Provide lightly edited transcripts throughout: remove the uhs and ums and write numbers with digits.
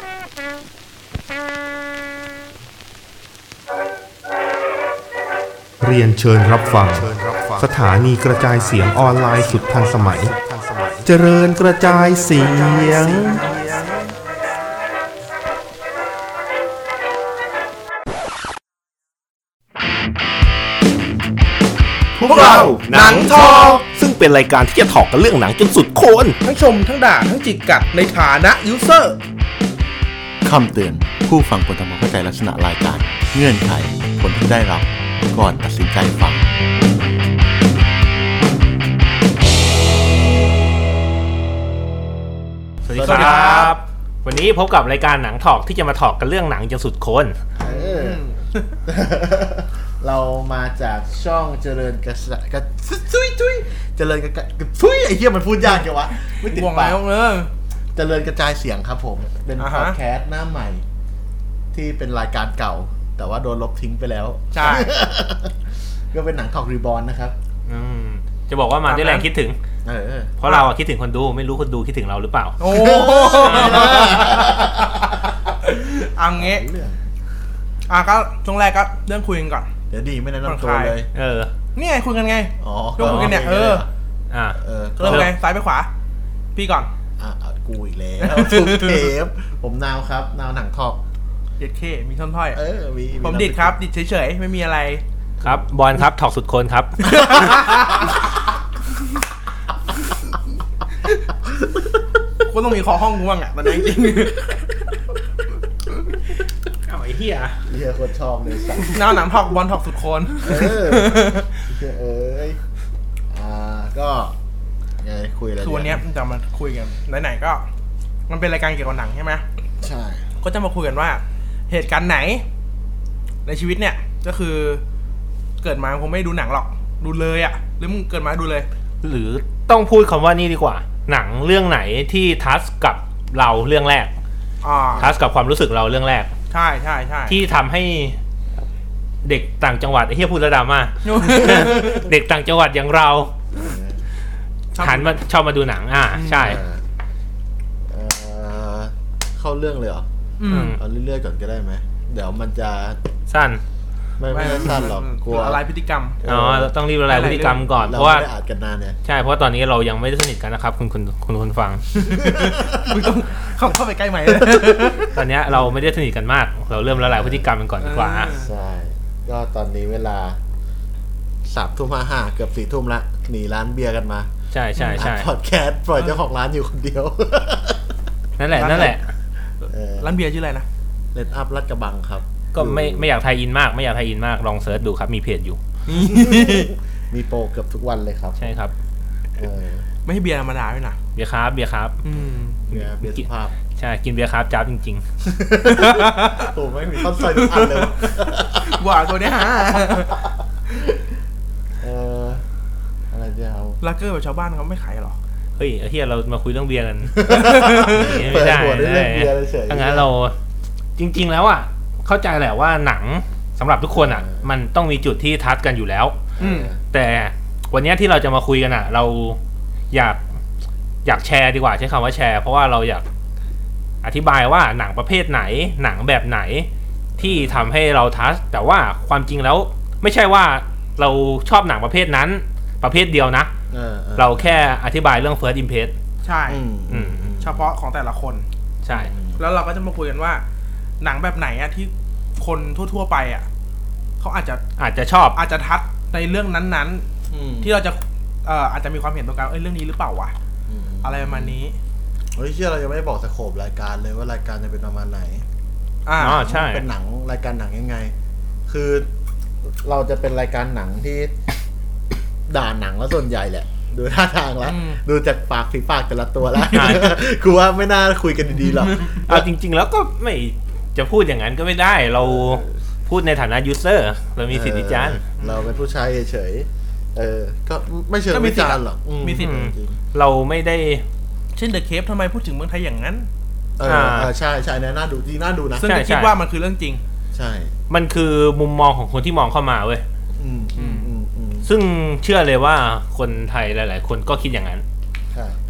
เรียนเชิญรับฟังสถานีกระจายเสียงออนไลน์สุดทันสมัยเจริญกระจายเสียงพวกเราหนังทอซึ่งเป็นรายการที่จะถอกกันเรื่องหนังจนสุดโคนทั้งชมทั้งด่าทั้งจิกกัดในฐานะยูเซอร์คำเตือนผู้ฟังควรทำความเข้าใจลักษณะรายการเงื่อนไขผลที่ได้รับก่อนตัดสินใจฟังสวัสดีครับวันนี้พบกับรายการหนังถอกที่จะมาถอกกันเรื่องหนังจนสุดโคนเรามาจากช่องเจริญกระจุยเจริญกระจุยไอ้เหี้ยมันพูดยากจังวะไม่ติดปากเจริญกระจายเสียงครับผมเป็นพอดแคสต์หน้าใหม่ที่เป็นรายการเก่าแต่ว่าโดนลบทิ้งไปแล้วใช่ก็เป็นหนังถอกรีบอร์นนะครับจะบอกว่ามาด้วยแรงคิดถึงเพราะเราคิดถึงคนดูไม่รู้คนดูคิดถึงเราหรือเปล่าโอ้อังเงี้ก็ช่วงแรกก็เรื่องคุยกันก่อนเดี๋ยวดีไม่แนะนำตัวเลยนี่ไงคุยกันไงช่วงคุยกันเนี่ยเริ่มไงซ้ายไปขวาพี่ก่อนกูอีกแล้วทุกเทปผมนาวครับนาวหนังถอกเด็ดเคมีท่อนถ้อยผมดิดครับดิดเฉยๆไม่มีอะไรครับบอลครับถอกสุดคนครับก็ต้องมีคอห้องกูบ้างอ่ะมันจริงเอาไอ้เหี้ยโคตรชอบเลยสัตว์หน้าหนังถอกบอลถอกสุดคนก็ไงคุยอะไรคือวันนี้จะมาคุยกันไหนๆก็มันเป็นรายการเกี่ยวกับหนังใช่ไหมใช่ก็จะมาคุยกันว่าเหตุการณ์ไหนในชีวิตเนี่ยก็คือเกิดมาคงไม่ดูหนังหรอกดูเลยอ่ะหรือมึงเกิดมาดูเลยหรือต้องพูดคำว่านี่ดีกว่าหนังเรื่องไหนที่ทัชกับเราเรื่องแรกทัชกับความรู้สึกเราเรื่องแรกใช่ใช่ใช่ที่ทำให้เด็กต่างจังหวัดไอ้เหี้ยพูดระดับมา เด็กต่างจังหวัดอย่างเราหันมาชอบมาดูหนังใช่เข้าเรื่องเลยเหรอเอาเรื่อยๆก่อนก็ได้ไหมเดี๋ยวมันจะสั้นไม่สั้นหรอกกลัวอะไรพฤติกรรมเราต้องรีบละลายพฤติกรรมก่อนเพราะว่าไม่อาจกันนานเนี่ยใช่เพราะตอนนี้เรายังไม่ได้สนิทกันนะครับคุณฟังมึงต้องเข้าไปใกล้ไหมตอนนี้เราไม่ได้สนิทกันมากเราเริ่มละลายพฤติกรรมกันก่อนดีกว่าใช่ก็ตอนนี้เวลา 3:55 เกือบ 4 ทุ่มละหนีร้านเบียร์กันมาใช่พอดแคสต์ปล่อยเจ้าของร้านอยู่คนเดียวนั่นแหละร้านเบียร์ชื่ออะไรนะเลดอัพลาดกระบังครับก็ไม่อยากไทยอินมากลองเสิร์ชดูครับมีเพจอยู่มีโปรเกือบทุกวันเลยครับใช่ครับไม่ให้เบียร์ธรรมดาด้วยนะเบียร์ครับเบียร์สุภาพใช่กินเบียร์ครับจ้าจริงๆโอ้ไม่มีต้นใส่ทุกอันเลยว่าตัวนี้ฮะอะไรจะเอาลักเกอร์แบบชาวบ้านเขาไม่ขายหรอเฮ้ยเฮียเรามาคุยเรื่องเบียร์กันไม่ได้ถ้างั้นเราจริงๆแล้วเข้าใจแหละว่าหนังสำหรับทุกคนมันต้องมีจุดที่ทัชกันอยู่แล้วแต่วันนี้ที่เราจะมาคุยกันเราอยากแชร์ดีกว่าใช้คำว่าแชร์เพราะว่าเราอยากอธิบายว่าหนังประเภทไหนหนังแบบไหนที่ทำให้เราทัชแต่ว่าความจริงแล้วไม่ใช่ว่าเราชอบหนังประเภทนั้นประเภทเดียวนะเราแค่อธิบายเรื่อง first impression ใช่เฉพาะของแต่ละคนใช่แล้วเราก็จะมาคุยกันว่าหนังแบบไหนที่คนทั่วๆไปเขาอาจจะชอบอาจจะทัชในเรื่องนั้นๆที่เราจะอาจจะมีความเห็นตรงกันเรื่องนี้หรือเปล่าวะอะไรประมาณนี้เฮ้ยเรายังไม่ได้บอกสโคปรายการเลยว่ารายการจะเป็นประมาณไหนใช่เป็นหนังรายการหนังยังไงคือเราจะเป็นรายการหนังที่ด่าหนังแล้วส่วนใหญ่แหละดูท่าทางแล้วดูจากปากฝีปากแต่ละตัวแล้วกูว่าไม่น่าคุยกันดีๆหรอกจริงๆแล้วก็ไม่จะพูดอย่างนั้นก็ไม่ได้เราพูดในฐานะยูเซอร์เรามีสิทธิวิจารณ์เราเป็นผู้ใช้เฉยๆก็ไม่เชิงวิจารณ์หรอกมีสิทธิ์เราไม่ได้เช่น The Cave ทำไมพูดถึงเมืองไทยอย่างนั้นใช่น่าดูจริงน่าดูนะซึ่งคิดว่ามันคือเรื่องจริงใช่มันคือมุมมองของคนที่มองเข้ามาเว้ยซึ่งเชื่อเลยว่าคนไทยหลายๆคนก็คิดอย่างนั้น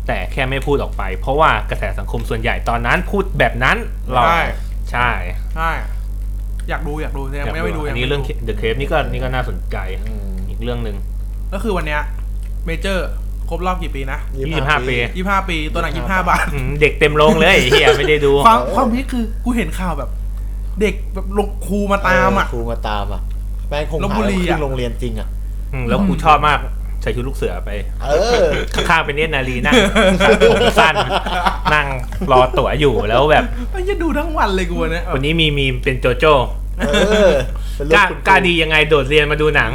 แต่แค่ไม่พูดออกไปเพราะว่ากระแสสังคมส่วนใหญ่ตอนนั้นพูดแบบนั้นเราใช่อยากดูแต่ยังไม่ดูอันนี้เรื่อง The Cave นี่ก็น่าสนใจอีกเรื่องนึงก็คือวันเนี้ยเมเจอร์ครบรอบกี่ปีนะ 25 ปี 25 ปีตัวหนัง25 บาทเด็กเต็มโรงเลยเฮียไม่ได้ดูความพีคคือกูเห็นข่าวแบบเด็กแบบลงครูมาตามอ่ะแม่งคงหาขึ้นโรงเรียนจริงอ่ะแล้วกูชอบมากใส่ชุดลูกเสือไปข้างๆเป็นเนตรนารีนั่งสั้นนั่งรอตั๋วอยู่แล้วแบบมันจะดูทั้งวันเลยกูเนี่ยวันนี้มีเป็นโจโจ้กล้าดียังไงโดดเรียนมาดูหนัง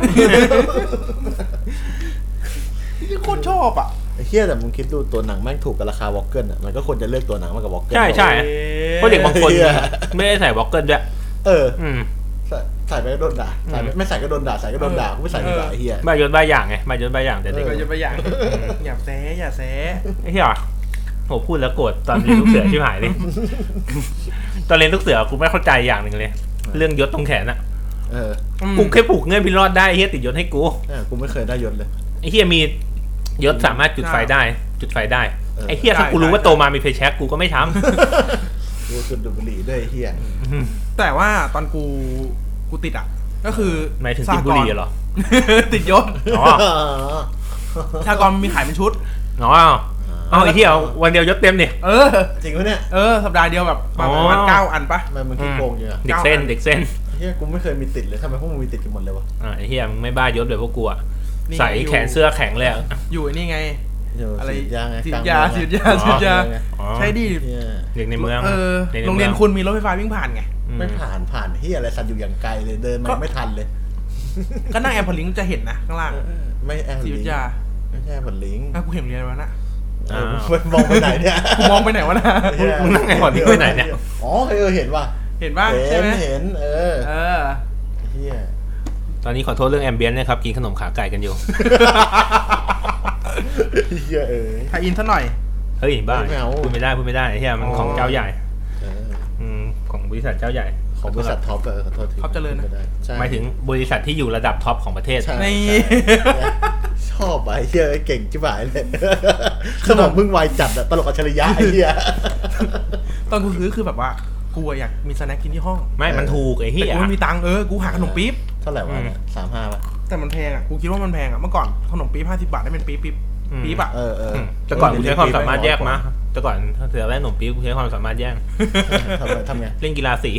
โคตรชอบอ่ะไอ้เหี้ยแต่มึงคิดดูตัวหนังแม่งถูกกับราคาวอลเกิลอ่ะมันก็ควรจะเลือกตัวหนังมากกว่าวอลเกิลใช่เพราะเด็กบางคนไม่ได้ใส่วอลเกิลด้วยใส่ไปก็โดนด่าใส่ไม่ใส่ก็โดนด่าใส่ก็โดนด่าไม่ใส่ก็ด่าไอ้เหี้ยบ้ายศบ้าอย่างไงบ้ายศบ้าอย่างแต่เด็กบ้ายศบ้าอย่างอย่าแซะไอ้เหี้ยโหพูดแล้วโกรธตอนเรียนลูกเสือชิบหายเลยตอนเรียนลูกเสือกูไม่เข้าใจอย่างหนึ่งเลยเรื่องยศตรงแขนอ่ะกูแค่ผูกเงื่อนพิรอดได้เฮียติดยศให้กูไม่เคยได้ยศเลยไอ้เฮียมียศสามารถจุดไฟได้ไอ้เฮียถ้ากูรู้ว่าโตมามีไฟแช็กกูก็ไม่ทำกูสุดดุบุหรี่ด้วยเฮียแต่ว่าตอนกูติดอ่ะก็คือหมายถึงติดบุหรี่เหรอติดยศถ้ากรมีขายเป็นชุดไอ้เฮียวันเดียวยศเต็มเนี่ยจริงปะเนี่ยสัปดาห์เดียวแบบประมาณ9 อันปะมันขี้โกงอยู่เด็กเส้นเฮียกูไม่เคยมีติดเลยทำไมพวกมึงมีติดกันหมดเลยวะไอ้เฮียมึงไม่บ้ายศเลยพวกกูอ่ะใส่แขนเสื้อแข็งเลยอยู่นี่ไงอะไรฉีดยาใช่ดิเด็กในเมืองโรงเรียนคุณมีรถไฟฟ้าวิ่งผ่านไงไม่ผ่านเฮียอะไรสัตว์อยู่อย่างไกลเลยเดินมาไม่ทันเลยก็นั่งแอร์พอร์ตลิงจะเห็นนะข้างล่างไม่แอร์พอร์ตลิงไม่ใช่แอร์พอร์ตลิงกูเห็นเรียนวันน่ะมองไปไหนเนี่ยกูมองไปไหนวะนะมึงนั่งแอร์พอร์ตลิงไปไหนเนี่ยเห็นป่ะใช่ไหมเห็นเฮียตอนนี้ขอโทษเรื่องแอมเบียนนะครับกินขนมขาไก่กันอยู่เฮียถ่ายอินซะหน่อยเฮ้ยบ้าพูดไม่ได้เฮียมันของเจ้าใหญ่ของบริษัทเจ้าใหญ่ของบริษัทท็อปขอโทษทีท็อปเจริญหมายถึงบริษัทที่อยู่ระดับท็อปของประเทศนี่ชอบไอ้เฮียเก่งจิ๋วหายเลยขนมมึงไวจัดอะตลกอัจฉริยะไอ้เฮียตอนกูซื้อคือแบบว่ากูอยากมีสแน็คกินที่ห้องไม่มันถูกไอ้เฮียกูไม่มีตังค์กูหาขนมปี๊บเท่าไหร่วะ35 ป่ะแต่มันแพงอ่ะกูคิดว่ามันแพงอ่ะเมื่อก่อนขนมปี๊บ50 บาทได้เป็นปี๊บอ่ะแต่ก่อนกูใช้ความสามารถแยกมาแต่ก่อนถ้าเสือแว่นขนมปี๊บกูใช้ความสามารถแยกทำไงเล่นกีฬาสี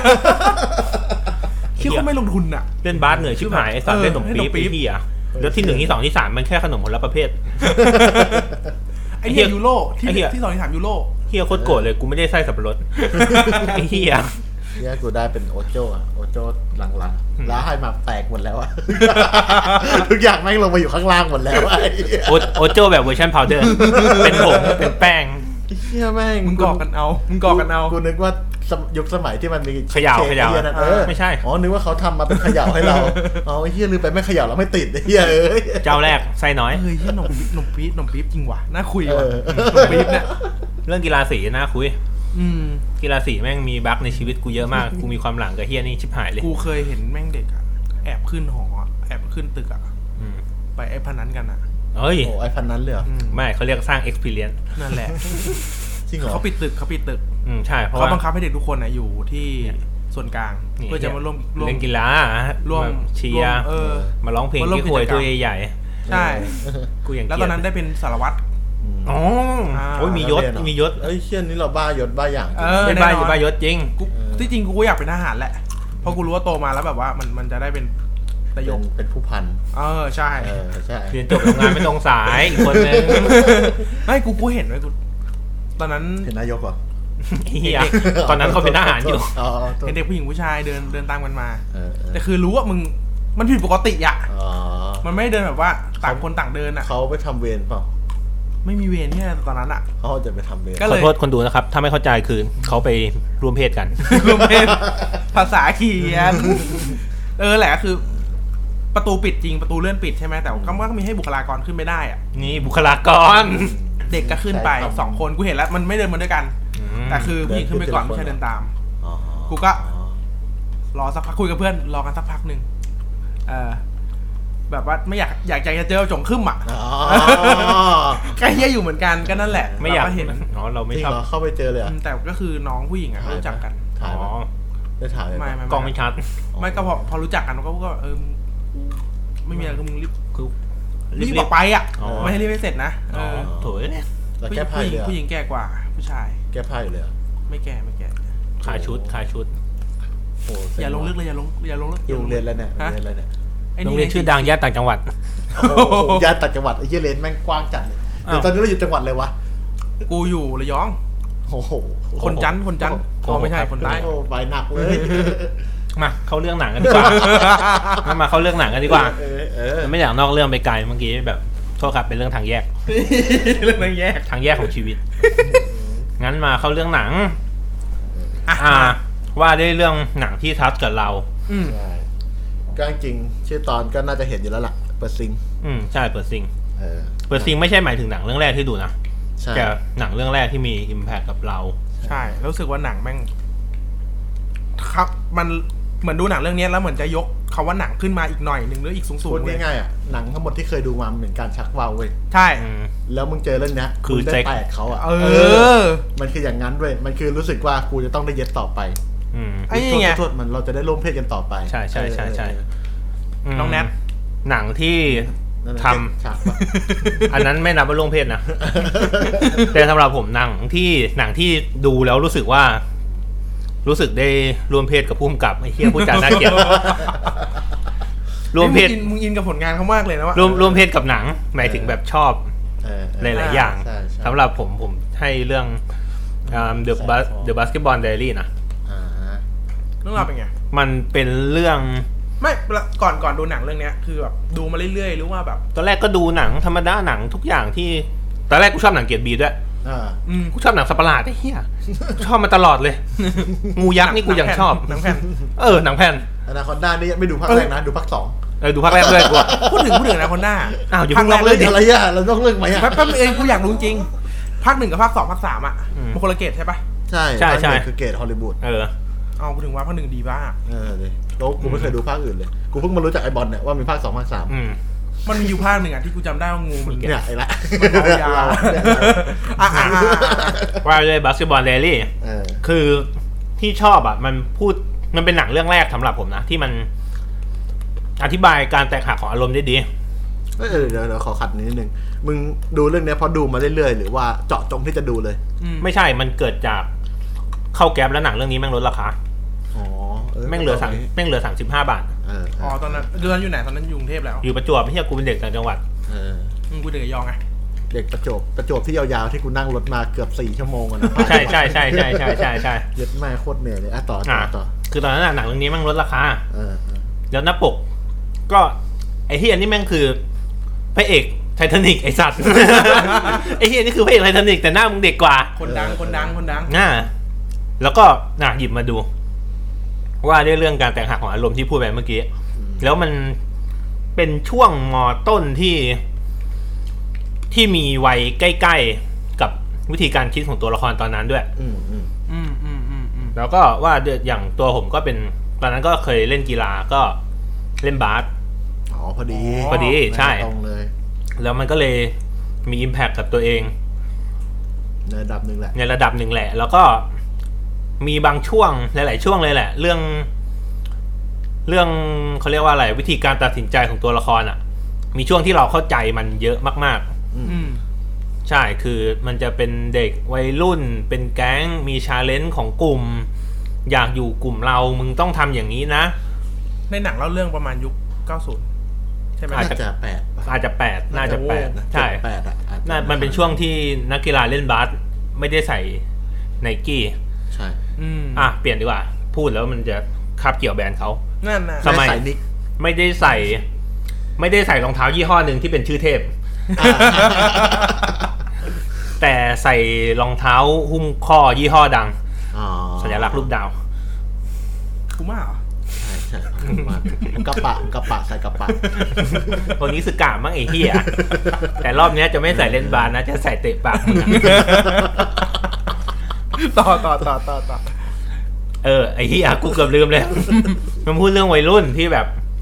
คิดว่าไม่ลงทุนอ่ะเล่นบาสเหนื่อยชิบหายไอ้สัตว์เล่นขนมปี๊บพี่อ่ะแล้วที่1ที่2ที่3มันแค่ขนมคนละประเภทไอ้เฮียยูโรที่2ที่3ยูโรเฮียโคตรโกรธเลยกูไม่ได้ไส้สับปะรดไอ้เฮียเนี่ยกูได้เป็นโอโจ้หลังร้าให้มาแตกหมดแล้วอะทุกอย่างแม่งลงมาอยู่ข้างล่างหมดแล้วโอโจ้แบบเวอร์ชันพาวเดอร์เป็นผงเป็นแป้งเฮียแม่งมึงกอกกันเอากูนึกว่ายุคสมัยที่มันมีเขย่าไม่ใช่นึกว่าเขาทำมาเป็นเขย่าให้เราเฮียลืมไปไม่เขย่าแล้วไม่ติดเฮียเจ้าแรกไส้น้อยเฮ้ยหนมปี๊บจริงว่ะน่าคุยว่ะหนมปี๊บเนี่ยเรื่องกีฬาสีน่าคุยกีฬาสีแม่งมีบั๊กในชีวิตกูเยอะมากกูมีความหลังกับเฮียนี่ชิบหายเลยกูเคยเห็นแม่งเด็กอะแอบขึ้นหอแอบขึ้นตึกอะไปไอ้พนันกันอะเอ้ยไอ้พนันเลยเหรอไม่เขาเรียกสร้าง experience นั่นแหละจริงเหรอเขาปิดตึกใช่เพราะเขาบังคับให้เด็กทุกคนอยู่ที่ส่วนกลางเพื่อจะมาร่วมเล่นกีฬาร่วมเชียร์มาร้องเพลงที่ควยตัวใหญ่ใช่กูอย่างแล้วตอนนั้นได้เป็นสารวัตรโอ้ยมียศเอ้ยเชี่ยนี้เราบ้ายศบ้าอย่างเป็นบ้ายศจริงที่จริงกูก็อยากเป็นทหารแหละเพราะกูรู้ว่าโตมาแล้วแบบว่ามันจะได้เป็นนายกเป็นผู้พันใช่เรียนจบทำงานไม่ตรงสายอีกคนนึงไม่กูเห็นไว้กูตอนนั้นเห็นนายกเหรอตอนนั้นเขาเป็นทหารอยู่เห็นเด็กผู้หญิงผู้ชายเดินตามกันมาแต่คือรู้ว่ามึงมันผิดปกติอ่ะมันไม่เดินแบบว่าต่างคนต่างเดินอ่ะเขาไปทำเวรเปล่าไม่มีเวรเนี่ยตอนนั้นอ่ะเขาจะไปทำเวรขอโทษคนดูนะครับถ้าไม่เข้าใจคือเขาไปร่วมเพศกันร่วมเพศภาษาเขียนแหละคือประตูปิดจริงประตูเลื่อนปิดใช่ไหมแต่ก็มีให้บุคลากรขึ้นไม่ได้อ่ะนี่บุคลากรเด็กก็ขึ้นไป2 คนกูเห็นแล้วมันไม่เดินมาด้วยกันแต่คือผู้หญิงขึ้นไปก่อนไม่ใช่เดินตามกูก็รอสักพักคุยกับเพื่อนรอกันสักพักนึงแบบว่าไม่อยากจะเจอจงขึ้นอ่ะใกล้เฮี้ยอยู่เหมือนกันก็นั่นแหละไม่อยากเห็นเราไม่ชอบเข้าไปเจอเลยแต่ก็คือน้องผู้หญิงเขารู้จักกันได้ถ่ายไหมไม่กล้องไม่ชัดไม่ก็พอรู้จักกันก็ไม่มีอะไรก็มึงรีบออกไปอ่ะไม่ให้รีบให้เสร็จนะโถ่เนี่ยผู้หญิงแก่กว่าผู้ชายแก้ผ้าอยู่เลยไม่แก่ขายชุดอย่าลงลึกเลยอย่าลงลึกโรงเรียนแล้วเนี่ยโรงเรียนอะไรเนี่ยโรงเรียนชื่อดังย่านต่างจังหวัดย่านต่างจังหวัดไอ้เหี้ยเลนแม่งกว้างจัดเลยแต่ตอนนี้เราอยู่จังหวัดเลยวะกูอยู่ระยองโอ้โหคนจันทร์ไม่ใช่คนใต้ไปหนักเลยมาเข้าเรื่องหนังกันดีกว่ามาเข้าเรื่องหนังกันดีกว่าไม่อยากนอกเรื่องไปไกลเมื่อกี้แบบโทษครับเป็นเรื่องทางแยกเรื่องทางแยกของชีวิตงั้นมาเข้าเรื่องหนังว่าด้วยเรื่องหนังที่ทัชกับเราก็จริงชื่อตอนก็น่าจะเห็นอยู่แล้วล่ะเปิดซิงใช่เปิดซิงไม่ใช่หมายถึงหนังเรื่องแรกที่ดูนะแต่หนังเรื่องแรกที่มีอิมแพคกับเราใช่รู้สึกว่าหนังแม่งครับมันเหมือนดูหนังเรื่องนี้แล้วเหมือนจะยกคำว่าหนังขึ้นมาอีกหน่อยนึงหรืออีกสูงๆพูดง่ายๆหนังทั้งหมดที่เคยดูมาเหมือนการชักว่าวเว้ยใช่แล้วมึงเจอเรื่องนี้คือได้แตกเขามันคืออย่างนั้นด้วยมันคือรู้สึกว่ากูจะต้องได้เย็ดต่อไปไอ้ไงโทษมันเราจะได้ร่วมเพศกันต่อไปใช่น้องแนทหนังที่ทำอันนั้นไม่นับว่าร่วมเพศนะแต่สำหรับผมหนังที่ดูแล้วรู้สึกได้ร่วมเพศกับผู้กำกับไอ้เหี้ยผู้จัดน่าเกลียดร่วมเพศมึงอินกับผลงานเขามากเลยนะว่าร่วมเพศกับหนังหมายถึงแบบชอบหลายๆอย่างสำหรับผมให้เรื่องThe Basketball Diary นะเรื่องราวเป็นไงมันเป็นเรื่องไม่ก่อนดูหนังเรื่องนี้คือแบบดูมาเรื่อยๆหรือว่าแบบตอนแรกก็ดูหนังธรรมดาหนังทุกอย่างที่ตอนแรกกูชอบหนังเกียรติบีด้วยกูชอบหนังสัตว์ประหลาดไอ้เหี้ยชอบมาตลอดเลยงูยักษ์นี่กูยังชอบหนังแผ่นหนังแผ่นอนาคอนด้านี่ไม่ดูภาคแรกนะดูภาค2 ดูภาคแรกด้วยกูพูดถึงอนาคอนด้าอยู่ภาคแรกเลยอะไรอ่ะเราต้องเรื่องไหมอ่ะแป๊บเองกูอยากรู้จริงภาค1กับภาค2ภาค3อ่ะมันคนละเกรดใช่ปะใช่คือเกรดฮอลลีวูดกูถึงว่าภาค1ดีบ้าเลยแล้วกูไม่เคยดูภาคอื่นเลยกูเพิ่งมารู้จักไอบอลเนี่ยว่ามีภาค2ภาค3 มันมีอยู่ภาคหนึ่งที่กูจำได้ว่างูมันเนี่ยไอ้ละว่าเลย Basketball Diary คือที่ชอบมันเป็นหนังเรื่องแรกสำหรับผมนะที่มันอธิบายการแตกหักของอารมณ์ได้ดีเดี๋ยวขอขัดนิดนึงมึงดูเรื่องนี้เพราะดูมาเรื่อยๆหรือว่าเจาะจงที่จะดูเลยไม่ใช่มันเกิดจากเข้าแก๊ปแล้วหนังเรื่องนี้แม่งลดราคาแม่งเหลือ35 บาทตอนนั้นเดือนอยู่ไหนตอนนั้นอยู่กรุงเทพแล้วอยู่ประจวบไม่ใช่กูเป็นเด็กต่างจังหวัดกูเด็กระยองไงเด็กประจวบที่ยาวๆที่กูนั่งรถมาเกือบ4 ชั่วโมงนะใช่เย็ดแม่โคตรเหนื่อยเลยต่อคือตอนนั้นหนังเรื่องนี้แม่งลดราคาแล้วหน้าปกก็ไอ้เฮียนี่แม่งคือพระเอกไททานิกไอ้สัตว์ไอ้เฮียนี่คือพระเอกไททานิกแต่หน้ามึงเด็กกว่าคนดังแล้วก็หยิบมาดูว่าด้วยเรื่องการแตกหักของอารมณ์ที่พูดไปเมื่อกี้แล้วมันเป็นช่วงม.ต้นที่มีวัยใกล้ๆกับวิธีการคิดของตัวละครตอนนั้นด้วยแล้วก็ว่าอย่างตัวผมก็เป็นตอนนั้นก็เคยเล่นกีฬาก็เล่นบาสพอดีใช่แล้วมันก็เลยมี impact กับตัวเองในระดับหนึ่งแหละแล้วก็มีบางช่วงหลายๆช่วงเลยแหละเรื่องเขาเรียกว่าอะไรวิธีการตัดสินใจของตัวละครอ่ะมีช่วงที่เราเข้าใจมันเยอะมากๆใช่คือมันจะเป็นเด็กวัยรุ่นเป็นแก๊งมีชาเลนจ์ของกลุ่มอยากอยู่กลุ่มเรามึงต้องทำอย่างนี้นะในหนังเล่าเรื่องประมาณยุค90ใช่ไหมอาจจะ8 น่าจะ8ใช่ 8อ่ะมันเป็นช่วงที่นักกีฬาเล่นบาสไม่ได้ใส่ไนกี้ใช่เปลี่ยนดีกว่าพูดแล้วมันจะคาบเกี่ยวแบรนด์เขานั่นนะสมัยไม่ได้ใส่รองเท้ายี่ห้อหนึ่งที่เป็นชื่อเทพแต่ใส่รองเท้าหุ้มข้อยี่ห้อดังสัญลักษณ์รูปดาวคูม่าเหรอใช่กระปะใส่กระปะตัวนี้สึกะมั้งไอ้เหี้ยแต่รอบนี้จะไม่ใส่เล่นบาสนะจะใส่เตะปากมึงต่อไอ้เหี้ยกูเกือบลืมเลยมันพูดเรื่องวัยรุ่นที่แบบ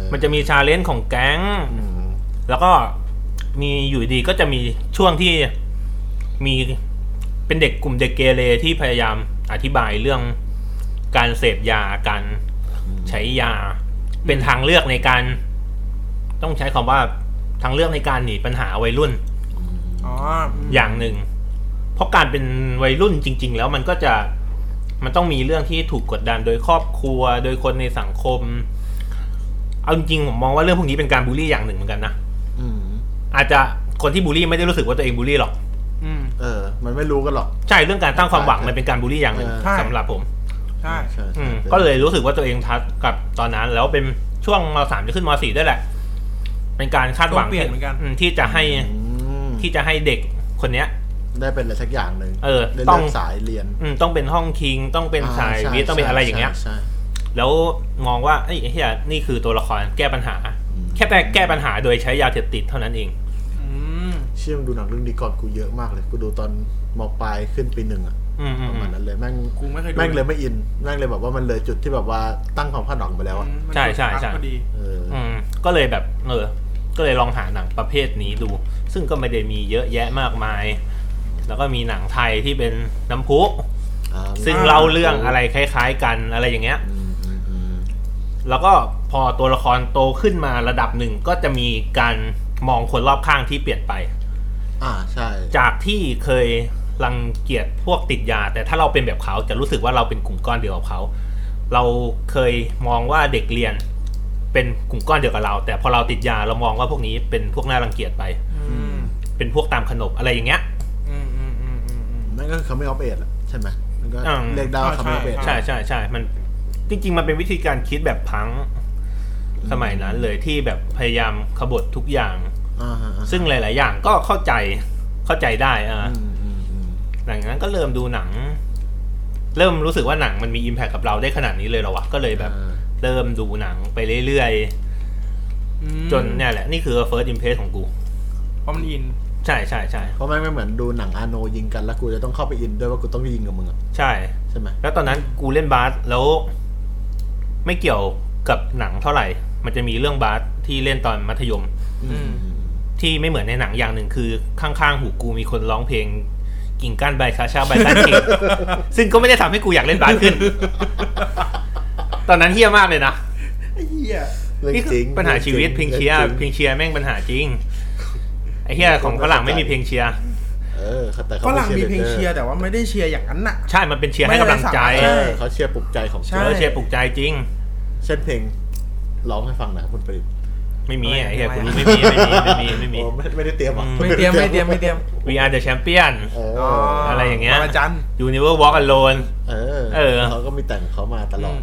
มันจะมีชาเลนจ์ของแก๊งแล้วก็มีอยู่ดีก็จะมีช่วงที่มีเป็นเด็กกลุ่มเด็กเกเรที่พยายามอธิบายเรื่องการเสพยาการใช้ยาเป็นทางเลือกในการต้องใช้คำว่าทางเลือกในการหนีปัญหาวัยรุ่นอย่างหนึ่งเพราะการเป็นวัยรุ่นจริงๆแล้วมันต้องมีเรื่องที่ถูกกดดันโดยครอบครัวโดยคนในสังคมเอาจริงๆผมมองว่าเรื่องพวกนี้เป็นการบูลลี่อย่างหนึ่งเหมือนกันนะอาจจะคนที่บูลลี่ไม่ได้รู้สึกว่าตัวเองบูลลี่หรอกมันไม่รู้กันหรอกใช่เรื่องการตั้งความหวังมันเป็นการบูลลี่อย่างหนึ่งสำหรับผมใช่ก็เลยรู้สึกว่าตัวเองทัดกับตอนนั้นแล้วเป็นช่วงม.3 จะขึ้นม.4 ด้วยแหละเป็นการคาดหวังที่จะให้เด็กคนเนี้ยได้เป็นอะไรสักอย่างหนึ่งต้องสายเรียนต้องเป็นห้องคิงต้องเป็นสายวิทย์ต้องเป็นอะไรอย่างเงี้ยแล้วมองว่าไอ้เหี้ยนี่คือตัวละครแก้ปัญหาแค่แก้ปัญหาโดยใช้ยาเสพติดเท่านั้นเองเชื่อมดูหนังเรื่องนี้ก่อนกูเยอะมากเลยกูดูตอนม.ปลายขึ้นปี 1อะประมาณนั้นเลยแม่งเลยไม่อินแม่งเลยแบบว่ามันเลยจุดที่แบบว่าตั้งความคาดหวังไปแล้วอะใช่ก็เลยแบบก็เลยลองหาหนังประเภทนี้ดูซึ่งก็ไม่ได้มีเยอะแยะมากมายแล้วก็มีหนังไทยที่เป็นน้ำพุซึ่งเล่าเรื่องอะไรคล้ายๆกันอะไรอย่างเงี้ยแล้วก็พอตัวละครโตขึ้นมาระดับหนึ่งก็จะมีการมองคนรอบข้างที่เปลี่ยนไปใช่จากที่เคยรังเกียจพวกติดยาแต่ถ้าเราเป็นแบบเขาจะรู้สึกว่าเราเป็นกลุ่มก้อนเดียวกับเขาเราเคยมองว่าเด็กเรียนเป็นกลุ่มก้อนเดียวกับเราแต่พอเราติดยาเรามองว่าพวกนี้เป็นพวกน่ารังเกียจไปเป็นพวกตามขนบอะไรอย่างเงี้ยนั่นก็เขาไม่เอาเปรตใช่ไหมมันก็เรียกดาวเขาไม่เอาเปรตใช่มันจริงๆมันเป็นวิธีการคิดแบบพังสมัยนั้นเลยที่แบบพยายามขบฏทุกอย่างซึ่งหลายๆอย่างก็เข้าใจได้หลังจากนั้นก็เริ่มดูหนังเริ่มรู้สึกว่าหนังมันมีอิมแพคกับเราได้ขนาดนี้เลยเหรอวะก็เลยแบบเริ่มดูหนังไปเรื่อยๆจนเนี่ยแหละนี่คือ first impression ของกูเพราะมันอินใช่เพราะไม่เหมือนดูหนังอาโนยิงกันแล้วกูจะต้องเข้าไปอินด้วยว่ากูต้องยิงกับมึงอ่ะใช่ไหมแล้วตอนนั้นกูเล่นบาสแล้วไม่เกี่ยวกับหนังเท่าไหร่มันจะมีเรื่องบาสที่เล่นตอนมัธยมที่ไม่เหมือนในหนังอย่างหนึ่งคือข้างๆหูกูมีคนร้องเพลงกิ่งก้านใบคาชาใบก้านกิ่งซึ่งก็ไม่ได้ทำให้กูอยากเล่นบาสขึ้นตอนนั้นเฮี้ยมากเลยนะเฮี้ยนี่คือปัญหาชีวิตเพลงเชียร์แม่งปัญหาจริงไอ้เฮี้ยของฝรั่งไม่มีเพลงเชียร์ฝรั่งมีเพลงเชียร์แต่ว่าไม่ได้เชียร์อย่างนั้นน่ะใช่มันเป็นเชียร์ให้กำลังใจเขาเชียร์ปลุกใจของเชียร์ปลุกใจจริงเช่นเพลงร้องให้ฟังหน่อยคุณปริศไม่มีไอ้เหี้ยกูรู้ไม่มีไม่ได้เตรียมไม่เตรียม We are the champion อะไรอย่างเงี้ยอาจารย์ You never walk alone เขาก็มีแต่งเขามาตลอด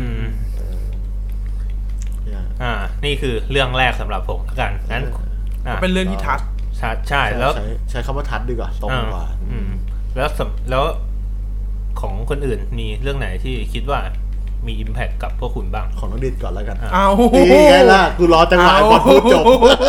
นี่คือเรื่องแรกสำหรับผมแล้วกันนั้นเป็นเรื่องที่ทัชใช่แล้วใช้คำว่าทัชดีกว่าตรงกว่าแล้วของคนอื่นมีเรื่องไหนที่คิดว่ามี impact กับพวกคุณบ้างของน้องดิดก่อนแล้วกันเอาดีไงล่ะกูรอจังหวะก่อนพูดจบ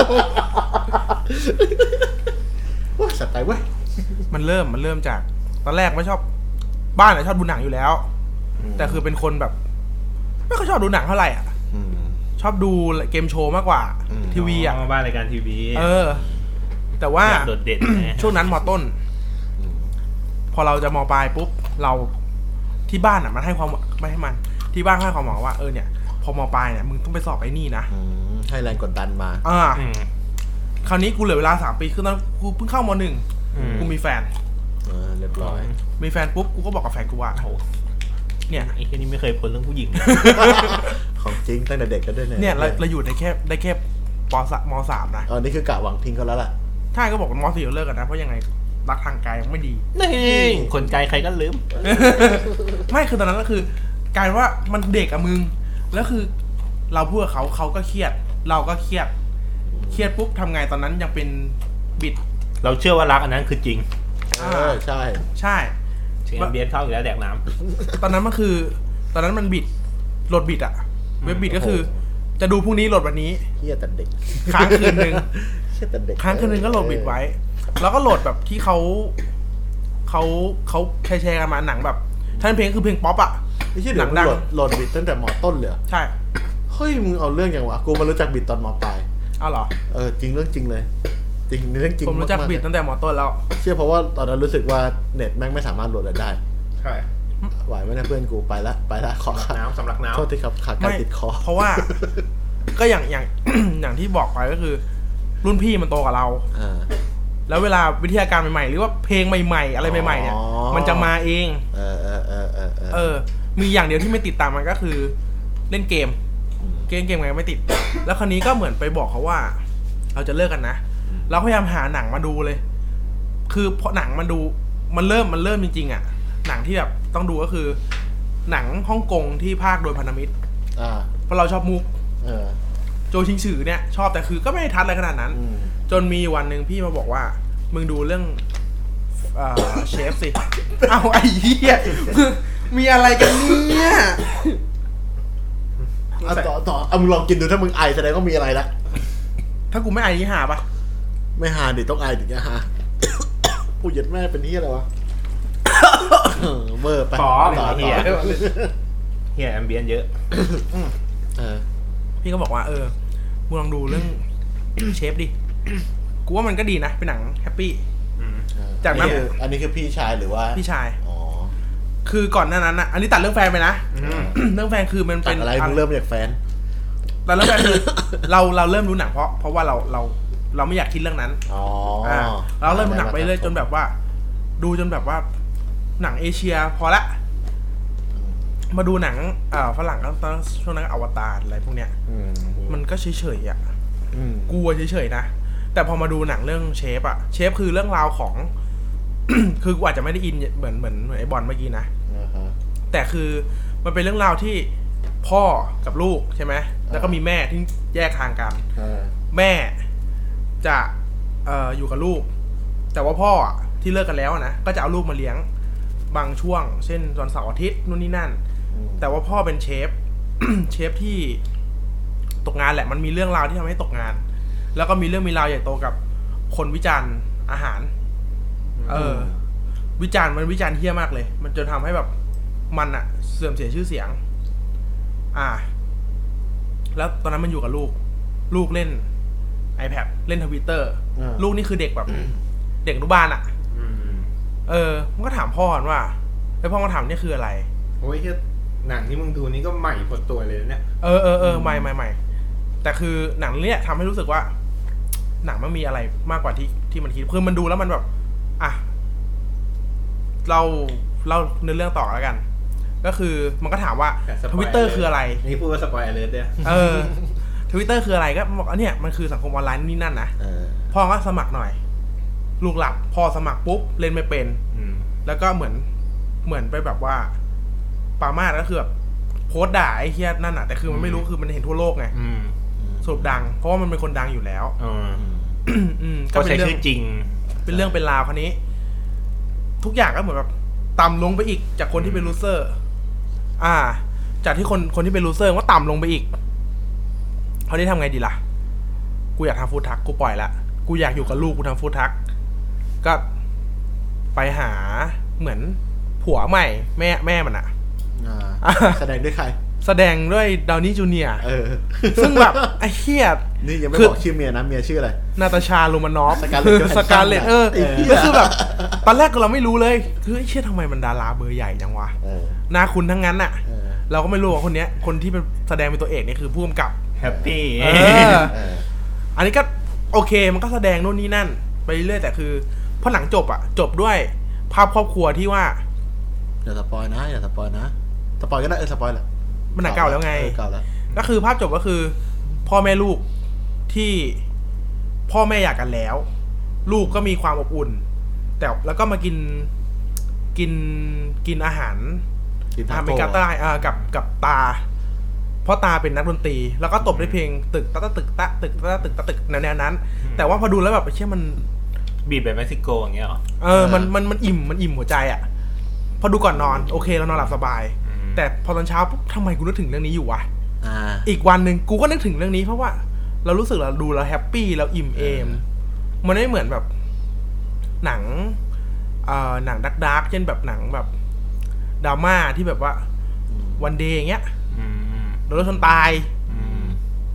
ว่าสัตว์ไปเว้ยมันเริ่มจากตอนแรกไม่ชอบบ้านชอบดูหนังอยู่แล้วแต่คือเป็นคนแบบไม่ค่อยชอบดูหนังเท่าไหร่อ่ะชอบดูเกมโชว์มากกว่าทีวีอ่ะบ้านรายการทีวีแต่ว่าโดดเด่นช่วงนั้นม.ต้นพอเราจะม.ปลายปุ๊บเราที่บ้านอ่ะมันให้ความไม่ให้มันที่บ้านให้ความหวังว่าเนี่ยพอม.ปลายเนี่ยมึงต้องไปสอบไอ้นี่นะให้แรงกดดันมาคราวนี้กูเหลือเวลา3 ปีคือตอนกูเพิ่งเข้าม.1กูมีแฟนเรียบร้อยมีแฟนปุ๊บกูก็บอกกับแฟนกูว่าโหเนี่ยไอ้แค่นี้ไม่เคยพ้นเรื่องผู้หญิงของจริงตั้งแต่เด็กก็ได้เนี่ยเราอยู่ได้แค่ม.3 นะนี่คือกะหวังทิ้งเขาแล้วล่ะใช่ก็บอกว่าม.4 เลิกกันนะเพราะยังไงรักทางกายยังไม่ดีนี่คนไกลใครก็ลืมไม่คือตอนนั้นก็คือกลายว่ามันเด็กอะมึงแล้วคือเราพูดกับเขาก็เครียดเราก็เครียดปุ๊บทำไงตอนนั้นยังเป็นบิดเราเชื่อว่ารักอันนั้นคือจริงใช่เชียร์เบียร์เข้าอยู่แล้วแดกน้ำตอนนั้นมันคือตอนนั้นมันบิดโหลดบิดอะเว็บบิดก็คือจะดูพรุ่งนี้โหลดวันนี้เฮียแต่เด็กค้างคืนนึงค้างคืนนึงก็โหลดบิดไว้แล้วก็โหลดแบบที่เขาแชร์กันมาหนังแบบท่านเพลงคือเพลงป๊อปอ่ะไม่ใช่หนังดังโหลดบิดตั้งแต่ม.ต้นเลยใช่โหฮ้ยมึงเอาเรื่องอย่างวะกูมารู้จักบิดตอนม.ปลายเอาเหรอจริงเรื่องจริงเลยจริงเรื่องจริงผมรู้จักบิดตั้งแต่ม.ต้นแล้วเชื่อเพราะว่าตอนนั้นรู้สึกว่าเน็ตแม่งไม่สามารถโหลดได้ใช่ไหวไหมนะเพื่อนกูไปละขอน้ำสำลักน้ำโทษทีครับขาดการติดคอเพราะว่าก็อย่าง อย่างที่บอกไปก็คือรุ่นพี่มันโตกว่าเราแล้วเวลาวิทยาการใหม่ๆหรือว่าเพลงใหม่ๆอะไรใหม่ๆเนี่ยมันจะมาเองมีอย่างเดียวที่ไม่ติดตามมันก็คือเล่นเกมไงไม่ติดแล้วคราวนี้ก็เหมือนไปบอกเขาว่าเราจะเลิกกันนะเราพยายามหาหนังมาดูเลยคือพอหนังมันดูมันเริ่มจริงๆอ่ะหนังที่แบบต้องดูก็คือหนังฮ่องกงที่พากย์โดยพันธมิตรเพราะเราชอบมุกโจชิงฉือเนี่ยชอบแต่คือก็ไม่ได้ทัดอะไรขนาดนั้นจนมีวันหนึ่งพี่มาบอกว่ามึงดูเรื่องเชฟสิเอาไอ้เหี้ยมีอะไรกันเนี่ยต่อมึงลองกินดูถ้ามึงไอแสดงว่ามีอะไรละถ้ากูไม่ไอนี่หาปะไม่หาดิต้องไอถึงจะหาผู้ยัดแม่เป็นเหี้ยอะไรวะเบอร์ไปต่อเฮียแอมเบียนเยอะพี่ก็บอกว่ามึงลองดูเรื่องเชฟดิกูว่ามันก็ดีนะเป็นหนังแฮปปี้จากนั้นอันนี้คือพี่ชายหรือว่าพี่ชายคือก่อนหน้านั้นอ่ะอันนี้ตัดเรื่องแฟนไปนะเรื่องแฟนคือมันเป็นอะไรมึงเริ่มจากแฟนแต่เรื่องแฟนคือเราเริ่มดูหนังเพราะว่าเราไม่อยากคิดเรื่องนั้นเราเริ่มดูหนังไปเรื่อยจนแบบว่าดูจนแบบว่าหนังเอเชียพอละมาดูหนังฝรั่งก็ตอนช่วงนั้นอวตารอะไรพวกเนี้ยมันก็เฉยๆอ่ะกลัวเฉยๆนะแต่พอมาดูหนังเรื่องเชฟคือเรื่องราวของ คือกูอาจจะไม่ได้อินเหมือนไอ้บอลเมื่อกี้นะแต่คือมันเป็นเรื่องราวที่พ่อกับลูกใช่ไหมแล้วก็มีแม่ที่แยกทางกันแม่จะอยู่กับลูกแต่ว่าพ่อที่เลิกกันแล้วนะก็จะเอาลูกมาเลี้ยงบางช่วงเช่นตอนเสาร์อาทิตย์นู่นนี่นั่นแต่ว่าพ่อเป็นเชฟ เชฟที่ตกงานแหละมันมีเรื่องราวที่ทำให้ตกงานแล้วก็มีเรื่องมีราวใหญ่โตกับคนวิจารณ์อาหารวิจารณ์เหี้ยมากเลยมันจนทำให้แบบมันอะเสื่อมเสียชื่อเสียงแล้วตอนนั้นมันอยู่กับลูกเล่น iPad เล่น Twitter ลูกนี่คือเด็กแบบเด็กอนุบาลอะมันก็ถามพ่อว่าไอ้พ่อมาถามนี่คืออะไรโอ้ยแค่หนังที่มึงดูนี่ก็ใหม่พอตัวเลยเนี่ยใหม่แต่คือหนังเนี้ยทำให้รู้สึกว่าหนังมันมีอะไรมากกว่าที่มันคิดคือมันดูแล้วมันแบบเราเนื้อเรื่องต่อแล้วกันก็คือมันก็ถามว่า Twitter คืออะไรนี่พูดว่าสปอยล์เลยเนี่ย Twitter คืออะไรก็บอกเนี่ยมันคือสังคมออนไลน์นี่นั่นนะพ่อก็สมัครหน่อยลูกหลับพอสมัครปุ๊บเล่นไม่เป็นแล้วก็เหมือนไปแบบว่าปามาสก็คือแบบโพสต์ด่าไอ้เหี้ยนั่นน่ะแต่คือมันไม่รู้คือมันเห็นทั่วโลกไงสรุปดังเพราะว่ามันเป็นคนดังอยู่แล้วก็ใช้ชื่อจริงเป็นเรื่องเป็นราวคราวนี้ทุกอย่างก็เหมือนแบบต่ำลงไปอีกจากคนที่เป็นลูเซอร์จากที่คนที่เป็นลูเซอร์ก็ต่ำลงไปอีกคราวนี้ทำไงดีล่ะกูอยากทำฟู้ดทักกูปล่อยละกูอยากอยู่กับลูกกูทำฟู้ดทักก็ไปหาเหมือนผัวใหม่แม่มันแสดงด้วยใครแสดงด้วยดาวนี่จูเนียร์ซึ่งแบบไอ้เหี้ยนี่ยังไม่บอกชื่อเมียนะเมียชื่ออะไรนาตาชาลูมานอฟสกาเลตก็คือแบบตอนแรกเราไม่รู้เลยคือไอ้เชี่ยทำไมมันดาราเบอร์ใหญ่จังวะหน้าคุณทั้งนั้นน่ะเราก็ไม่รู้ว่าคนเนี้ยคนที่เป็นแสดงเป็นตัวเอกนี่คือผู้กำกับแฮปปี้อันนี้ก็โอเคมันก็แสดงโน่นนี่นั่นไปเรื่อยแต่คือพอหนังจบด้วยภาพครอบครัวที่ว่าอย่าสปอยนะสปอยก็ได้สปอยแหละมันหนังเก่าแล้วไงเก่าแล้วก็คือภาพจบก็คือพ่อแม่ลูกที่พ่อแม่อยากกันแล้วลูกก็มีความอบอุ่นแต่แล้วก็มากินอาหารอเมริกาใต้กับตาเพราะตาเป็นนักดนตรีแล้วก็ตบด้วยเพลงตึกตะตึกตะตึกตะตึกตะตึกแนวนั้นแต่ว่าพอดูแล้วแบบเชื่อมันบีบแบบเม็กซิโกอย่างเงี้ยหรอมันอิ่มหัวใจอ่ะพอดูก่อนนอนโอเคเรานอนหลับสบายแต่พอตอนเช้าปุ๊บทำไมกูนึกถึงเรื่องนี้อยู่วะอีกวันนึงกูก็นึกถึงเรื่องนี้เพราะว่าเรารู้สึกเราดูเราแฮปปี้เราอิ่มเอมมันไม่เหมือนแบบหนังดาร์กเช่นแบบหนังแบบดราม่าที่แบบว่าวันเดย์อย่างเงี้ยโดนรถชนตาย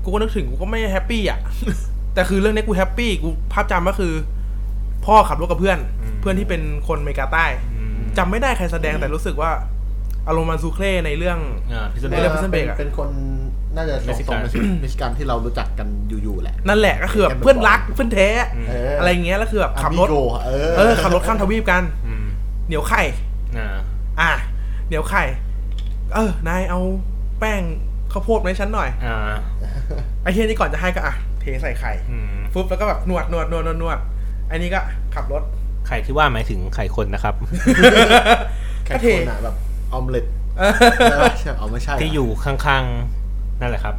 กูก็นึกถึงกูก็ไม่แฮปปี้อ่ะ แต่คือเรื่องนี้กูแฮปปี้กูภาพจำก็คือ พ่อขับรถกับเพื่อนที่เป็นคนอเมริกาใต้จำไม่ได้ใครแสดงแต่รู้สึกว่าอารมณ์มันซูเคร่ในเรื่องพิซซันเบรกเป็นคนน่าจะเม็กซิกันที่เรารู้จักกันอยู่แหละนั่นแหละก็คือแบบเพื่อนรักเพื่อนแท้อะไรเงี้ยแล้วคือแบบขับรถขับรถข้ามทวีปกันเหนียวไข่เหนียวไข่นายเอาแป้งข้าวโพดมาให้ฉันหน่อยไอ้เฮียนี่ก่อนจะให้ก็เทใส่ไข่ฟุบแล้วก็แบบนวดอันนี้ก็ขับรถไข่ที่ว่าหมายถึงไข่คนนะครับไข่คนอ่ะแบบออมเล็ตไม่ใช่ที่อยู่ข้างๆนั่นแหละครับ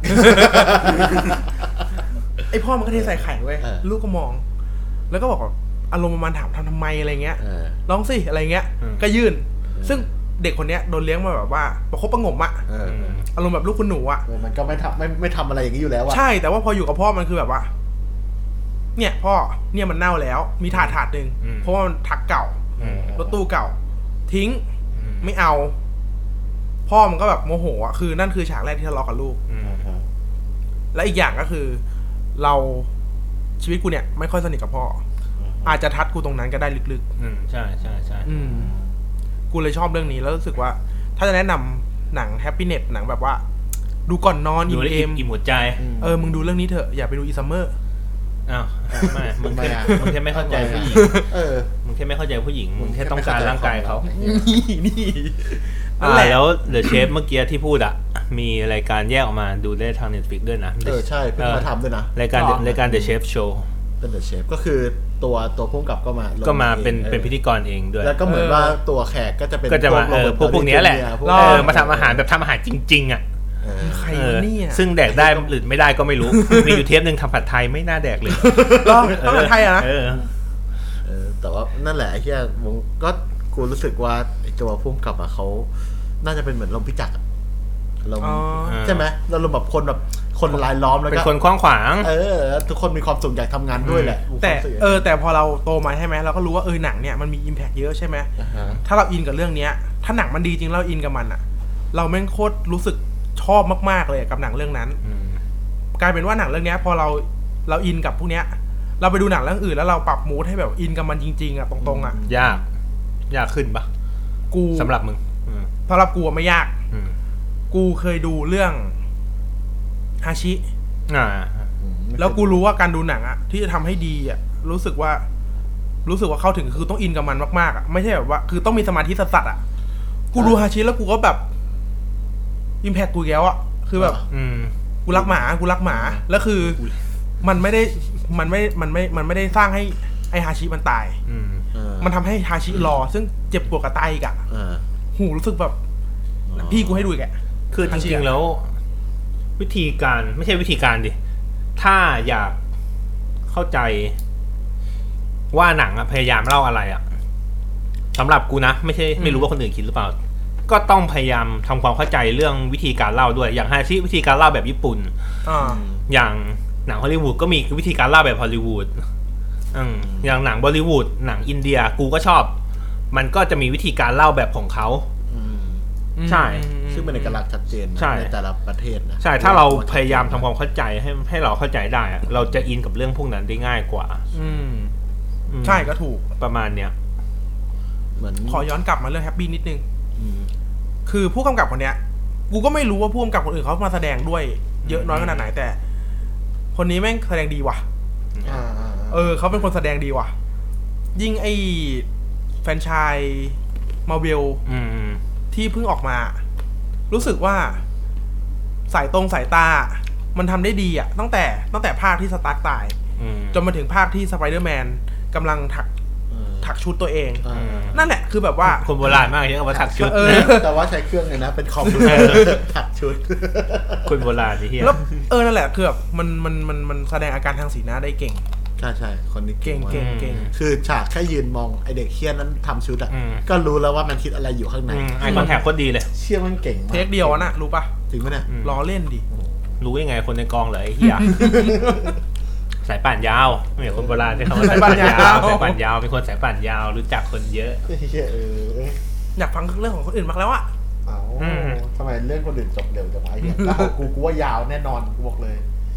ไอพ่อมันก็เทใส่ไข่เว้ยลูกก็มองแล้วก็บอกอารมณ์ประมาณถามทำไมอะไรเงี้ยลองสิอะไรเงี้ยก็ยื่นซึ่งเด็กคนเนี้ยโดนเลี้ยงมาแบบว่าประคบประงมอ่ะอารมณ์แบบลูกคุณหนูอ่ะมันก็ไม่ทำอะไรอย่างนี้อยู่แล้วอ่ะใช่แต่ว่าพออยู่กับพ่อมันคือแบบว่าเนี่ยพ่อเนี่ยมันเน่าแล้วมีถาดนึงเพราะว่ามันทักเก่ารถตู้เก่าทิ้งไม่เอาพ่อมันก็แบบโมโหอ่ะคือนั่นคือฉากแรกที่ทะเลาะกับลูกและอีกอย่างก็คือเราชีวิตกูเนี่ยไม่ค่อยสนิทกับพ่ออาจจะทัดกูตรงนั้นก็ได้ลึกๆใช่กูเลยชอบเรื่องนี้แล้วรู้สึกว่าถ้าจะแนะนำหนังแฮปปี้เน็ตหนังแบบว่าดูก่อนนอนอิ่มเอมอิ่มหัวใจมึงดูเรื่องนี้เถอะอย่าไปดูอีซัมเมอร์ไม่มึงแค่ไม่เข้าใจผู้หญิงมึงแค่ไม่เข้าใจผู้หญิงมึงแค่ต้องการร่างกายเขานี่แล้วเดอะเชฟเมื่อกี้ที่พูดมีรายการแยกออกมาดูได้ทาง Netflix ด้วยนะใช่เพิ่งมาทำด้วยนะรายการ The Chef Show เป็น The Chef ก็คือตัวผู้กำกับก็มาเป็นพิธีกรเองด้วยแล้วก็เหมือนว่าตัวแขกก็จะเป็นพวกนี้แหละมาทำอาหารแบบทำอาหารจริงๆใครเนี่ยซึ่งแดกได้หรือไม่ได้ก็ไม่รู้มีอยู่เทปนึงทำผัดไทยไม่น่าแดกเลยผัดไทยนะแต่ว่านั่นแหละไอ้ที่ก็กูรู้สึกว่าตัวผู้กำกับเขาน่าจะเป็นเหมือนลมพิจักใช่ไหมเราลมแบบคนรายล้อมแล้วก็เป็นคนขว้างขวางทุกคนมีความสุขอยากทำงานด้วยแหละแต่พอเราโตมาใช่ไหมเราก็รู้ว่าหนังเนี่ยมันมีอิมแพคเยอะใช่ไหมถ้าเราอินกับเรื่องนี้ถ้าหนังมันดีจริงเราอินกับมันเราแม่งโคตรรู้สึกชอบมากๆเลยกับหนังเรื่องนั้นกลายเป็นว่าหนังเรื่องนี้พอเราอินกับพวกเนี้ยเราไปดูหนังเรื่องอื่นแล้วเราปรับมูดให้แบบอินกับมันจริงๆตรงๆยากขึ้นปะกูสำหรับมึงสำหรับกูไม่ยากกูเคยดูเรื่องฮาชิแล้วกูรู้ว่าการดูหนังที่จะทำให้ดีรู้สึกว่าเข้าถึงคือต้องอินกับมันมากๆไม่ใช่แบบว่าคือต้องมีสมาธิสัสๆกูดูฮาชิแล้วกูก็แบบอิมแพคกูแล้วคือแบบกูรักหมาแล้วคือมันไม่ได้สร้างให้ไอฮาชิมันตายมันทำให้ฮาชิรอซึ่งเจ็บปวดกับตายอีกหูรู้สึกแบบพี่กูให้ดูอีกคือจริงๆแล้ววิธีการไม่ใช่วิธีการดิถ้าอยากเข้าใจว่าหนังพยายามเล่าอะไรสำหรับกูนะไม่รู้ว่าคนอื่นคิดหรือเปล่าก็ต้องพยายามทำความเข้าใจเรื่องวิธีการเล่าด้วยอย่างฮาชิวิธีการเล่าแบบญี่ปุ่นอย่างหนังฮอลลีวูดก็มีวิธีการเล่าแบบฮอลลีวูดอย่างหนังบอลลีวูดหนังอินเดียกูก็ชอบมันก็จะมีวิธีการเล่าแบบของเขาใช่ซึ่งเป็นเอกลักษณ์ชัดเจนในแต่ละประเทศนะใช่ถ้าเราพยายามทำความเข้าใจให้เราเข้าใจได้เราจะอินกับเรื่องพวกนั้นได้ง่ายกว่าใช่ก็ถูกประมาณเนี้ยเหมือนขอย้อนกลับมาเรื่องแฮปปี้นิดนึงคือผู้กำกับคนเนี้ยกูก็ไม่รู้ว่าผู้กำกับคนอื่นเขามาแสดงด้วยเยอะน้อยขนาดไหนแต่คนนี้แม่งแสดงดีว่ะเขาเป็นคนแสดงดีว่ะยิ่งไอ้แฟรนไชส์มาร์เวลที่เพิ่งออกมารู้สึกว่าสายตามันทำได้ดีตั้งแต่ภาคที่สตาร์คตายจนมาถึงภาคที่สไปเดอร์แมนกำลังถักชุดตัวเองนั่นแหละคือแบบว่าคนโบราณมากที่เขาถักชุดแต่ว่าใช้เครื่องเลยนะเป็นคอมพิวเตอร์ถักชุดคนโบราณนี่แล้วนั่นแหละคือแบบมันแสดงอาการทางสีหน้าได้เก่งใช่คนนี้เก่งคือฉากแค่ยืนมองไอเด็กเคี้ยนนั้นทำชุดก็รู้แล้วว่ามันคิดอะไรอยู่ข้างในไอคอนแทคโคตรดีเลยเชี่ยมันเก่งเทคเดียวนะรู้ปะถึงไหมเนี่ยล้อเล่นดิรู้ยังไงคนในกองเหรอไอ้เหี้ยสายป่านยาวไม่ใช่คนโบราณที่เขาสายป่านยาวเป็นคนสายป่านยาวรู้จักคนเยอะอยากฟังเรื่องของคนอื่นมากแล้วทำไมเรื่องคนอื่นจบเร็วจังวะไอ้เหี้ยกูว่ายาวแน่นอนกูบอกเลย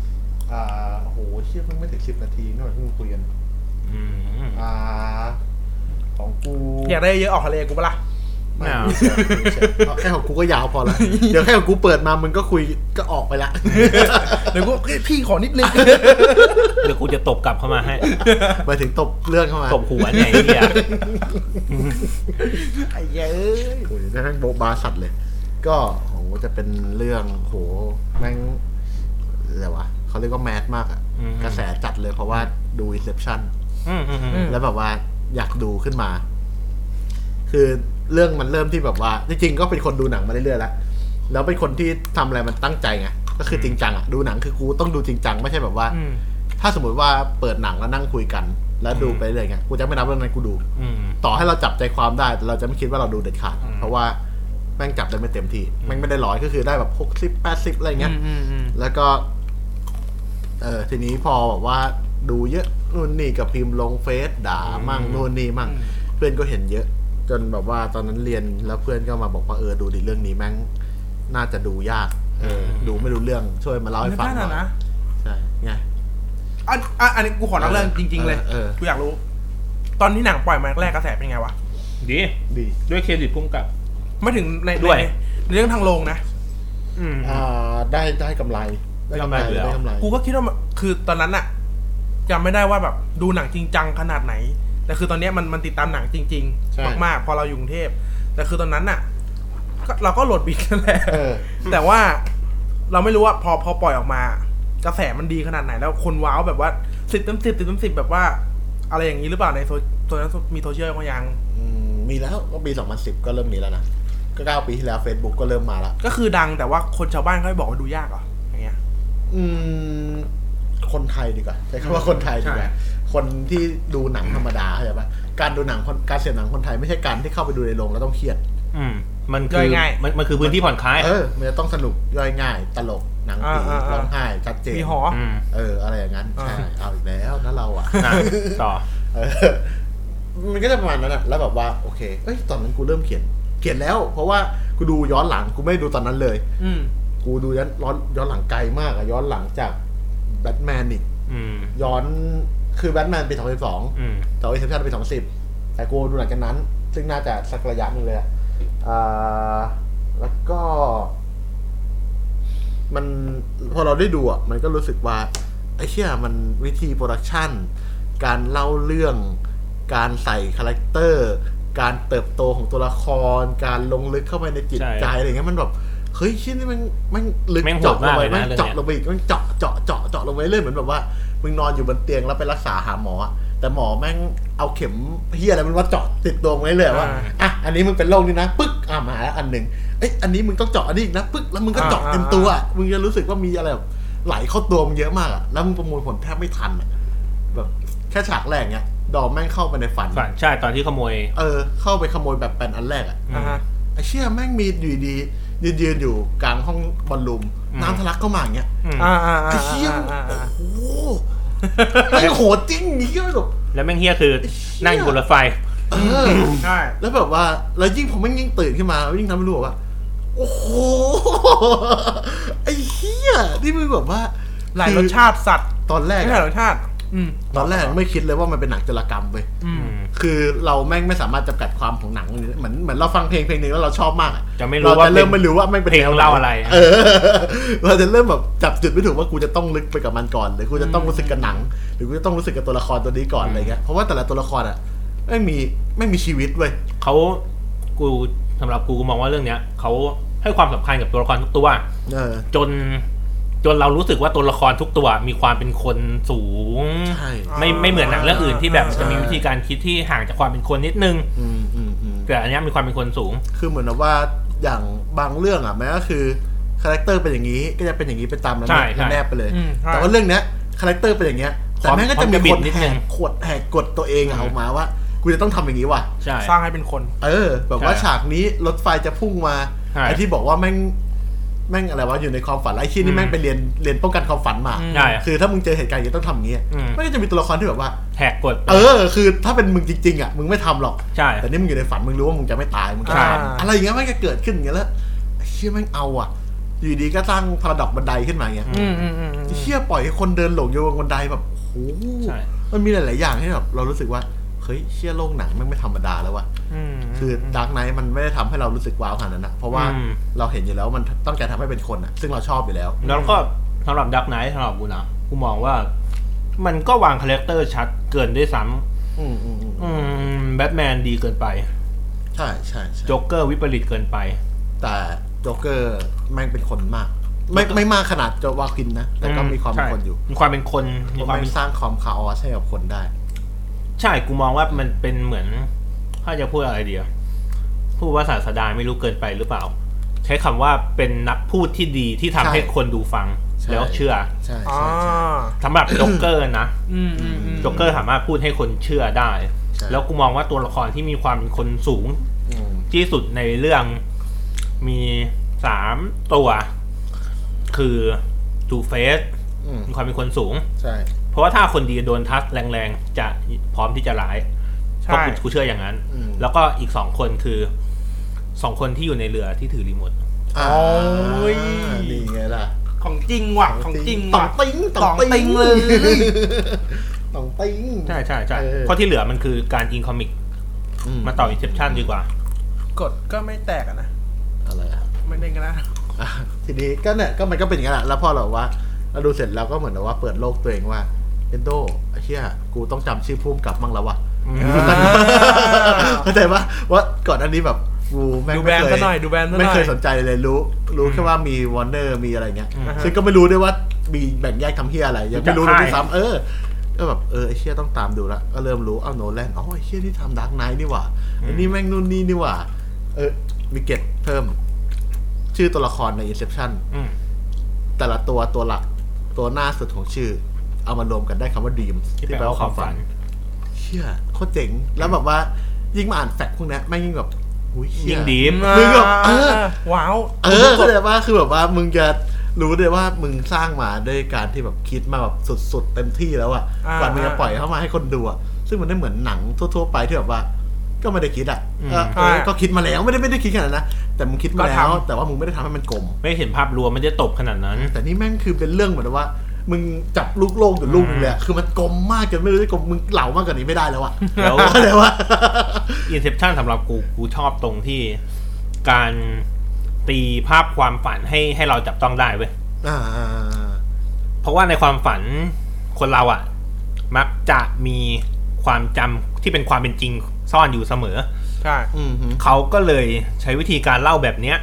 โอ้โหเชื่อเพิ่งไม่ถึง10 นาทีนี่หว่าเพิ่งคุยกันของกูอยากได้เยอะออกทะเลกูปะล่ะไม่เอาแค่ของกูก็ยาวพอแล้วเดี๋ยวแค่ของกูเปิดมามึงก็คุยก็ออกไปละเดี๋ยวกูพี่ขอนิดนึงเดี๋ยวกูจะตบกลับเข้ามาให้ไปถึงตบเรื่องเข้ามาตบหัวเนี่ยไอ้เหี้ยไอ้เย้ยโอ้ยนั่งโบบาสัตว์เลยก็โหจะเป็นเรื่องโหแม่งอะไรวะเขาเรียกว่าแมสมากอ่ะกระแสจัดเลยเพราะว่าดู Inception แล้วแบบว่าอยากดูขึ้นมาคือเรื่องมันเริ่มที่แบบว่าจริงๆก็เป็นคนดูหนังมาเรื่อยๆแล้วเป็นคนที่ทำอะไรมันตั้งใจไงก็คือจริงจังอ่ะดูหนังคือกูต้องดูจริงจังไม่ใช่แบบว่าถ้าสมมติว่าเปิดหนังแล้วนั่งคุยกันแล้วดูไปเรื่อยๆเงี้ยกูจะไม่นับเรื่องนั้นกูดูต่อให้เราจับใจความได้แต่เราจะไม่คิดว่าเราดูเด็ดขาดเพราะว่าแม่งจับได้ไม่เต็มที่แม่งไม่ได้100ก็คือได้แบบ60-80อะไรเงี้ยแล้วก็ทีนี้พอแบบว่าดูเยอะนู่นนี่กับพิมพ์ลงเฟซด่ามั่งนู่นนี่มั่งเพื่อนก็เห็นเยอะจนแบบว่าตอนนั้นเรียนแล้วเพื่อนก็มาบอกว่าดูดิเรื่องนี้แม่งน่าจะดูยากดูไม่รู้เรื่องช่วยมาเล่าให้ฟังหน่อยนะใช่ไงอันนี้กูขอนักเรื่องจริงๆเลยกูอยากรู้ตอนที่หนังปล่อยมาแรกกระแสเป็นไงวะดีด้วยเครดิตพุ่งกับไม่ถึงในเรื่องทางโรงนะได้กำไรได้กำไรกูก็คิดว่าคือตอนนั้นอะจำไม่ได้ว่าแบบดูหนังจริงจังขนาดไหนแต่คือตอนนี้มันติดตามหนังจริงๆมากๆพอเราอยู่กรุงเทพแต่คือตอนนั้นน่ะเราก็โหลดบิทนั่นแหละแต่ว่าเราไม่รู้ว่าพอปล่อยออกมากระแสมันดีขนาดไหนแล้วคนว้าวแบบว่า10 เต็ม 10แบบว่าอะไรอย่างนี้หรือเปล่าในโซนนั้นมีโซเชียลก็ยังมีแล้วก็ปี2010ก็เริ่มมีแล้วนะก็9 ปีที่แล้ว Facebook ก็เริ่มมาแล้วก็คือดังแต่ว่าคนชาวบ้านเขาบอกว่าดูยากเหรออย่างเงี้ยคนไทยดีกว่าใช้คำว่าคนไทยดีกว่าคนที่ดูหนังธรรมดาเข้าใจปะการดูหนังการเสพหนังคนไทยไม่ใช่การที่เข้าไปดูในโรงแล้วต้องเครียดมันคือง่ายมันคือพื้นที่ผ่อนคลายมันจะต้องสนุกย่อยง่ายตลกหนังผีร้องไห้ชัดเจนมีหออะไรอย่างนั้นใช่เอาอีกแล้วนะเราอ่ะต่อมันก็จะประมาณนั้นแหละแล้วแบบว่าโอเคตอนนั้นกูเริ่มเขียนแล้วเพราะว่ากูดูย้อนหลังกูไม่ดูตอนนั้นเลยกูดูย้อนหลังไกลมากอะย้อนหลังจากแบทแมนอีกย้อนคือแบทแมนปี2012แต่Inceptionปี2010แต่กูดูหลังจากนั้นซึ่งน่าจะสักระยะนึงเลยแล้วก็มันพอเราได้ดูมันก็รู้สึกว่าไอ้เชี่ยมันวิธีโปรดักชันการเล่าเรื่องการใส่คาแรคเตอร์การเติบโตของตัวละครการลงลึกเข้าไปในจิตใจอะไรเงี้ยมันแบบเฮ้ยชิ้นนี้มันลึกเจาะลงไปมันเจาะลงไปอีกมันเจาะลงไปเรื่อยเหมือนแบบว่ามึงนอนอยู่บนเตียงแล้วไปรักษาหาหมอแต่หมอแม่งเอาเข็มเฮียอะไรมันว่าเจาะติดตัวมึงเลยว่าอันนี้มึงเป็นโรคนี้นะปึ๊กมาอันหนึ่งอันนี้มึงต้องเจาะอันนี้อีกนะปึ๊กแล้วมึงก็เจาะเต็มตัวมึงจะรู้สึกว่ามีอะไรแบบไหลเข้าตัวมึงเยอะมากแล้วมึงประมวลผลแทบไม่ทันแบบแค่ฉากแรกเนี้ยดอมแม่งเข้าไปในฝันใช่ตอนที่ขโมยเข้าไปขโมยแบบแปนอันแรกไอ้เชี่ยแม่งมีอยู่ดียืนอยู่กลางห้องบอลลูมน้ำทะลักเข้ามาอย่างเงี้ยไอ้เชี่ยโอ้โหแม่งโหดจริงนี่ก็แบบแล้วแม่งเฮียคือนั่งอยู่บนรถไฟใช่แล้วแบบว่าแล้วยิ่งผมแม่งยิ่งตื่นขึ้นมายิ่งทำให้รู้ว่าโอ้โหไอ้เชี่ยนี่มึงแบบว่าหลายรสชาติสัตว์ตอนแรกหลายรสชาติตอนแรกไม่คิดเลยว่ามันเป็นหนังโจรกรรมเว้ยคือเราแม่งไม่สามารถจำกัดความของหนังเหมือนเราฟังเพลงนึงแล้วเราชอบมากเราจะเริ่มไม่รู้ว่าไม่เป็นเพลงเล่าอะไรเราจะเริ่มแบบจับจุดไม่ถูกว่ากูจะต้องลึกไปกับมันก่อนหรือกูจะต้องรู้สึกกับหนังหรือกูจะต้องรู้สึกกับตัวละครตัวนี้ก่อนอะไรเงี้ยเพราะว่าแต่ละตัวละครไม่มีชีวิตเว้ยกูสำหรับกูมองว่าเรื่องเนี้ยเขาให้ความสำคัญกับตัวละครทุกตัวจนเรารู้สึกว่าตัวละครทุกตัวมีความเป็นคนสูงไม่เหมือนหนังเรื่องอื่นที่แบบจะมีวิธีการคิดที่ห่างจากความเป็นคนนิดนึงแต่อันนี้มีความเป็นคนสูงคือเหมือนว่าอย่างบางเรื่องแม้ก็คือคาแรคเตอร์เป็นอย่างนี้ก็จะเป็นอย่างนี้ไปตามนั้นแนบไปเลยแต่ว่าเรื่องเนี้ยคาแรคเตอร์เป็นอย่างเงี้ยแต่แม่ก็จะมีคนแหกกฎตัวเองออกมาว่ากูจะต้องทำอย่างนี้ว่ะสร้างให้เป็นคนแบบว่าฉากนี้รถไฟจะพุ่งมาไอ้ที่บอกว่าแม่งอะไรวะอยู่ในความฝันไอ้ขี้นี่แม่งไปเรียนป้องกันความฝันมาคือถ้ามึงเจอเหตุการณ์อย่างนี้ต้องทำอย่างนี้มันก็จะมีตัวละครที่แบบว่าแหกกฎคือถ้าเป็นมึงจริงๆมึงไม่ทำหรอกแต่นี่มึงอยู่ในฝันมึงรู้ว่ามึงจะไม่ตายมึงจะอะไรอย่างเงี้ยมันก็เกิดขึ้นอย่างเงี้ยแล้วไอ้ขี้แม่งเอาอยู่ดีก็สร้างพาราดอกบันไดขึ้นมาเงี้ยเชี่ยปล่อยให้คนเดินหลงอยู่บนบันไดแบบโอ้โหมันมีหลายๆอย่างที่แบบเรารู้สึกว่าเฮ้ยเชี่ยโลกหนังมันไม่ธรรมดาแล้วว่ะคือดาร์กไนท์มันไม่ได้ทำให้เรารู้สึกว้าวขนาดนั้นนะเพราะว่าเราเห็นอยู่แล้วมันต้องการทำให้เป็นคนอ่ะซึ่งเราชอบอยู่แล้วแล้วก็สำหรับดาร์กไนท์สำหรับกูนะกูมองว่ามันก็วางคาแรคเตอร์ชัดเกินด้วยซ้ำแบทแมนดีเกินไปใช่ใช่โจ๊กเกอร์วิปริตเกินไปแต่โจ๊กเกอร์แม่งเป็นคนมากไม่มากขนาดจะวาคินนะแต่ก็มีความเป็นคนอยู่มีความเป็นคนมีความสร้างความคาออสให้กับคนได้ใช่กูมองว่ามันเป็นเหมือนถ้าจะพูดอะไรดีพูดว่าศาสดาไม่รู้เกินไปหรือเปล่าใช้คำว่าเป็นนักพูดที่ดีที่ทำให้คนดูฟังแล้วเชื่อใช่สำหรับโจ๊กเกอร์นะโจ๊กเกอร์สามารถพูดให้คนเชื่อได้แล้วกูมองว่าตัวละครที่มีความเป็นคนสูงที่สุดในเรื่องมี3ตัวคือทูเฟสมีความเป็นคนสูงใช่เพราะว่าถ้าคนดีโดนทัชแรงๆจะพร้อมที่จะร้ายเพราะกูเชื่ออย่างนั้นแล้วก็อีก2คนคือ2คนที่อยู่ในเรือที่ถือรีโมทนี่ไงล่ะของจริงว่ะของจริงต่องติ้งเลยต่องติ้งใช่เพราะที่เหลือมันคือการอินคอมิกมาต่อ Inception ดีกว่ากดก็ไม่แตกนะอะไรไม่ได้กันนะทีนี้ก็เนี่ยก็มันก็เป็นอย่างนั้นแหละแล้วพอเราว่าเราดูเสร็จแล้วก็เหมือนว่าเปิดโลกตัวเองว่าเอนโดไอ้เหี้ยกูต้องจำชื่อพุ่มกลับมั่งแล้ววะเข้าใจปะว่าก่อนอันนี้แบบกูดูแบรนด์ซะหน่อยดูแบรนด์ซะหน่อยไม่เคยสนใจเลยรู้แค่ว่ามีวอร์เนอร์มีอะไรเงี้ยซึ่งก็ไม่รู้ด้วยว่ามีแบ่งแยกทำเหี้ยอะไรยังไม่รู้เลยด้วยซ้ำก็แบบไอ้เหี้ยต้องตามดูละก็เริ่มรู้โนแลนไอ้เหี้ยที่ทำดาร์กไนท์นี่หว่าอันนี้แม่งนู่นนี่นี่หว่ามีเก็ตเพิ่มชื่อตัวละครใน Inception แต่ละตัวหลักตัวหน้าสุดของชื่อเอามารวมกันได้คำว่า Dream ที่แปลว่าความฝันเชี่ยโคตรเจ๋งแล้วแบบว่ายิ่งมาอ่านแฟกต์พวกนี้แม่งยิ่งแบบยิ่งดีมึงแบบว้าวเข้าใจว่าคือแบบว่ามึงจะรู้เลยว่ามึงสร้างมาด้วยการที่แบบคิดมาแบบสุดๆเต็มที่แล้วอ่ะก่อนมึงจะปล่อยเข้ามาให้คนดูอ่ะซึ่งมันได้เหมือนหนังทั่วๆไปที่แบบว่าก็ไม่ได้คิดก็คิดมาแล้วไม่ได้คิดขนาดนั้นนะแต่มึงคิดมาแล้วแต่ว่ามึงไม่ได้ทำให้มันกลมไม่เห็นภาพรวมมันจะตบขนาดนั้นแต่นี่แม่งคือเป็นเรื่องเหมือนว่ามึงจับลูกโลกอยู่ลูกนึงเลยคือมันกลมมากจนไม่รู้จะกลมมึงเหลามากกว่านี้ไม่ได้แล้วอะแล้วอะไรวะ Inception สำหรับกูชอบตรงที่การตีภาพความฝันให้เราจับต้องได้เว้ยเพราะว่าในความฝันคนเราอะมักจะมีความจำที่เป็นความเป็นจริงซ่อนอยู่เสมอใช่เขาก็เลยใช้วิธีการเล่าแบบเนี้ย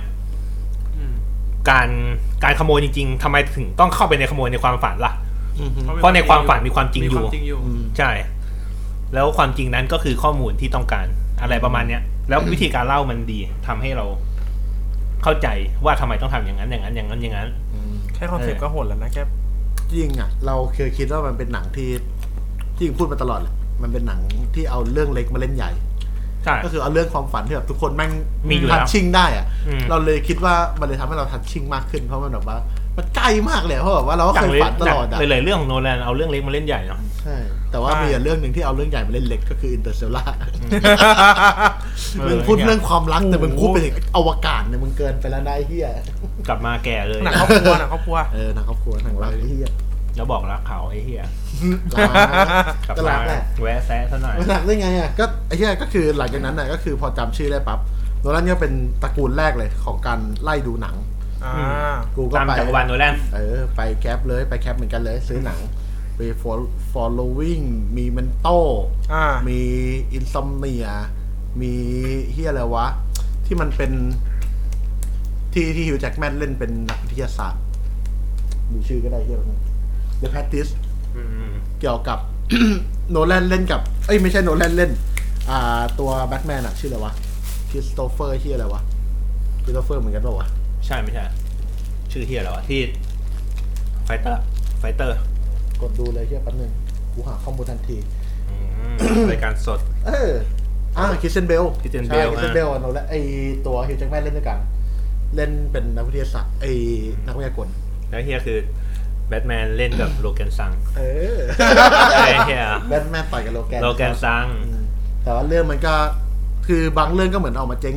การขโมยจริงๆทำไมถึงต้องเข้าไปในขโมยในความฝันล่ะเพราะในความฝันมีความจริงอยู่ใช่แล้วความจริงนั้นก็คือข้อมูลที่ต้องการอะไรประมาณเนี้ยแล้ววิธีการเล่ามันดีทำให้เราเข้าใจว่าทำไมต้องทำอย่างนั้นอย่างนั้นอย่างนั้นอย่างนั้นแค่คอนเซ็ปต์ก็โหดแล้วนะแค่จริงอ่ะเราเคยคิดว่ามันเป็นหนังที่พูดมาตลอดเลยมันเป็นหนังที่เอาเรื่องเล็กมาเล่นใหญ่ก็คือเอาเรื่องความฝันที่แบบทุกคนแม่งมีทัชชิ่งได้อะเราเลยคิดว่ามันเลยทำให้เราทัชชิ่งมากขึ้นเพราะมันแบบว่ามันใกล้มากเลยเพราะแบบว่าเราก็เคยฝันตลอดอะเลยเรื่องของโนแลนเอาเรื่องเล็กมาเล่นใหญ่เนาะใช่แต่ว่ามีเรื่องนึงที่เอาเรื่องใหญ่มาเล่นเล็กก็คือ Interstellar มึงพูดเรื่องความรักแต่มึงพูดไปถึงอวกาศเนี่ยมึงเกินไปแล้วนายเหี้ยกลับมาแก่เลยหนังครอบครัวหนังครอบครัวหนังครอบครัวหนังรักไอ้เหี้ยแล้วบอกรักเขาไอ้เหี้ยกลับมาแวะแซะซะหน่อยหนักได้ไงอ่ะก็ไอ้เหี้ยก็คือหลังจากนั้นน่ะก็คือพอจำชื่อได้ปั๊บโนแลนเนี่ยเป็นตระกูลแรกเลยของการไล่ดูหนังกูก็ไปจักรวาลโนแลนไปแคปเลยไปแคปเหมือนกันเลยซื้อหนังไป following มีเมนโต้มีอินซอมเนียมีเหี้ยอะไรวะที่มันเป็นที่ฮิวแจ็คแมนเล่นเป็นนักวิทยาศาสตร์ดูชื่อก็ได้เหี้ยThe Practice เกี่ยวกับ โนแลนเล่นกับไม่ใช่โนแลนเล่นตัวแบทแมนอะชื่ออะไรวะคริสโตเฟอร์ชื่ออะไรวะคริสโตเฟอร์เหมือนกันป่าวะใช่ไม่ใช่ชื่อเฮียอะไรวะที่ไฟเตอร์กดดูเลยเฮียแป๊บนึงกูหาข้อมูลทันทีรายการสดคริสเตนเบลโนแลนตัวฮิวแจ็คแมนเล่นด้วยกันเล่นเป็นนักวิทยาศาสตร์นักวิทยากรแล้วเฮียคือแบทแมนเล่นกับโลแกนซังไอ้เหี้ยแบทแมนต่อยกับโลแกนซังแต่ว่าเรื่องมันก็คือบางเรื่องก็เหมือนออกมาเจ๊งแหละ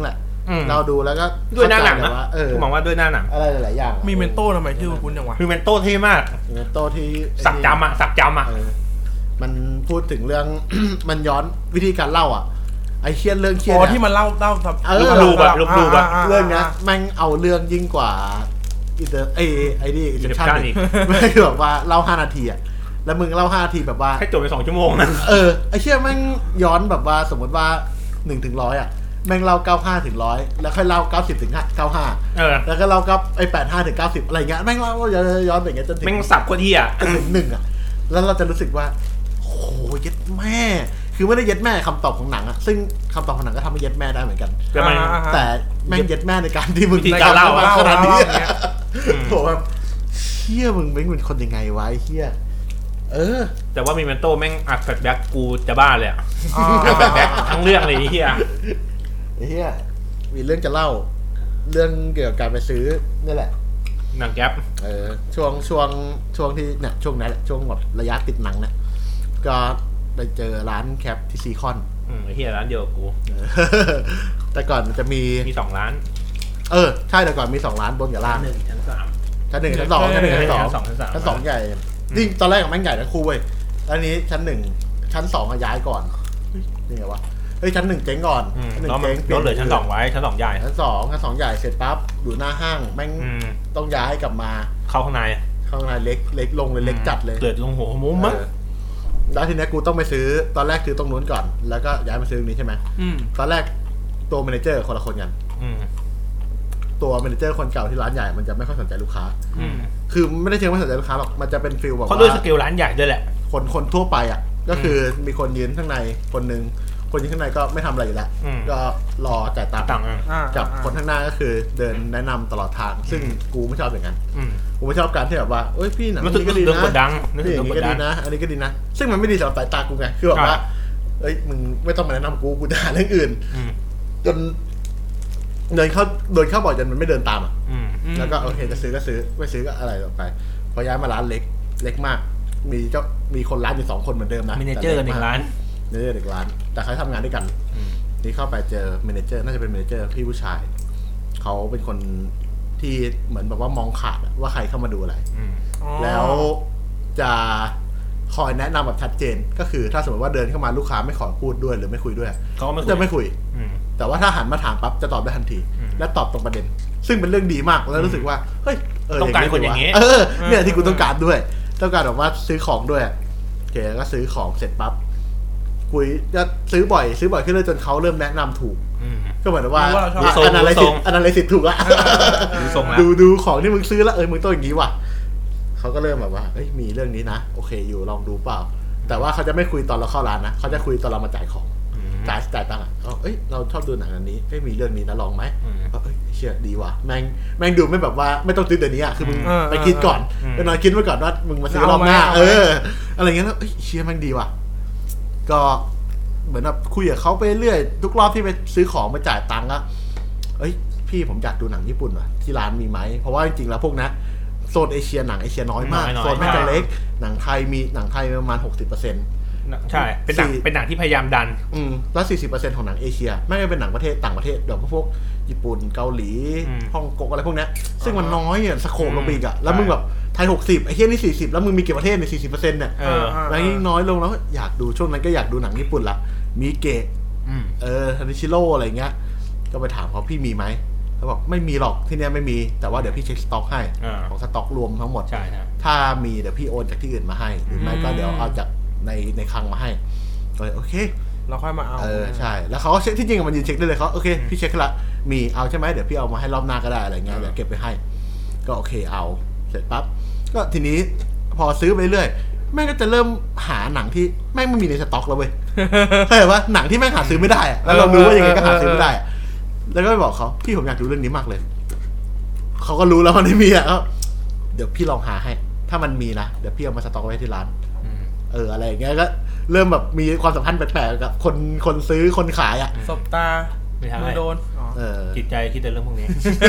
เราดูแล้วก็ด้วยหน้าหนังนะมองว่าด้วยหน้าหนังอะไรหลายๆอย่างมีเมนโต้ทำไมชื่อคุ้นจังวะมีเมนโต้เท่มากเมนโต้ที่สักจำอ่ะมันพูดถึงเรื่อง มันย้อนวิธีการเล่าอ่ะไอ้เครียดเรื่องเครียดที่มันเล่าลูบเรื่องนี้แม่งเอาเรื่องยิ่งกว่าไอ้นี่อินเทอร์ชั่นอีกไม่คือแบบว่าเล่า5 นาทีอ่ะแล้วมึงเล่า5 นาทีแบบว่าให้จบไป2 ชั่วโมงนะไอ้เชี่ยแม่งย้อนแบบว่าสมมติว่า1 ถึง 100อ่ะแม่งเล่า95 ถึง 100แล้วค่อยเล่า90 ถึง 95แล้วก็เล่ากับไอ้85 ถึง 90อะไรเงี้ยแม่งเล่าย้อนอย่างเงี้ยจนถึงแม่งสับโคตรเหี้ยจนถึง1อ่ะแล้วเราจะรู้สึกว่าโอ้ยเย็ดแม่คือไม่ได้เย็ดแม่คำตอบของหนังอะซึ่งคำตอบของหนังก็ทำให้เย็ดแม่ได้เหมือนกันแต่แม่งเย็ดแม่ในการที่มึงในการเล่าขนาดนี้โหแบบเชี่ยมึงเป็นคนยังไงวะไอ้เชี่ยแต่ว่ามีเมนโต้แม่งอัดแฟลชแบ็กกูจะบ้าเลยอ่ะอัดแฟลชแบ็กทั้งเรื่องเลยไอ้เหี้ยมีเรื่องจะเล่าเรื่องเกี่ยวกับการไปซื้อนี่แหละหนังแก๊ปช่วงที่เนี่ยช่วงนั้นแหละช่วงหมดระยะติดหนังเนี่ยก็ไปเจอร้านแคปที่ซีคอนไอ้เหี้ยร้านเดียวกับกูแต่ก่อนมันจะมี 2 ร้านใช่แต่ก่อนมี2 ร้านบนกับล่างชั้น 3 ชั้น 1 ชั้น 2ชั้น 1 ชั้น 2ชั้น 2ใหญ่จริงตอนแรกมันใหญ่ทั้งคู่เว้ยแล้วนี้ชั้น 1ชั้น 2ย้ายก่อนนี่ไงวะชั้น 1เจ๊งก่อนชั้น 1เจ๊งเหลือชั้น 2ไว้ชั้น 2ใหญ่ชั้น 2ใหญ่เสร็จปั๊บอยู่หน้าห้างแม่งต้องย้ายกลับมาเข้าข้างในเล็กลงเลยเล็กจัดเลยเกิดลงหัวมุ้มมั้งแล้วทีนี้กูต้องไปซื้อตอนแรกซื้อตรงนู้นก่อนแล้วก็ย้ายมาซื้อตรงนี้ใช่ไหมตอนแรกตัวแมเนเจอร์คนละคนกันตัวแมเนเจอร์คนเก่าที่ร้านใหญ่มันจะไม่ค่อยสนใจลูกค้าคือไม่ได้เชิงไม่สนใจลูกค้าหรอกมันจะเป็นฟีลแบบว่าเขาด้วยสเกลร้านใหญ่ด้วยแหละคนทั่วไปอ่ะก็คือมีคนยืนข้างในคนนึงคนยืนข้างในก็ไม่ทำอะไรอยู่แล้วก็รอจ่ายตังค์กับคนข้างหน้าก็คือเดินแนะนำตลอดทางซึ่งกูไม่ชอบอย่างนั้นกูไม่ชอบการที่แบบว่าเอ้ยพี่หนังนี้ก็ดีนะพี่อย่างนี้ก็ดีนะอันนี้ก็ดีนะซึ่งมันไม่ดีสำหรับสายตากูไงคือแบบว่าเอ้ยมึงไม่ต้องมาแนะนำกูด่าเรื่องอื่นจนเดินเข้าบ่อยจนมันไม่เดินตามอ่ะแล้วก็โอเคจะซื้อก็ซื้อไม่ซื้อก็อะไรต่อไปพอย้ายมาร้านเล็กมากมีคนร้านอยู่2 คนเหมือนเดิมนะเมเนเจอร์1 ร้านเด็กร้านแต่เขาทำงานด้วยกันนี่เข้าไปเจอเมเนเจอร์น่าจะเป็นเมเนเจอร์พี่ผู้ชายเขาเป็นคนที่เหมือนแบบว่ามองขาดว่าใครเข้ามาดูอะไรแล้วจะคอยแนะนำแบบชัดเจนก็คือถ้าสมมติว่าเดินเข้ามาลูกค้าไม่ขอพูดด้วยหรือไม่คุยด้วยเขาจะไม่คุยแต่ว่าถ้าหันมาถามปั๊บจะตอบได้ทันทีและตอบตรงประเด็นซึ่งเป็นเรื่องดีมากแล้วรู้สึกว่าเฮ้ยต้องการคนอย่างนี้เนี่ยที่กูต้องการด้วยต้องการแบบว่าซื้อของด้วยโอเคก็ซื้อของเสร็จปั๊บคุยจะซื้อบ่อยขึ้นเลยจนเขาเริ่มแนะนำถูกก็เหมือนว่าอันอะไรสิถูกละดูของที่มึงซื้อแล้วมึงต้องอย่างนี้ว่ะเขาก็เริ่มแบบว่ามีเรื่องนี้นะโอเคอยู่ลองดูเปล่าแต่ว่าเขาจะไม่คุยตอนเราเข้าร้านนะเขาจะคุยตอนเรามาจ่ายของจ่ายตังค์เราชอบดูหนังอันนี้มีเรื่องนี้นะลองไหมเชื่อดีว่ะแม่งดูไม่แบบว่าไม่ต้องซื้อเดี๋ยวนี้อ่ะคือมึงไปคิดก่อนไปนอนคิดไว้ก่อนว่ามึงมาซื้อรอบหน้าอะไรเงี้ยแล้วเชื่อแม่งดีว่ะก็เหมือนแบบคุยกับเขาไปเรื่อยทุกรอบที่ไปซื้อของมาจ่ายตังค์อะพี่ผมอยากดูหนังญี่ปุ่นว่ะที่ร้านมีไหมเพราะว่าจริงๆแล้วพวกนั้นโซนเอเชียหนังเอเชียน้อยมากโซนแม่งจะเล็กหนังไทยประมาณ 60% ใช่เป็นหนังที่พยายามดันแล้ว 40% ของหนังเอเชียไม่ได้เป็นหนังประเทศต่างประเทศแบบพวกญี่ปุ่นเกาหลีฮ่องกงอะไรพวกนี้ซึ่งมันน้อยอ่ะสโคปลงไปอีกอ่ะแล้วมึงแบบไทย60ไอ้เหี้ยนี่40แล้วมึงมีกี่ประเทศใน 40% เนี่ยแล้วยิ่งน้อยลงแล้วอยากดูช่วงนั้นก็อยากดูหนังญี่ปุ่นละมีเกะทานิชิโร่อะไรเงี้ยก็ไปถามเขาพี่มีไหมเขาบอกไม่มีหรอกที่นี่ไม่มีแต่ว่าเดี๋ยวพี่เช็คสต็อกให้ของสต็อกรวมทั้งหมดถ้ามีเดี๋ยวพี่โอนจากที่อื่นมาให้หรือไม่ก็เดี๋ยวเอาจากในคลังมาให้ก็โอเคเราค่อยมาเอาใช่แล้วเขาเช็คที่จริงมันยืนเช็คได้เลยเขาโอเคพี่เช็คละมีเอาใช่ไหมเดี๋ยวพี่เอามาให้รอบหน้าก็ได้อะไรเงี้ยเดี๋ยวเก็บไปให้ก็โอเคเอาเสร็จปั๊บก็ทีนี้พอซื้อไปเรื่อยแม่งก็จะเริ่มหาหนังที่แม่งไม่มีในสต็อกแล้วเว้ยเข้าใจปะหนังที่แม่งหาซื้อไม่ได้แล้วเรารู้ว่ายังไงก็หาซื้อไม่ได้แล้วก็ไปบอกเขาพี่ผมอยากดูเรื่องนี้มากเลยเขาก็รู้แล้วมันไม่มีอ่ะเดี๋ยวพี่ลองหาให้ถ้ามันมีนะเดี๋ยวพี่เอามาสต็อกไว้ที่ร้านอะไรอย่างเงี้ยก็เริ่มแบบมีความสัมพันธ์แปลกๆกับคนซื้อคนขายอ่ะสบตาไม่ทำโดนจิตใจคิดแต่เรื่องพวกนี้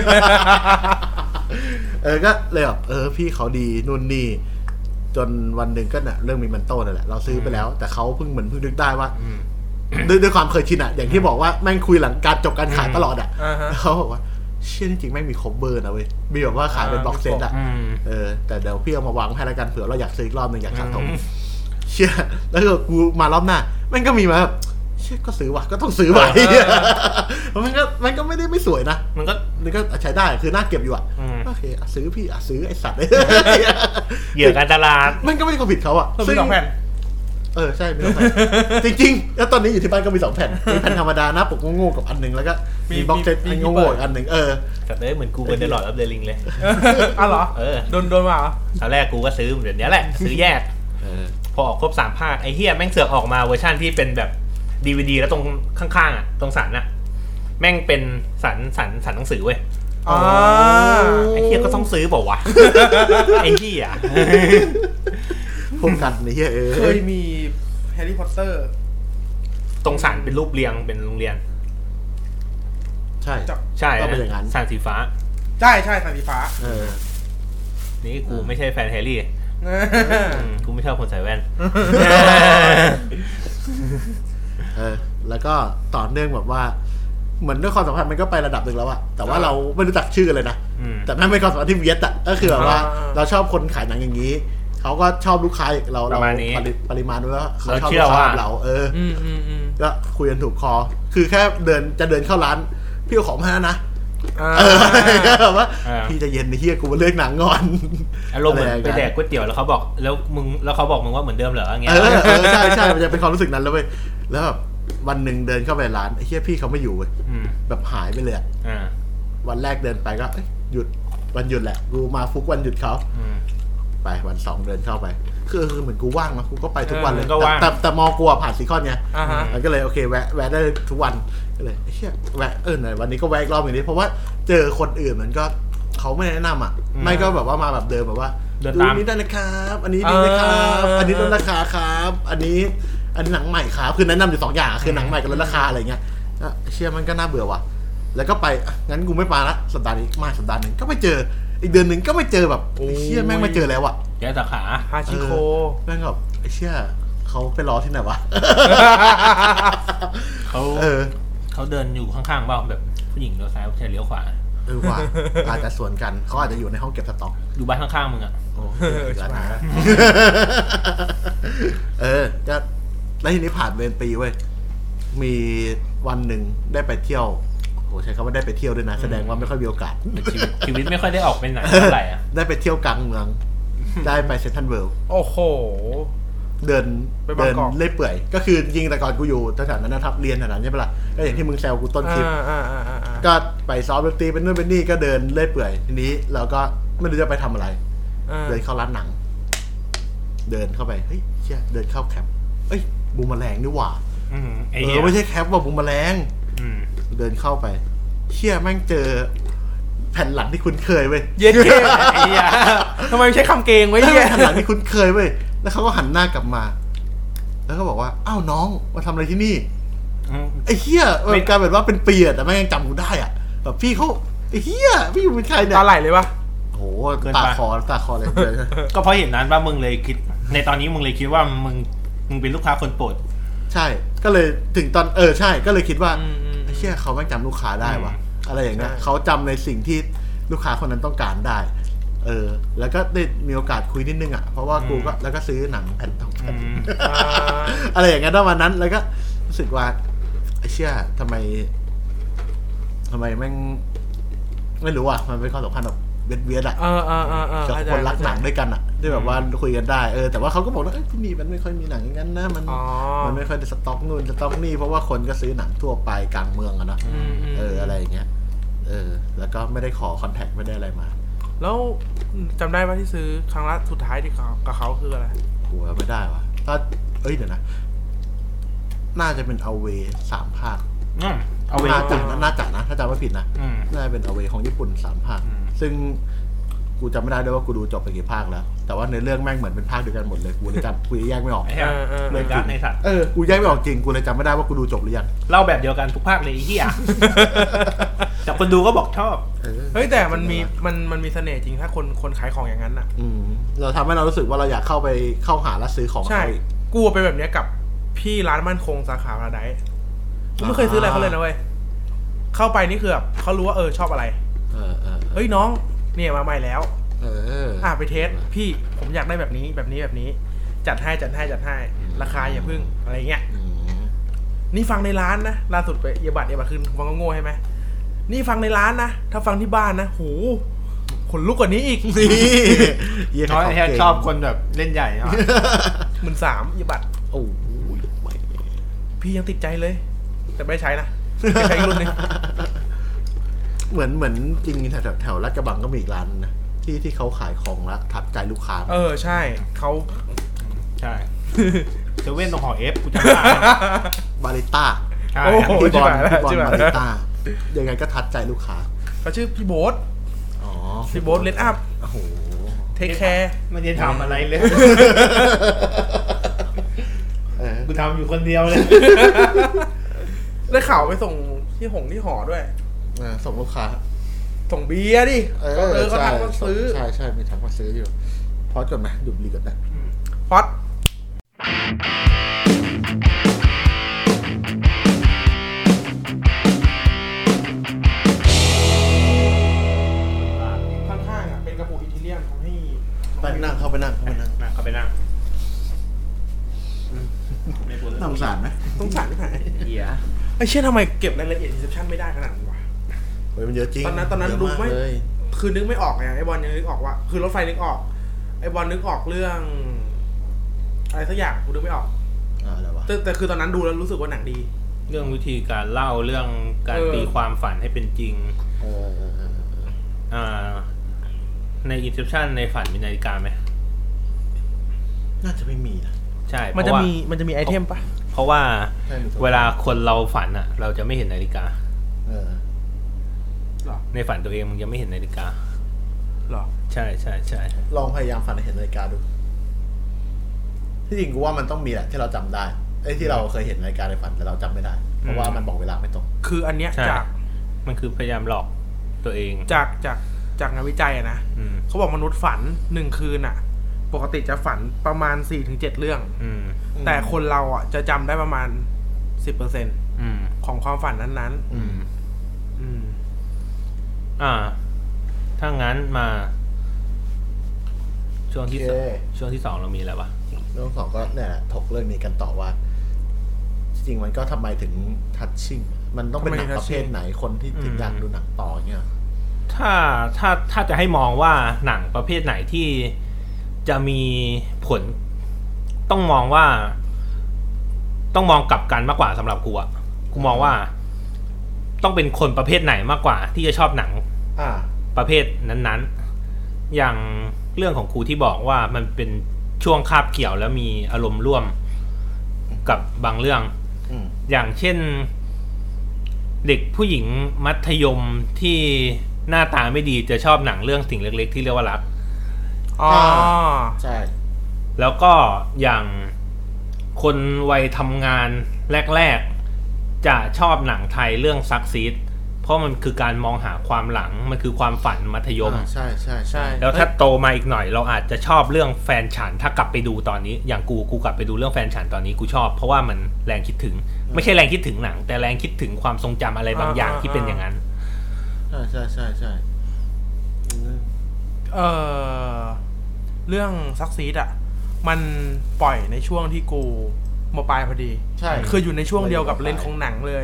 ก็เลยแบบพี่เขาดีนู่นนี่จนวันหนึ่งก็เนี่ยเรื่องมีมันโต้นั่นแหละเราซื้อไปแล้วแต่เขาเพิ่งนึกได้ว่าด้วยความเคยชินอ่ะอย่างที่บอกว่าแม่งคุยหลังการจบการขายตลอดอ่ะเขาบอกว่าเชื่อจริงๆแม่งมีคอเวอร์นะเว้ยมีแบบว่าขายเป็นบ็อกเซตอ่ะแต่เดี๋ยวพี่เอามาวางให้แล้วกันเผื่อเราอยากซื้ออีกรอบนึงอยากขาดทุนเชื่อแล้วก็กูมารอบหน้าแม่งก็มีมาแบบเชื่อก็ซื้อว่ะก็ต้องซื้อว่ะมันก็ไม่ได้ไม่สวยนะมันก็ใช้ได้คือน่าเก็บอยู่อ่ะโอเคซื้อพี่ซื้อไอสัตว์เหยื่อการตลาดมันก็ไม่ได้ความผิดเขาอ่ะซื้อ2 แผ่นใช่มี2 แผ่นจริงๆแล้วตอนนี้อยู่ที่บ้านก็มี2 แผ่นมีแผ่นธรรมดาหน้าปกโง่ๆกับอันนึงแล้วก็มีบ็อกเซตโง่ๆอันนึงแต่เหมือนกูเป็นหลอดอัพเดลิงเลยอ้าวเหรอโดนมาเหรอตอนแรกกูก็ซื้อเดี๋ยวนี้แหละซื้อแยกพอออกครบ3 ภาคไอ้เหี้ยแม่งเสือกออกมาเวอร์ชันที่เป็นแบบ DVD แล้วตรงข้างๆอ่ะตรงสันน่ะแม่งเป็นสันหนังสือเว้ยไอ้เหี้ยก็ต้องซื้อบอกว่าวะไอ้เหี้ยพวกกันนี่เคยมีแฮร์รี่พอตเตอร์ตรงสันเป็นรูปเรียงเป็นโรงเรียนใช่ก็เป็นอย่างนั้นสันสีฟ้าใช่สันสีฟ้านี่กูไม่ใช่แฟนแฮร์รี่กูไม่ชอบคนใส่แว่นแล้วก็ต่อเนื่องแบบว่าเหมือนด้วยความสัมพันธ์มันก็ไประดับหนึ่งแล้วอะแต่ว่าเราไม่รู้จักชื่อเลยนะแต่นั่นเป็นความสัมพันธ์ที่เวียดอะก็คือแบบว่าเราชอบคนขายหนังอย่างนี้เขาก็ชอบลูกค้าเราปริมาณด้วยว่าเขาชอบลูกค้าเราก็คุยกันถูกคอคือแค่จะเดินเข้าร้านพี่เอาของมานะแบบว่าพี่จะเย็นในเฮียกูมาเลือกหนังก่อนอารมณ์เหมือนไปแดกก๋วยเตี๋ยวแล้วเขาบอกแล้วเขาบอกมึงว่าเหมือนเดิมเหรออย่างเงี้ยใช่มันจะเป็นความรู้สึกนั้นแล้วเว้ยแล้วแบบวันหนึ่งเดินเข้าไปร้านไอ้เฮียพี่เขาไม่อยู่เว้ยแบบหายไปเลยวันแรกเดินไปก็หยุดวันหยุดแหละกูมาฟุกวันหยุดเขาไปวัน2เดินเข้าไปคือเหมือนกูว่างนะกูก็ไปทุกวันเลยแต่มอกูผ่านซีคอนไงมันก็เลยโอเคแวะได้ทุกวันก็เลยเฮียแวะหน่อยวันนี้ก็แวะอีกรอบนึงดิเพราะว่าเจอคนอื่นมันก็เขาไม่แนะนำอ่ะไม่ก็แบบว่ามาแบบเดิมแบบว่าดูนี้ได้นะครับอันนี้ดีนะครับอันนี้ลดราคาครับอันนี้หนังใหม่ครับคือแนะนำอยู่2 อย่างคือหนังใหม่กับลดราคาอะไรเงี้ยเชี่ยมันก็น่าเบื่อว่ะแล้วก็ไปงั้นกูไม่มาละสัปดาห์นี้มาสัปดาห์นึงก็ไม่เจออีกเดือนนึงก็ไม่เจอแบบเชี่ยแม่งไม่เจอแล้วอ่ะแกสาขาฮาชิโคแม่งแบบเชี่ยเขาไปรอที่ไหนวะเขาเดินอยู่ข้างๆบ้างแบบผู้หญิงเลี้ยวซ้ายผู้ชายเลี้ยวขวาว่าอาจจะสวนกันเขาอาจจะอยู่ในห้องเก็บสต็อกอยู่บ้านข้างๆมึงอ่ะร้านอาหารก็แล้วทีนี้ผ่านเวรปีเว้ยมีวันหนึ่งได้ไปเที่ยวโหใช้คำว่าได้ไปเที่ยวด้วยนะแสดงว่าไม่ค่อยมีโอกาสชีวิตไม่ค่อยได้ออกไปไหนเท่าไหร่อ่ะได้ไปเที่ยวกลางเมืองได้ไปเซ็นทรัลเวิลด์โอ้โหเดินเล่อยเปื่อยก็คือยิงแต่ก่อนกูอยู่แถวๆนั้นนะครับเรียนแถวนั้นใช่ปะล่ะก็อย่างที่มึงแซวกูต้นคลิปก็ไปซ้อมดนตรีเป็นนู่นเป็นนี่ก็เดินเล่อยเปื่อยทีนี้เราก็ไม่รู้จะไปทำอะไรเดินเข้าร้านหนังเดินเข้าไปเฮ้ยเชี่ยเดินเข้าแคมป์เอ้ยบูมแมลงนี่หว่าไม่ใช่แคมป์ว่าบูมแมลงเดินเข้าไปเชี่ยแม่งเจอแผ่นหลังที่คุ้นเคยเว้ยเย็นเกย์ไอ้เหี้ยทำไมไม่ใช้คำเกงไว้เนี่ยแผ่นหลังที่คุ้นเคยเว้ยแล้วเขาก็หันหน้ากลับมาแล้วก็บอกว่าอ้าวน้องมาทำอะไรที่นี่ไอ้เหี้ยมันกลายเป็นว่าเป็นปีแต่แม่งยังจำกูได้อ่ะแบบพี่เขาไอ้เหี้ยพี่เป็นใครเนี่ยตาไหลเลยปะโอ้ตาคอเลยก็เพราะเห็นนั้นว่ามึงเลยคิดในตอนนี้มึงเลยคิดว่ามึงเป็นลูกค้าคนโปรดใช่ก็เลยถึงตอนใช่ก็เลยคิดว่าไอ้เหี้ยเขาแม่งจำลูกค้าได้ว่ะอะไรอย่างเงี้ยเขาจำในสิ่งที่ลูกค้าคนนั้นต้องการได้แล้วก็ได้มีโอกาสคุยนิดนึงอ่ะเพราะว่ากูก็แล้วก็ซื้อหนังแผ่นทองแผ่นอะไรอย่างเงี้ยวันนั้นแล้วก็รู้สึกว่าไอ้เชี่ยทำไมแม่งไม่รู้อ่ะมันเป็นความสัมพันธ์แบบเวียดอ่ะกับคนรักหนังด้วยกันอ่ะที่แบบว่าคุยกันได้แต่ว่าเขาก็บอกว่าที่นี่มันไม่ค่อยมีหนังอย่างนั้นนะมันไม่ค่อยได้สต็อกนู่นสต็อกนี่เพราะว่าคนก็ซื้อหนังทั่วไปกลางเมืองอะนะอะไรอย่างเงี้ยแล้วก็ไม่ได้ขอคอนแทคไม่ได้อะไรมาแล้วจำได้ว่าที่ซื้อครั้งล่าสุดท้ายที่เขากับเขาคืออะไรหัวไม่ได้วะถ้าเดี๋ยวนะน่าจะเป็นเอาเว3 ภาคเอาเวน่าจะนะถ้าจำไม่ผิดนะน่าจะเป็นเอาเวของญี่ปุ่น3 ภาคซึ่งกูจำไม่ได้ด้วยว่ากูดูจบไปกี่ภาคแล้วแต่ว่าในเรื่องแม่งเหมือนเป็นภาคเดียวกันหมดเลยกูเลยจำกูแยกไม่ออกเรื่องการในสัตว์กูแยกไม่ออกจริงกูเลยจำไม่ได้ว่ากูดูจบหรือยังเล่าแบบเดียวกันทุกภาคเลยไอ้เหี้ยแต่คนดูก็บอกชอบเฮ้ยแต่มันมีเสน่ห์จริงถ้าคนขายของอย่างนั้นอ่ะเราทำให้เรารู้สึกว่าเราอยากเข้าหาและซื้อของใช่กูเป็นแบบนี้กับพี่ร้านมั่นคงสาขาพาราไดซ์กูไม่เคยซื้ออะไรเขาเลยนะเว้ยเข้าไปนี่คือแบบเขารู้ว่าชอบอะไรเฮ้ยน้องเนี่ยมาใหม่แล้วไปเทสพี่ผมอยากได้แบบนี้แบบนี้แบบนี้จัดให้ราคาอย่าพึ่งอะไรเงี้ยนี่ฟังในร้านนะล่าสุดไปเอียบัตคือฟังก็โง่ใช่ไหมนี่ฟังในร้านนะถ้าฟังที่บ้านนะโหขนลุกกว่านี้อีกนี่เขาชอบคนแบบเล่นใหญ่เนาะ 13,000เอียบัตโอ้ยพี่ยังติดใจเลยแต่ไม่ใช้นะไม่ใช้รุ่นนี้เหมือนจริงแถวลาดกระบังก็มีอีกร้านนะที่เขาขายของละทับใจลูกค้าใช่เขาใช่เซเว่นตรงหอเอฟกูจำได้บาริต้าโอ้โหพี่บอลบาริต้ายังไงก็ทัดใจลูกค้าเขาชื่อพี่โบ๊ทพี่โบ๊ทเลดอัพโอ้โหเทคแคร์ไม่ได้ทำอะไรเลยกูทำอยู่คนเดียวเลยได้ข่าวไปส่งที่หอด้วยส่งลูกค้าส่งเบียร์ดิเขาทักมาซื้อใช่มีทักมาซื้ออยู่พอจดไหมดูรีกันนะพอดข้างๆเป็นกระปุกอิตาเลียนทำให้เข้าไปนั่งสงสารไหมสงสารที่ไหนไอ้เช่นทำไมเก็บรายละเอียด Inception ไม่ได้ขนาดนั้นวะมันเยอะจริงตอนนั้นดูไม่คือนึกไม่ออกไงไอ้บอลยังนึกออกว่าคือรถไฟนึกออกไอ้บอลนึกออกเรื่องอะไรสักอย่างกูนึกไม่ออกอะไรวะแต่คือตอนนั้นดูแล้วรู้สึกว่าหนังดีเรื่องวิธีการเล่าเรื่องการตีความฝันให้เป็นจริงใน Inception ในฝันมีนาฬิกาไหมน่าจะไม่มีนะใช่มันจะมีไอเทมปะเพราะว่าเวลาคนเราฝันอ่ะเราจะไม่เห็นนาฬิกาในฝันตัวเองมึงยังไม่เห็นนาฬิกาหรอใช่ลองพยายามฝันให้เห็นนาฬิกาดูที่จริงกูว่ามันต้องมีแหละที่เราจำได้ที่เราเคยเห็นนาฬิกาในฝันแต่เราจำไม่ได้เพราะว่ามันบอกเวลาไม่ตรงคืออันเนี้ยจากมันคือพยายามหลอกตัวเองจากงานวิจัยนะเขาบอกมนุษย์ฝัน1คืนอ่ะปกติจะฝันประมาณ 4-7 เรื่องแต่คนเราอ่ะจะจำได้ประมาณ 10% ของความฝันนั้นถ้างั้นมาช่วงที่2เรามีอะไรวะช่วง2ก็เนี่ยแหละถกเรื่องนี้กันต่อว่าจริงมันก็ทำไมถึงทัชชิ่งมันต้องเป็นหนังประเภทไหนคนที่ถึงอยากดูหนังต่อเนี่ยถ้าจะให้มองว่าหนังประเภทไหนที่จะมีผลต้องมองกลับกันมากกว่าสำหรับกูอ่ะกูมองว่าต้องเป็นคนประเภทไหนมากกว่าที่จะชอบหนังประเภทนั้นๆอย่างเรื่องของครูที่บอกว่ามันเป็นช่วงคาบเกี่ยวแล้วมีอารมณ์ร่วมกับบางเรื่องอย่างเช่นเด็กผู้หญิงมัธยมที่หน้าตาไม่ดีจะชอบหนังเรื่องสิ่งเล็กๆที่เรียกว่ารักใช่แล้วก็อย่างคนวัยทำงานแรกๆจะชอบหนังไทยเรื่องซักซีดเพราะมันคือการมองหาความหลังมันคือความฝันมัธยมใช่แล้วถ้าโตมาอีกหน่อยเราอาจจะชอบเรื่องแฟนฉันถ้ากลับไปดูตอนนี้อย่างกูกลับไปดูเรื่องแฟนฉันตอนนี้กูชอบเพราะว่ามันแรงคิดถึงไม่ใช่แรงคิดถึงหนังแต่แรงคิดถึงความทรงจำอะไรบางอย่างที่เป็นอย่างนั้นใช่เรื่องซักซีดอ่ะมันปล่อยในช่วงที่กูม.ปลายพอดีใช่คืออยู่ในช่วงเดียวกับเลนของหนังเลย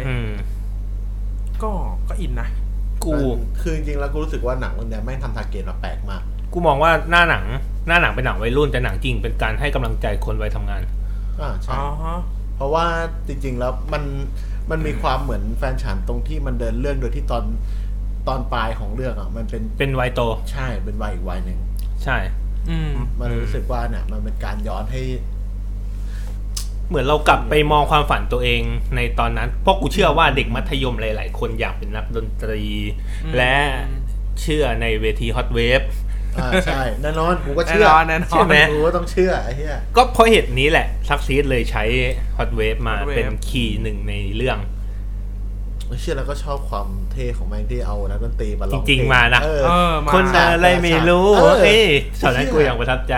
ก็อินนะกูคือจริงๆแล้วกูรู้สึกว่าหนังเรื่องนี้แม่งทำทาร์เก็ตมาแปลกมากกูมองว่าหน้าหนังเป็นหนังวัยรุ่นแต่หนังจริงเป็นการให้กำลังใจคนวัยทำงานใช่เพราะว่าจริงๆแล้วมันมีความเหมือนแฟนฉันตรงที่มันเดินเรื่องโดยที่ตอนปลายของเรื่องอ่ะมันเป็นวัยโตใช่เป็นวัยอีกวัยนึงใช่มันรู้สึกว่าเนี่ยมันเป็นการย้อนให้เหมือนเรากลับไปมองความฝันตัวเองในตอนนั้นเพราะกูเชื่อว่าเด็กมัธยมหลายๆคนอยากเป็นนักดนตรีและเชื่อในเวทีฮอตเวฟใช่แน่นอนกูก็เชื่อใช่ไหมกูก็ต้องเชื่อไอ้เหี้ยก็เพราะเหตุนี้แหละซักซีดเลยใช้ฮอตเวฟมาเป็นคีย์หนึ่งในเรื่องเชื่อแล้วก็ชอบความเท่ของแม่งที่เอานักดนตรีมาร้องจริงๆมานะคนอะไรไม่รู้สอนให้กูอย่างประทับใจ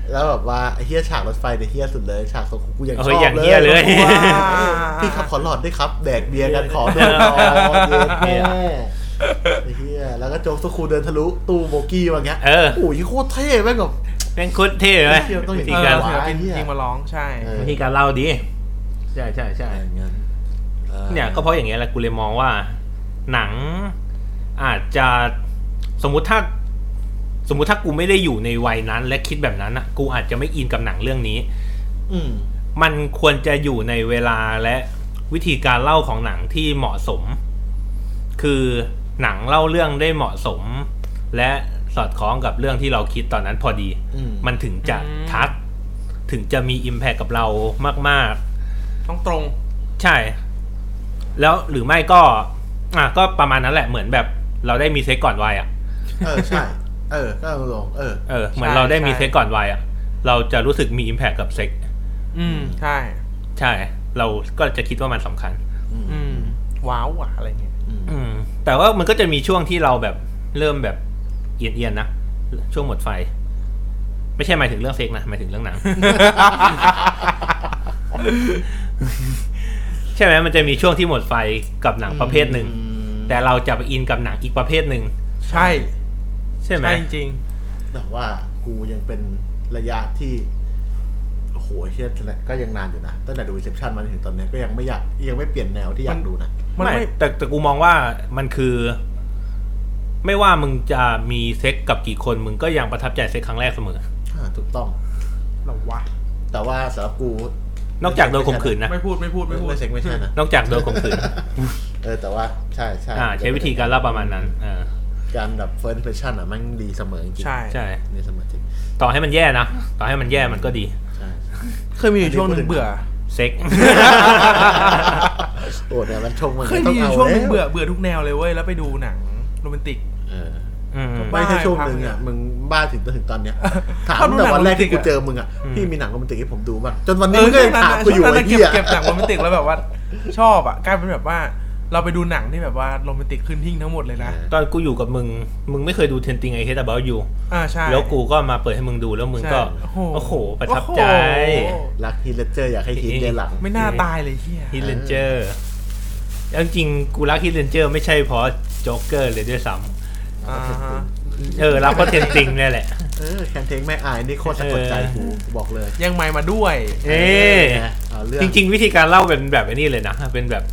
แล้วแบบว่าไอ้เฮียฉากรถไฟเนี่ยเฮียสุดเลยฉากของกูอย่างชอบอย่างเฮียเลยพี่ขับขอหลอดด้วยครับแดกเบียร์กันขอเดินรอไอ้เฮียแล้วก็โจ๊กสกูเดินทะลุตู้โบกี้ว่าเงี้ยโอ้ยโคตรเท่แม่งแบบแม่งโคตรเท่เลยวิธีการจริงมาร้องใช่วิธีการเล่าดีใช่เนี่ยก็เพราะอย่างเงี้ยแหละกูเลยมองว่าหนังอาจจะสมมุติถ้ากูไม่ได้อยู่ในวัยนั้นและคิดแบบนั้นนะกูอาจจะไม่อินกับหนังเรื่องนี้มันควรจะอยู่ในเวลาและวิธีการเล่าของหนังที่เหมาะสมคือหนังเล่าเรื่องได้เหมาะสมและสอดคล้องกับเรื่องที่เราคิดตอนนั้นพอดีมันถึงจะทัชถึงจะมีอิมแพคกับเรามากๆต้องตรงใช่แล้วหรือไม่ก็ประมาณนั้นแหละเหมือนแบบเราได้มีเซ็กก่อนวัยใช่ก็ลงเหมือนเราได้มีเซ็กก่อนวัยเราจะรู้สึกมีอิมแพคกับเซ็กใช่เราก็จะคิดว่ามันสำคัญว้าวอะไรเงี้ยแต่ว่ามันก็จะมีช่วงที่เราแบบเริ่มแบบเอียนนะช่วงหมดไฟไม่ใช่หมายถึงเรื่องเซ็กนะหมายถึงเรื่องหนัง ใช่ไหมมันจะมีช่วงที่หมดไฟกับหนังประเภทหนึ่งแต่เราจะไปอินกับหนังอีกประเภทหนึ่งใช่ไหมจริงแต่ว่ากูยังเป็นระยะที่โอ้โหเชี่ยก็ยังนานอยู่นะตั้งแต่ดู Inception มาถึงตอนนี้ก็ยังไม่เปลี่ยนแนวที่อยากดูนะไม่แต่กูมองว่ามันคือไม่ว่ามึงจะมีเซ็กกับกี่คนมึงก็ยังประทับใจเซ็กครั้งแรกเสมอถูกต้องหรอวะแต่ว่าสำหรับกูนอกจากโดนข่มขืนนะไม่พูดเซ็กไม่ใช่นะนอกจากโดนข่มขืนแต่ว่าใช่ใช้วิธีการเล่าประมาณนั้นการแบบ first impression มันดีเสมอจริงใช่ในเสมอจริงต่อให้มันแย่นะต่อให้มันแย่มันก็ดีใช่เคยมีอยู่ช่วงนึงเบื่อเซ็กโอ้แต่มันชงมันเคยมีอยู่ช่วงนึงเบื่อทุกแนวเลยเว้ยแล้วไปดูหนังโรแมนติกไม่ใช่ช่วงนึงอ่ะมึงบ้าถึงตอนเนี้ยถามแต่วันแรกที่กูเจอมึงอ่ะพี่มีหนังโรแมนติกให้ผมดูบ้างจนวันนี้มึงก็ยังถามกูอยู่ไอ้เหี้ยเก็บหนังโรแมนติกแล้วแบบว่าชอบอ่ะกลายเป็นแบบว่าเราไปดูหนังที่แบบว่าโรแมนติกขึ้นทิ้งทั้งหมดเลยนะตอนกูอยู่กับมึงไม่เคยดู10 Things I Hate About You ใช่แล้วกูก็มาเปิดให้มึงดูแล้วมึงก็โอ้โหประทับใจรักฮีทเลนเจอร์อยากให้ฮีทเรียนหลังไม่น่าตายเลยเหี้ยฮีทเลนเจอร์จริงๆกูรักฮีทเลนเจอร์ไม่ใช่เพราะโจ๊กเกอร์เลยด้วยซ้ำรับเพราะ10 Thingsเนี่ยแหละแคนเทงแม่อายนี่โคตรสะกดใจกูบอกเลยยังไมมาด้วยจริงๆวิธีการเล่าเป็นแบบนี้เลยนะเป็นแบบ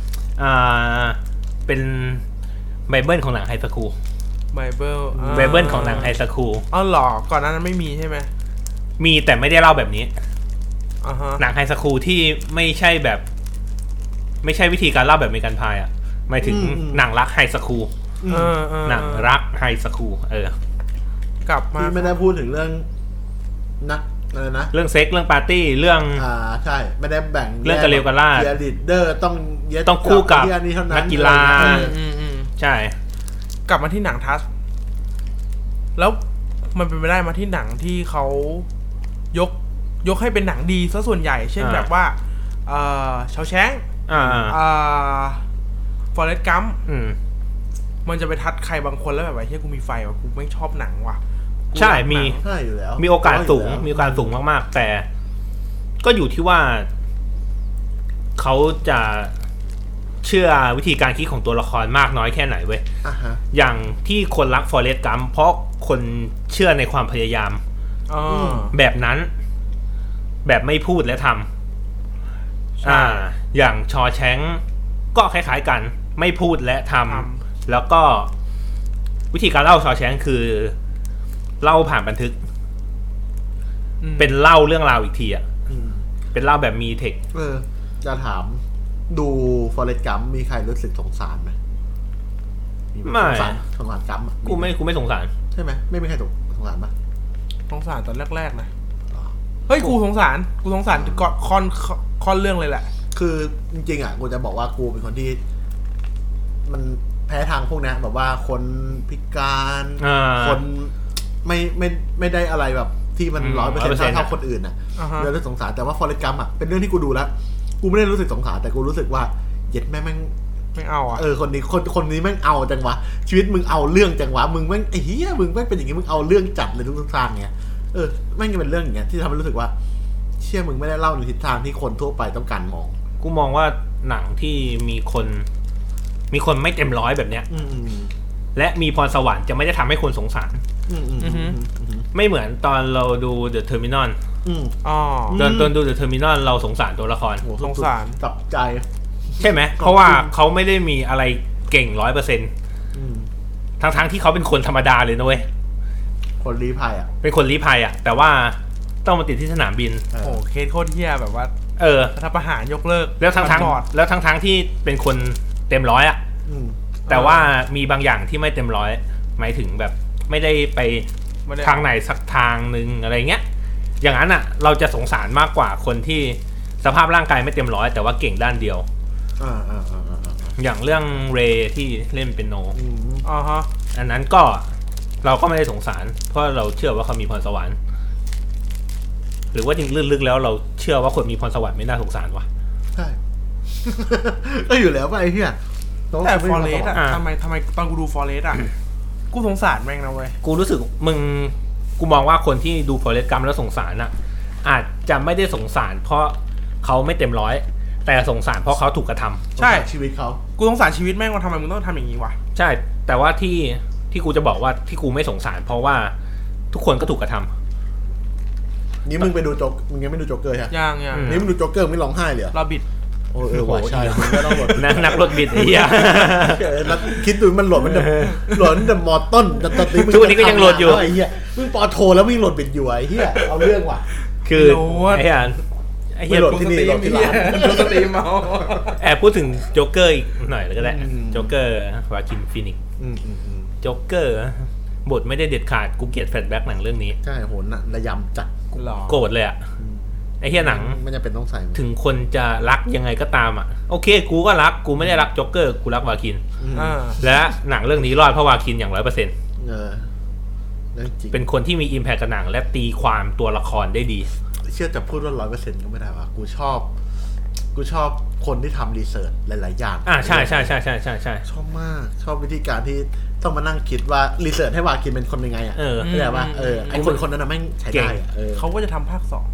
เป็นไบเบิลของหนังไฮสคูลไบเบิลของหนังไฮสคูลหรอก่อนนั้นไม่มีใช่ไหมมีแต่ไม่ได้เล่าแบบนี้หนังไฮสคูลที่ไม่ใช่แบบไม่ใช่วิธีการเล่าแบบเมกันพายหมายถึงหนังรักไฮสคูลหนังรักไฮสคูลกลับมาไม่ได้พูดถึงเรื่องนะอะไรนะเรื่องเซ็กเรื่องปาร์ตี้เรื่องใช่ไม่ได้แบ่งเรื่องกระเลวกระลาดเชียร์ลีดเดอร์ต้องคู่กับนักกีฬาใช่กลับมาที่หนังทัสแล้วมันเป็นไปได้มาที่หนังที่เขายกให้เป็นหนังดีซะส่วนใหญ่เช่นแบบว่าชาวแชงฟอเรสต์กัมมันจะไปทัดใครบางคนแล้วแบบว่าเฮ้ยกูมีไฟว่ะกูไม่ชอบหนังว่ะใช่มีโอกาสสูงมากๆแต่ก็อยู่ที่ว่าเขาจะเชื่อวิธีการคิดของตัวละครมากน้อยแค่ไหนเว้ยอย่างที่คนรักฟอเรสต์กัมเพราะคนเชื่อในความพยายามแบบนั้นแบบไม่พูดและทำอย่างชอแชงก็คล้ายๆกันไม่พูดและทำแล้วก็วิธีการเล่าชอแชงคือเล่าผ่านบันทึกเป็นเล่าเรื่องราวอีกทีเป็นเล่าแบบมีเทคจะถามดูฟอเรสต์กัมมีใครรู้สึกสงสารไหมไม่สงสารกัมกูไม่สงสารใช่ไหมไม่มีใครสงสารปะสงสารตอนแรกๆนะเฮ้ยกูสงสารก่อนคอนเรื่องเลยแหละคือจริงๆกูจะบอกว่ากูเป็นคนที่มันแพ้ทางพวกนี้แบบว่าคนพิการคนไม่ได้อะไรแบบที่มัน 100% เท่าคนอื่นเรารู้สึกสงสารแต่ว่าฟอเรสต์กัมเป็นเรื่องที่กูดูแล้วกูไม่ได้รู้สึกสงสารแต่กูรู้สึกว่าเย็ดแม่งไม่เอาคนนี้แม่งเอาจังวะชีวิตมึงเอาเรื่องจังวะมึงแม่งไอ้เหี้ยมึงแม่งเป็นอย่างงี้มึงเอาเรื่องจัดเลยทุกทางเนี่ยแม่งจะเป็นเรื่องอย่างเงี้ยที่ทำให้รู้สึกว่าเชื่อมึงไม่ได้เล่าในทิศทางที่คนทั่วไปต้องการมองกูมองว่าหนังที่มีคนไม่เต็มร้อยแบบเนี้ยและมีพรสวรรค์จะไม่ได้ทำให้คนสงสารไม่เหมือนตอนเราดู The Terminal ตอนดู The Terminal เราสงสารตัวละครสงสารจับใจใช่ไหมเพราะว่าเขาไม่ได้มีอะไรเก่ง 100%ทั้งที่เขาเป็นคนธรรมดาเลยนะเว้ยคนลี้ภัยอ่ะเป็นคนลี้ภัยอ่ะแต่ว่าต้องมาติดที่สนามบินโอ้เคสโคตรเหี้ยแบบว่าถ้าประหารยกเลิกแล้วทั้งที่เป็นคนเต็มร้อยอ่ะแต่ว่ามีบางอย่างที่ไม่เต็มร้อยหมายถึงแบบไม่ได้ไปทางไหนสักทางนึงอะไรเงี้ยอย่างนั้นอ่ะเราจะสงสารมากกว่าคนที่สภาพร่างกายไม่เต็มร้อยแต่ว่าเก่งด้านเดียวอย่างเรื่องเรย์ที่เล่นเปียโนอันนั้นก็เราก็ไม่ได้สงสารเพราะเราเชื่อว่าเขามีพรสวรรค์หรือว่าจริงลึกๆแล้วเราเชื่อว่าคนมีพรสวรรค์ไม่น่าสงสารวะใช่ก็อยู่แล้วไปเฮียแต่ฟอเรสต์อ่ะทำไมตอนกูดูฟอเรสต์อ่ะกูสงสารแม่งนะเว้ยกูรู้สึกกูมองว่าคนที่ดูฟอเรสต์กัมแล้วสงสารอ่ะอาจจะไม่ได้สงสารเพราะเขาไม่เต็มร้อยแต่สงสารเพราะเขาถูกกระทำใช่ชีวิตเขากูสงสารชีวิตแม่งว่าทำไมมึงต้องทำอย่างนี้วะใช่แต่ว่าที่กูจะบอกว่าที่กูไม่สงสารเพราะว่าทุกคนก็ถูกกระทำนี่มึงไปดูมึงยังไม่ดูโจ๊กเกอร์ใช่ยังนี่มึงดูโจ๊กเกอร์ไม่ร้องไห้เลยเราบิดโอ้ว่ะใช่มึงไม่ต้องหลดนักรถบิดไอ้เหี้ยคิดดูมันหลดมันแต่มอต้นแต่ตอนนี้ทุกวันนี้ก็ยังโหลดอยู่ไอ้เหี้ยมึงปอโทแล้วมึงโหลดบิดอยู่ไอ้เหี้ยเอาเรื่องว่ะคือไอ้เหี้ยโหลดที่นี่โหลดที่ร้านโหลดสตรีมเอาพูดถึงโจ๊กเกอร์อีกหน่อยก็ได้โจ๊กเกอร์วาคินฟีนิกซ์โจ๊กเกอร์บทไม่ได้เด็ดขาดกูเกลียดแฟลชแบ็กหนังเรื่องนี้ใช่โหระยำจัดโกรธเลยอ่ะไอ้เหี้ยหนังมันจะเป็นต้องใส่ถึงคนจะรักยังไงก็ตามอ่ะโอเคกูก็รักกูไม่ได้รักโจ๊กเกอร์กูรักวาคินและหนังเรื่องนี้รอดเพราะวาคินอย่าง 100% เป็นคนที่มีอิมแพคกับหนังและตีความตัวละครได้ดีเชื่อจะพูดว่า 100% ก็ไม่ได้ว่ะกูชอบคนที่ทำรีเสิร์ชหลายๆอย่างใช่ชอบมากชอบวิธีการที่ต้องมานั่งคิดว่ารีเสิร์ชให้วาคินเป็นคนยังไงอ่ะเข้าใจป่ะไอ้คนนั้นน่ะแม่งใช้ได้เขาก็จะทำภาค2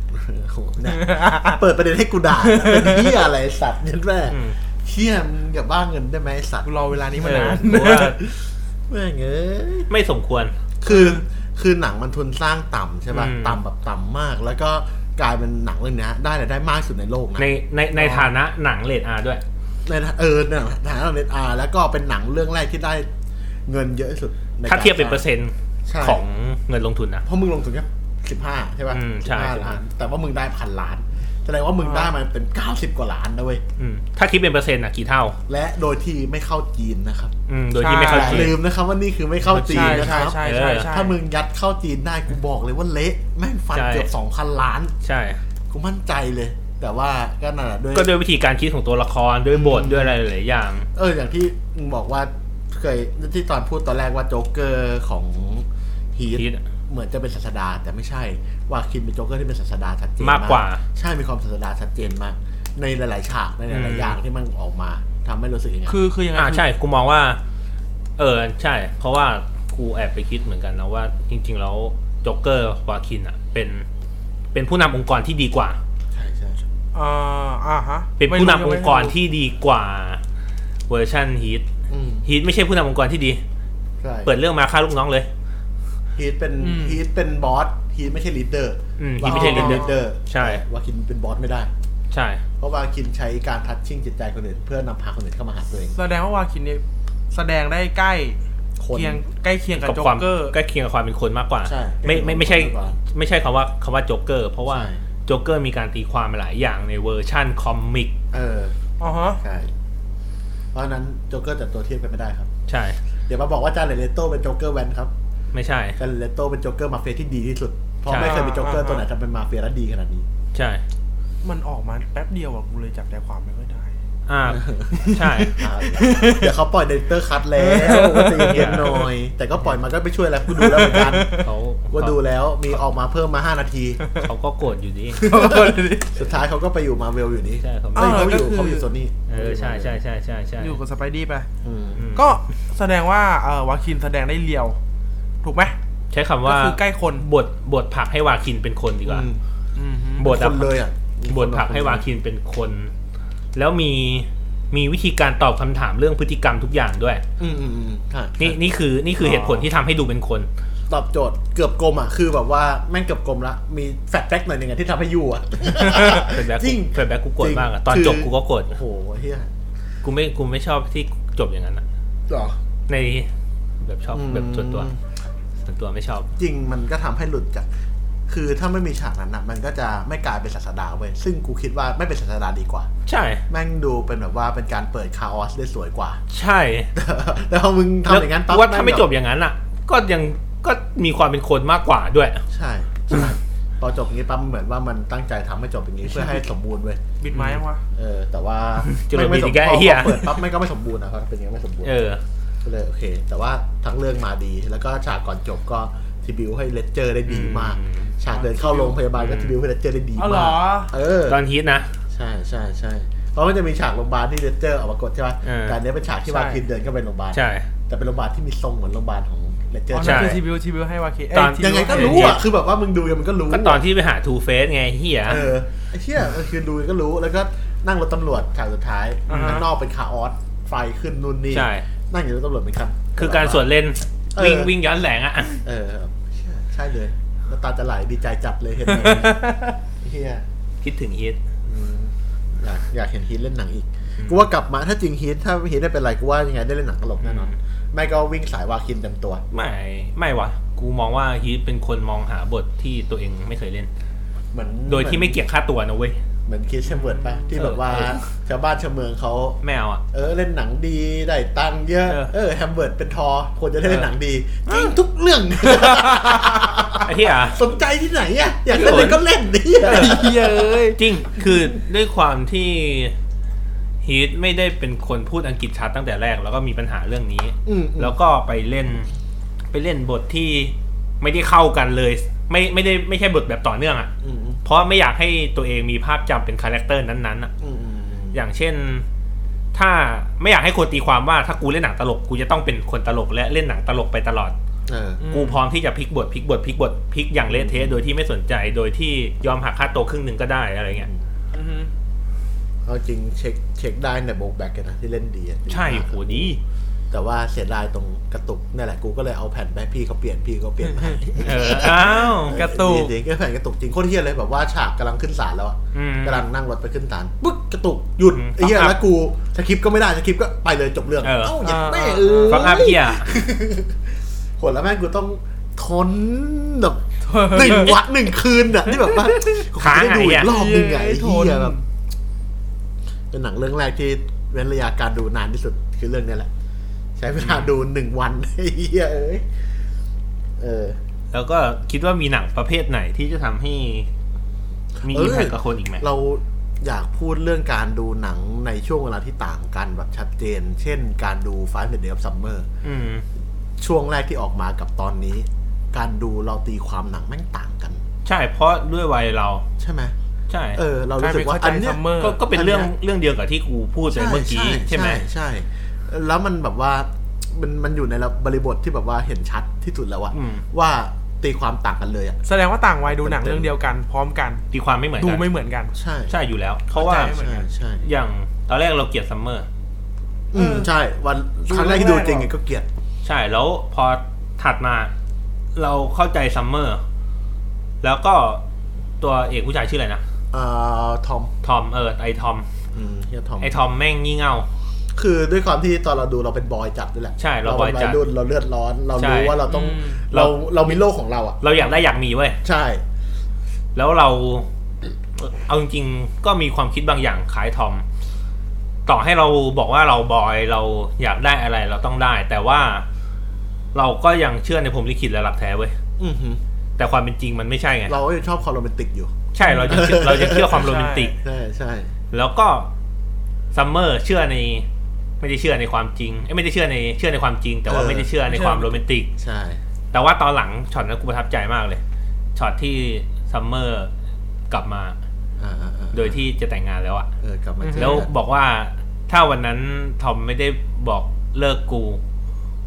เปิดประเด็นให้กูด่าเป็นเหี้ยอะไรสัตว์เนี่ยแม่เหี้ยมึงอย่าบ้าเงินได้ไหมสัตว์รอเวลานี้มานานแม่งไม่สมควรคือหนังมันทุนสร้างต่ำใช่ป่ะต่ำแบบต่ำมากแล้วก็กลายเป็นหนังเรื่องนี้ได้รายได้มากสุดในโลกนะในฐานะหนังเรท R ด้วยในฐานะเรท R แล้วก็เป็นหนังเรื่องแรกที่ได้เงินเยอะที่สุดถ้าเทียบเป็นเปอร์เซ็นต์ของเงินลงทุนนะเพราะมึงลงทุนแค่15ใช่ป่ะ15 ล้านแต่ว่ามึงได้1,000 ล้านแสดงว่ามึงได้มันเป็น90 กว่าล้านนะเว้ยถ้าคิดเป็นเปอร์เซ็นต์อ่ะกี่เท่าและโดยที่ไม่เข้าจีนนะครับโดยที่ไม่เข้าจีนลืมนะครับว่านี่คือไม่เข้าจีนนะครับถ้ามึงยัดเข้าจีนได้กูบอกเลยว่าเละแม่งฟันเกือบ 2,000 ล้านใช่กูมั่นใจเลยแต่ว่าก็นั่นแหละด้วยวิธีการคิดของตัวละครด้วยบทด้วยอะไรหลายอย่างอย่างที่มึงบอกว่าเคยที่ตอนพูดตอนแรกว่าโจ๊กเกอร์ของฮีทเหมือนจะเป็นศาสดาแต่ไม่ใช่วาคินเป็นโจ๊กเกอร์ที่เป็นศาสดาชัดเจนมากกว่าใช่มีความศาสดาชัดเจนมากในหลายๆฉากในหลายๆอย่างที่มันออกมาทำให้รู้สึกอย่างไงคือยังไงใช่กูมองว่าใช่เพราะว่ากูแอบไปคิดเหมือนกันนะว่าจริงๆแล้วโจ๊กเกอร์วาคินอ่ะเป็นผู้นำองค์กรที่ดีกว่าใช่ฮะเป็นผู้นำองค์กรที่ดีกว่าเวอร์ชันฮีทไม่ใช่ผู้นำองค์กรที่ดีเปิดเรื่องมาฆ่าลูกน้องเลยฮีทเป็นบอสฮีทไม่ใช่ลีดเดอร์ฮีทไม่ใช่ลีดเดอร์ใช่วาคินเป็นบอสไม่ได้ใช่เพราะวาคินใช้การทัชชิ่งจิตใจคนอื่นเพื่อนำพาคนอื่นเข้ามาหาตัวเองแสดงว่าวาคินเนี่ยแสดงได้ใกล้เคียงกับโจ๊กเกอร์ใกล้เคียงกับความเป็นคนมากกว่าไม่ใช่คำว่าโจ๊กเกอร์เพราะว่าโจ๊กเกอร์มีการตีความหลายอย่างในเวอร์ชั่นคอมิกใช่เพราะนั้นโจ๊กเกอร์จัดตัวเทียบกันไม่ได้ครับใช่เดี๋ยวมาบอกว่าจาร์เลโต้เป็นโจ๊กเกอร์แวนครับไม่ใช่จาร์เลโต้เป็นโจ๊กเกอร์มาเฟียที่ดีที่สุดเพราะไม่เคยมีโจ๊กเกอร์ตัวไหนทำเป็นมาเฟียแล้วดีขนาดนี้ใช่มันออกมาแป๊บเดียวกูเลยจับใจความไม่ค่อยได้ใช่เดี๋ยวเขาปล่อยเดเตอร์คัทแล้วก็จะเย็นหน่อยแต่ก็ปล่อยมาก็ไม่ช่วยแล้วกูดูแล้วเหมือนกันกูดูแล้วมีออกมาเพิ่มมา5 นาทีเขาก็โกรธอยู่ดีสุดท้ายเขาก็ไปอยู่มาเวลอยู่นี่เขาอยู่โซนี่ใช่อยู่กับสไปดี้ไปก็แสดงว่าวาคินแสดงได้เลียวถูกไหมใช้คำว่าก็คือใกล้คนบทผลักให้วาคินเป็นคนดีกว่าบทคนเลยบทผลักให้วาคินเป็นคนแล้วมีวิธีการตอบคำถามเรื่องพฤติกรรมทุกอย่างด้วยนี่คือเหตุผลที่ทำให้ดูเป็นคนตอบโจทย์เกือบกลมอ่ะคือแบบว่าแม่งเกือบกลมละมีแฟลชแบ็กหน่อยนึงที่ทำให้ยูอ่ะจริงแฟลชแบ็กกูโกรธมากอ่ะตอนจบกูก็โกรธโอ้โหเฮียกูไม่ชอบที่จบอย่างนั้นอ่ะหรอในแบบชอบแบบส่วนตัวไม่ชอบจริงมันก็ทำให้หลุดจากคือถ้าไม่มีฉากนั้นนะมันก็จะไม่กลายเป็นศาสดาเว้ยซึ่งกูคิดว่าไม่เป็นศาสดาดีกว่าใช่แม่งดูเป็นแบบว่าเป็นการเปิดคาออสได้สวยกว่าใช่แต่พอมึงทำอย่างนั้นปั๊บว่าถ้าไม่จบอย่างนั้นอ่ะก็มีความเป็นคนมากกว่าด้วยใช่พอจบอย่างนี้ปั๊บเหมือนว่ามันตั้งใจทำให้จบอย่างนี้เพื่อให้สมบูรณ์เว้ยบิดไม้ยังวะแต่ว่าไม่สมบูรณ์เปิดปั๊บไม่ก็ไม่สมบูรณ์นะครับเป็นอย่างนี้ไม่สมบูรณ์ก็เลยโอเคแต่ว่าทั้งเรื่องมาดีแล้วก็ฉากก่อนจบก็ทีบิวให้เลเจอร์ได้ดีมากฉากเดินเข้าโรงพยาบาลก็ทีบิวให้เลเจอร์ได้ดีมากตอนฮิตนะใช่เพราะมันจะมีฉากโรงพยาบาลที่เลเจอร์ออกมากดใช่ไหมแต่นี้เป็นฉากที่วาคินเดินเข้าไปโรงพยาบาลแต่เป็นโรงพยาบาลที่มีทรงเหมือนโรงพยาบาลของเลเจอร์ใช่ทีบิวให้วาคินยังไงก็รู้อ่ะคือแบบว่ามึงดูมันก็รู้ก็ตอนที่ไปหาทูเฟสไงเฮียไอ้เฮียมันคือดูก็รู้แล้วก็นั่งรถตำรวจฉากสุดท้ายข้างนอกเป็นคาออสไฟขึ้นนู่นนี่นั่งอยู่รถตำรวจเหมือนกันคือการสวนเลนวิ่งย้อนแสงอ่ะใช่เลยน้ำตาจะไหลดีใจจัดเลยเห็นเฮียคิดถึงฮีทอยากเห็นฮีทเล่นหนังอีกกูว่ากลับมาถ้าจริงฮีทถ้าฮีทได้เป็นไรกูว่ายังไงได้เล่นหนังตลกแน่นอนไม่ก็วิ่งสายวาคินเต็มตัวไม่วะกูมองว่าฮีทเป็นคนมองหาบทที่ตัวเองไม่เคยเล่นเหมือนโดยที่ไม่เกี่ยงค่าตัวนะเว้ยเหมือนคิดเชมเวิร์ดป่ะที่แบบว่าชาวบ้านชาวเมืองเขาไม่เอาเล่นหนังดีได้ตังค์เยอะแฮมเวิร์ดเป็นทอควรจะได้เล่นหนังดีจริงทุกเรื่องไอ้เหี้ยสนใจที่ไหนอ่ะอยากเล่นก็เล่นดิจริงคือด้วยความที่ฮีทไม่ได้เป็นคนพูดอังกฤษชัดตั้งแต่แรกแล้วก็มีปัญหาเรื่องนี้แล้วก็ไปเล่นบทที่ไม่ได้เข้ากันเลยไม่ใช่บทแบบต่อเนื่องอ่ะเพราะไม่อยากให้ตัวเองมีภาพจำเป็นคาแรคเตอร์นั้นๆอ่ะอย่างเช่นถ้าไม่อยากให้คนตีความว่าถ้ากูเล่นหนังตลกกูจะต้องเป็นคนตลกและเล่นหนังตลกไปตลอดกูพร้อมที่จะพลิกบทพลิกอย่างเละเทะโดยที่ไม่สนใจโดยที่ยอมหักค่าตัวครึ่งนึงก็ได้อะไรเงี้ยเอาจริงเช็คได้ในโบกแบ็กกันนะที่เล่นดีใช่โหดีแต่ว่าเสียดายตรงกระตุกนั่นแหละกูก็เลยเอาแผ่นไปพี่เขาเปลี่ยนให้อ้าวกระตุกจริงๆแผ่นกระตุกจริงโคตรเหี้ยเลยแบบว่าฉากกำลังขึ้นศาลแล้วกำลังนั่งรถไปขึ้นศาลปึ๊กกระตุกหยุดไอ้เหี้ยแล้วกูสคริปต์ก็ไม่ได้สคริปต์ก็ไปเลยจบเรื่องอย่างแม่ฟังอัพเหี้ยโหดแล้วแม่งกูต้องทนแบบ1 วัน1 คืนอ่ะที่แบบว่าค้างดูอีกรอบนึงไงไอ้เหี้ยแบบเป็นหนังเรื่องแรกที่เว้นระยะการดูนานที่สุดคือเรื่องนี้แหละใช้เวลาดู1 วันไอ้เหี้ยแล้วก็คิดว่ามีหนังประเภทไหนที่จะทำให้มีอิมแพคกับคนอีกไหมเราอยากพูดเรื่องการดูหนังในช่วงเวลาที่ต่างกันแบบชัดเจนเช่นการดู Five Days of Summer ช่วงแรกที่ออกมากับตอนนี้การดูเราตีความหนังแม่งต่างกันใช่เพราะด้วยวัยเราใช่ไหมใช่เรารู้สึกว่าอันนี้ก็เป็นเรื่องเดียวกับที่กูพูดไปเมื่อกี้ใช่ไหมใช่แล้วมันแบบว่ามันอยู่ในบริบทที่แบบว่าเห็นชัดที่สุดแล้วว่าตีความต่างกันเลยแสดงว่าต่างวัยดูหนังเรื่องเดียวกันพร้อมกันตีความไม่เหมือนกันดูไม่เหมือนกันใช่อยู่แล้วเพราะว่าอย่างตอนแรกเราเกลียดซัมเมอร์ใช่วันครั้งแรกที่ดูจริงก็เกลียดใช่แล้วพอถัดมาเราเข้าใจซัมเมอร์แล้วก็ตัวเอกผู้ชายชื่ออะไรนะทอมไอทอมแม่งงี่เง่าคือด้วยความที่ตอนเราดูเราเป็นบอยจัดด้วยแหละใช่เราบอยจัดเราเลือดร้อนเรารู้ว่าเราต้องเรามีโลกของเราอ่ะเราอยากได้อยากมีเว้ยใช่แล้วเราเอาจริงๆก็มีความคิดบางอย่างคล้ายทอมต่อให้เราบอกว่าเราบอยเราอยากได้อะไรเราต้องได้แต่ว่าเราก็ยังเชื่อในพรหมลิขิตและรักแท้เว้ยแต่ความเป็นจริงมันไม่ใช่ไงเราชอบความโรแมนติกอยู่ใช่เราจะเชื่อความโรแมนติกใช่แล้วก็ซัมเมอร์เชื่อในไม่ได้เชื่อในความจริงไม่ได้เชื่อในความจริงแต่ว่าไม่ได้เชื่อในความโรแมนติกใช่แต่ว่าตอนหลังช็อตนั้นกูประทับใจมากเลยช็อตที่ซัมเมอร์กลับมาโดยที่จะแต่งงานแล้วอ่ะกลับมาแล้วบอกว่าถ้าวันนั้นทอมไม่ได้บอกเลิกกู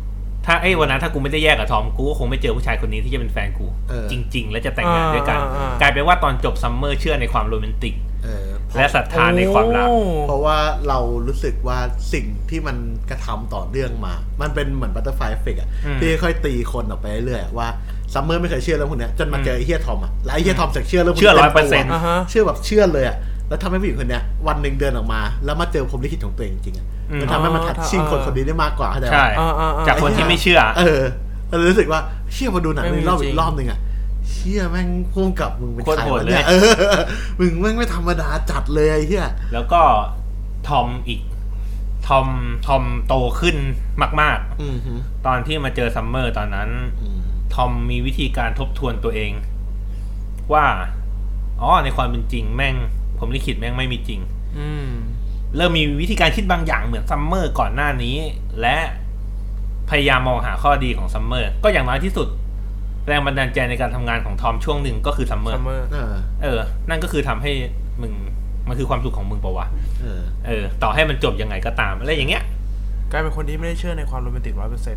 ถ้าวันนั้นถ้ากูไม่ได้แยกกับทอมกูก็คงไม่เจอผู้ชายคนนี้ที่จะเป็นแฟนกูจริงๆและจะแต่งงานด้วยกันกลายเป็นว่าตอนจบซัมเมอร์เชื่อในความโรแมนติกและศรัทธาในความรักเพราะว่าเรารู้สึกว่าสิ่งที่มันกระทำต่อเนื่องมามันเป็นเหมือนบัตเตอร์ไฟเอฟเฟกต์ที่ค่อยตีคนออกไปเรื่อยๆว่าซัมเมอร์ไม่เคยเชื่อเรื่องพวกนี้จนมาเจอไอ้เหี้ยทอมแล้วไอ้เหี้ยทอมเชื่อเรื่องพวกนี้เชื่อ 100% เชื่อแบบเชื่อเลยแล้วทำให้ผู้หญิงคนนี้วันหนึ่งเดินออกมาแล้วมาเจอพรหมลิขิตของตัวเองจริงๆมันทำให้มันทัดชิ่งคนนี้ได้มากกว่าเข้าใจไหมใช่จากคนที่ไม่เชื่อเรารู้สึกว่าเชื่อมาดูหนังอีกรอบนึงเชี่ยแม่งพุ่งกับมึงเป็นใครวะเนี่ยมึงแม่งไม่ธรรมดาจัดเลยไอ้เหี้ยแล้วก็ทอมโตขึ้นมากๆตอนที่มาเจอซัมเมอร์ตอนนั้นทอมมีวิธีการทบทวนตัวเองว่าในความเป็นจริงแม่งผมลิขิตแม่งไม่มีจริงเริ่มมีวิธีการคิดบางอย่างเหมือนซัมเมอร์ก่อนหน้านี้และพยายามมองหาข้อดีของซัมเมอร์ก็อย่างน้อยที่สุดแรงบันดาลใจในการทำงานของทอมช่วงหนึ่งก็คือซัมเมอร์นั่นก็คือทำให้มึงมันคือความสุขของมึงปะวะต่อให้มันจบยังไงก็ตามอะไรอย่างเงี้ยกลายเป็นคนที่ไม่ได้เชื่อในความโรแมนติก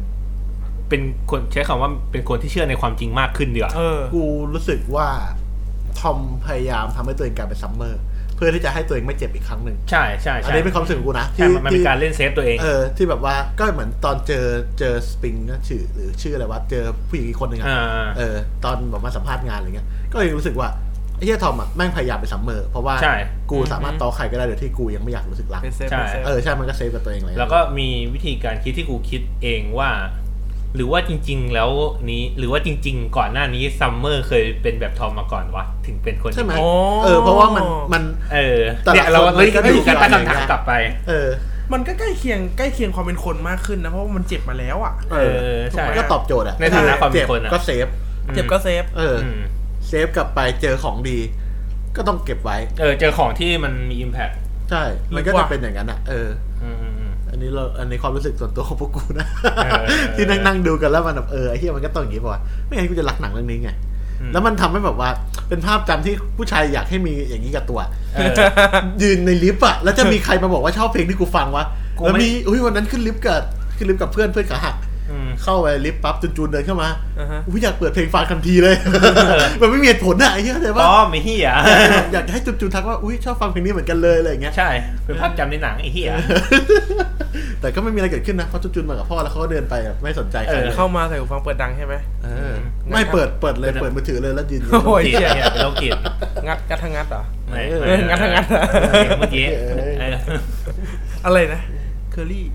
100% เป็นคนใช้คำว่าเป็นคนที่เชื่อในความจริงมากขึ้นดีกว่ากูรู้สึกว่าทอมพยายามทำให้ตัวเองกลายเป็นซัมเมอร์เพื่อที่จะให้ตัวเองไม่เจ็บอีกครั้งหนึ่งใช่ใช่อันนี้เป็นความรู้สึกของกูนะที่มันเป็นการเล่นเซฟตัวเองที่แบบว่าก็เหมือนตอนเจอสปริงนะชื่ออะไรวะเจอผู้หญิงอีกคนหนึ่งตอนแบบมาสัมภาษณ์งานอะไรเงี้ยก็เลยรู้สึกว่าไอ้เหี้ยทอมแม่งพยายามเป็นซัมเมอร์เพราะว่ากูสามารถต่อใครก็ได้โดยที่กูยังไม่อยากรู้สึกรักใช่ใช่มันก็เซฟกับตัวเองเลยแล้วก็มีวิธีการคิดที่กูคิดเองว่าหรือว่าจริงๆแล้วนี้หรือว่าจริงๆก่อนหน้านี้ซัมเมอร์เคยเป็นแบบทอมมาก่อนวะถึงเป็นคนใช่ไหมเพราะว่ามันเนี่ยเราก็ดูการตั้งคำถามกลับไปมันก็ใกล้เคียงความเป็นคนมากขึ้นนะเพราะว่ามันเจ็บมาแล้วใช่มันก็ตอบโจทย์ในฐานะความเป็นคนก็เซฟเจ็บก็เซฟเซฟกลับไปเจอของดีก็ต้องเก็บไว้เจอของที่มันมี impact ใช่มันก็จะเป็นอย่างนั้นอันนี้ความรู้สึกส่วนตัวของพวกกูนะที่นั่งดูกันแล้วมันแบบไอ้เหี้ยมันก็ต้องอย่างนี้ป่ะไม่งั้นกูจะรักหนังเรื่องนี้ไงแล้วมันทำให้แบบว่าเป็นภาพจำที่ผู้ชายอยากให้มีอย่างนี้กับตัวยืนในลิฟต์แล้วจะมีใครมาบอกว่าชอบเพลงที่กูฟังวะแล้วมีวันนั้นขึ้นลิฟต์กับเพื่อนขาหักเข้าไปลิฟต์ปั๊บจูนเดินเข้ามาอยากเปิดเพลงฟังทันทีเลยมันไม่มีเหตุผลอะไอ้เหี้ยแต่ว่าไม่เหี้ยอยากให้จูนทักว่าชอบฟังเพลงนี้เหมือนกันเลยอะไรอย่างเงี้ยใช่เป็นภาพจำในหนังไอ้เหี้ยแต่ก็ไม่มีอะไรเกิดขึ้นนะเพราะจูนมากับพ่อแล้วเขาก็เดินไปไม่สนใจใครเข้ามาใส่หูฟังเปิดดังใช่ไหมไม่เปิดเลยเปิดมือถือเลยแล้วยืนโอ้ยเหี้ยเป็นโรคจิตงัดทั้งงัดเหรองัดทั้งงัดเมื่อกี้อะไรนะเคอรี่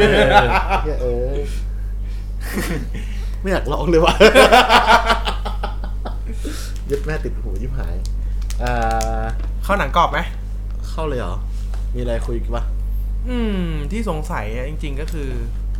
ไม่อยากร้องเลยว่ะยึดแม่ติดหูยิบหายเข้าหนังกรอบไหมเข้าเลยเหรอมีอะไรคุยกันปะที่สงสัยจริงๆก็คือ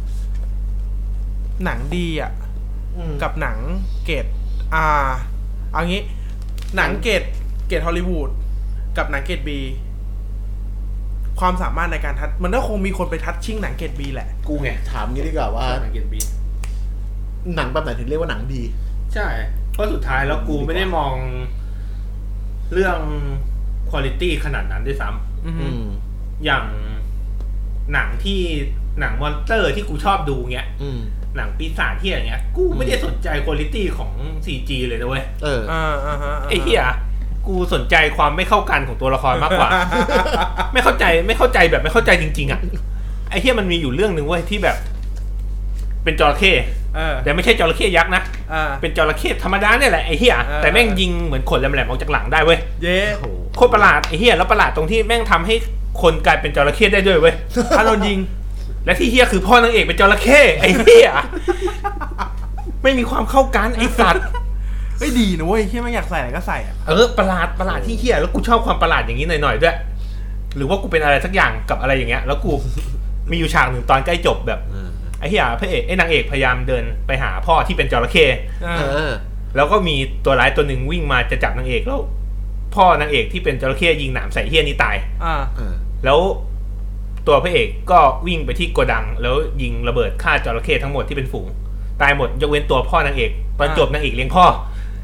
หนังดีกับหนังเกรดเอางี้หนังเกรดฮอลลีวูดกับหนังเกรดบีความสามารถในการทัชมันก็คงมีคนไปทัชชิ่งหนังเกรดบีแหละกูไงถามงี้ดีกว่าว่าหนังเกรดบีหนังแบบไหนถึงเรียกว่าหนังดีใช่เพราะสุดท้ายแล้วกูไม่ได้มองเรื่องควอลิตี้ขนาดนั้นด้วยซ้ำอย่างหนังมอนสเตอร์ที่กูชอบดูเงี้ยหนังปีศาจที่อย่างเงี้ยกูไม่ได้สนใจควอลิตี้ของ CG เลยนะเว้ยไอ้เหี้ยกูสนใจความไม่เข้ากันของตัวละครมากกว่า ไม่เข้าใจแบบไม่เข้าใจจริงๆอ่ะไอ้เหี้ยมันมีอยู่เรื่องนึงเว้ยที่แบบเป็นจระเข้แต่ไม่ใช่จระเข้ยักษ์นะเป็นจระเข้ธรรมดาเนี่ยแหละไอ้เหี้ยแต่แม่งยิงเหมือนขนแหลมๆออกจากหลังได้เว้ยโคตรประหลาดไอ้เหี้ยแล้วประหลาดตรงที่แม่งทำให้คนกลายเป็นจระเข้ได้ด้วยเว้ยถ้าโดนยิงและที่เหี้ยคือพ่อนางเอกเป็นจระเข้ไอ้เหี้ยไม่มีความเข้ากันไอ้สัตว์ไม่ดีนะเว้ยที่ไม่อยากใส่อะไรก็ใส่ประหลาดที่เหี้ยแล้วกูชอบความประหลาดอย่างนี้หน่อยๆด้วยหรือว่ากูเป็นอะไรสักอย่างกับอะไรอย่างเงี้ยแล้วกูมีอยู่ฉากหนึ่งตอนใกล้จบแบบไอ้เหี้ยพระเอกนางเอกพยายามเดินไปหาพ่อที่เป็นจระเข้แล้วก็มีตัวร้ายตัวหนึ่งวิ่งมาจะจับนางเอกแล้วพ่อนางเอกที่เป็นจระเข้ยิงหนามใส่เหี้ยนี่ตายแล้วตัวพระเอกก็วิ่งไปที่โกดังแล้วยิงระเบิดฆ่าจระเข้ทั้งหมดที่เป็นฝูงตายหมดยกเว้นตัวพ่อนางเอกตอนจบนางเอกเลี้ยงพ่อ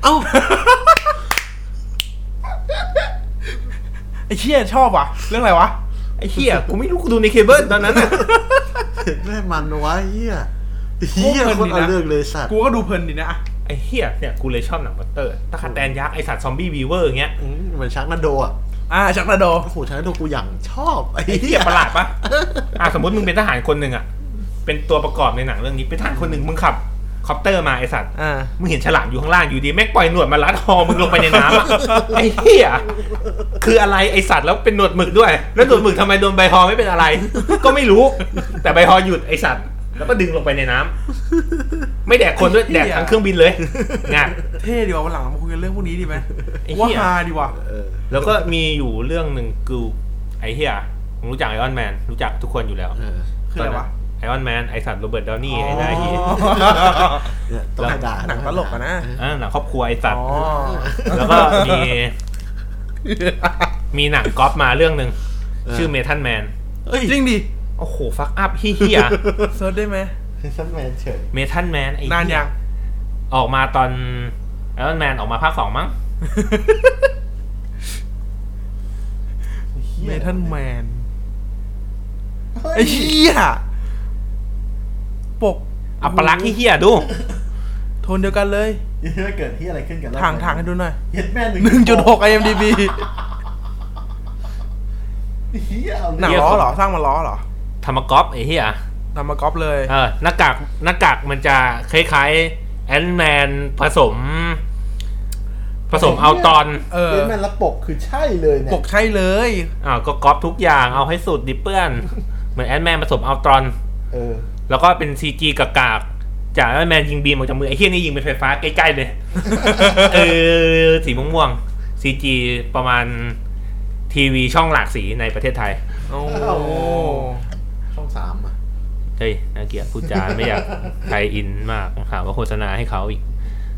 ไอ้เหี้ยชอบว่ะเรื่องอะไรวะไอ้เหี้ยกูไม่รู้กูดูในเคเบิลตอนนั้นน่ะแม่มันวะเหี้ยเฮียคนเอาเรื่องเลยสัตว์กูก็ดูเพลินดีนะไอ้เหี้ยเนี่ยกูเลยชอบหนังมอนสเตอร์ตะขาแตนยักษ์ไอ้สัตว์ซอมบี้วีเวอร์อย่างเงี้ยเหมือนชักนาโดอ่ะชักนาโดโอ้โหชักนาโดกูอย่างชอบไอ้เหี้ยประหลาดปะสมมติมึงเป็นทหารคนหนึ่งอ่ะเป็นตัวประกอบในหนังเรื่องนี้เป็นทหารคนหนึ่งมึงขับคอปเตอร์มาไอ้สัตว์มึงเห็นฉลามอยู่ข้างล่างอยู่ดีแม่งปล่อยหนวดมารัดคอมึงลงไปในน้ำอ่ะไอ้เหี้ยคืออะไรไอ้สัตว์แล้วเป็นหนวดหมึกด้วยแล้วหนวดหมึกทำไมโดนใบฮอไม่เป็นอะไรก็ไม่รู้แต่ใบฮอหยุดไอ้สัตว์แล้วก็ดึงลงไปในน้ำไม่แดกคนด้วยแดกทั้งเครื่องบินเลยงานเท่ดีว่ะวันหลังมาคุยกันเรื่องพวกนี้ดีไหมว่าฮาดีว่ะแล้วก็มีอยู่เรื่องหนึ่งคือไอ้เหี้ยมึงรู้จักไอออนแมนรู้จักทุกคนอยู่แล้วคืออะไรวะไอออนแมนไอสัตว์โรเบิร์ตดาวนี่ไอ้นายฮีต้องให้ด่าหนังตลกอะนะหนังครอบครัวไอสัตว์แล้วก็มีหนังก๊อปมาเรื่องนึงชื่อเมทัลแมนจริงดิโอ้โหฟักอัพเฮียเซิร์ชได้ไหมเมทัลแมนเฉยเมทัลแมนไอ้นานยังออกมาตอนไอออนแมนออกมาภาค 2มั้งเมทัลแมนไอ้เหี้ยปกอัปลักษณ์ที่เหี้ยดูโทนเดียวกันเลยถ้าเกิดที่อะไรขึ้นกันทางให้ดูหน่อยเฮ็ดแม่ 1.6 IMDb หนังล้อเหรอสร้างมาล้อเหรอทำมาก๊อปไอ้เหี้ยทำมาก๊อปเลยหน้ากากมันจะคล้ายๆแอนด์แมนผสมเอาตอนแอนด์แมนแล้วปกคือใช่เลยเนี่ยปกใช่เลยก็ก๊อปทุกอย่างเอาให้สุดดิเปื้อนเหมือนแอนด์แมนผสมเอาตอนแล้วก็เป็น CG กากๆจากแอนด์แมนยิงบีมออกจากมือไอ้เหี้ยนี่ยิงเป็นไฟฟ้าใกล้ๆเลยสีม่วงๆ CG ประมาณทีวีช่องหลากสีในประเทศไทยโอ้ช่อง3อ่ะเฮ้ยน่าเกลียดพูดจาไม่อยากไทยอินมากถามว่าโฆษณาให้เขาอีก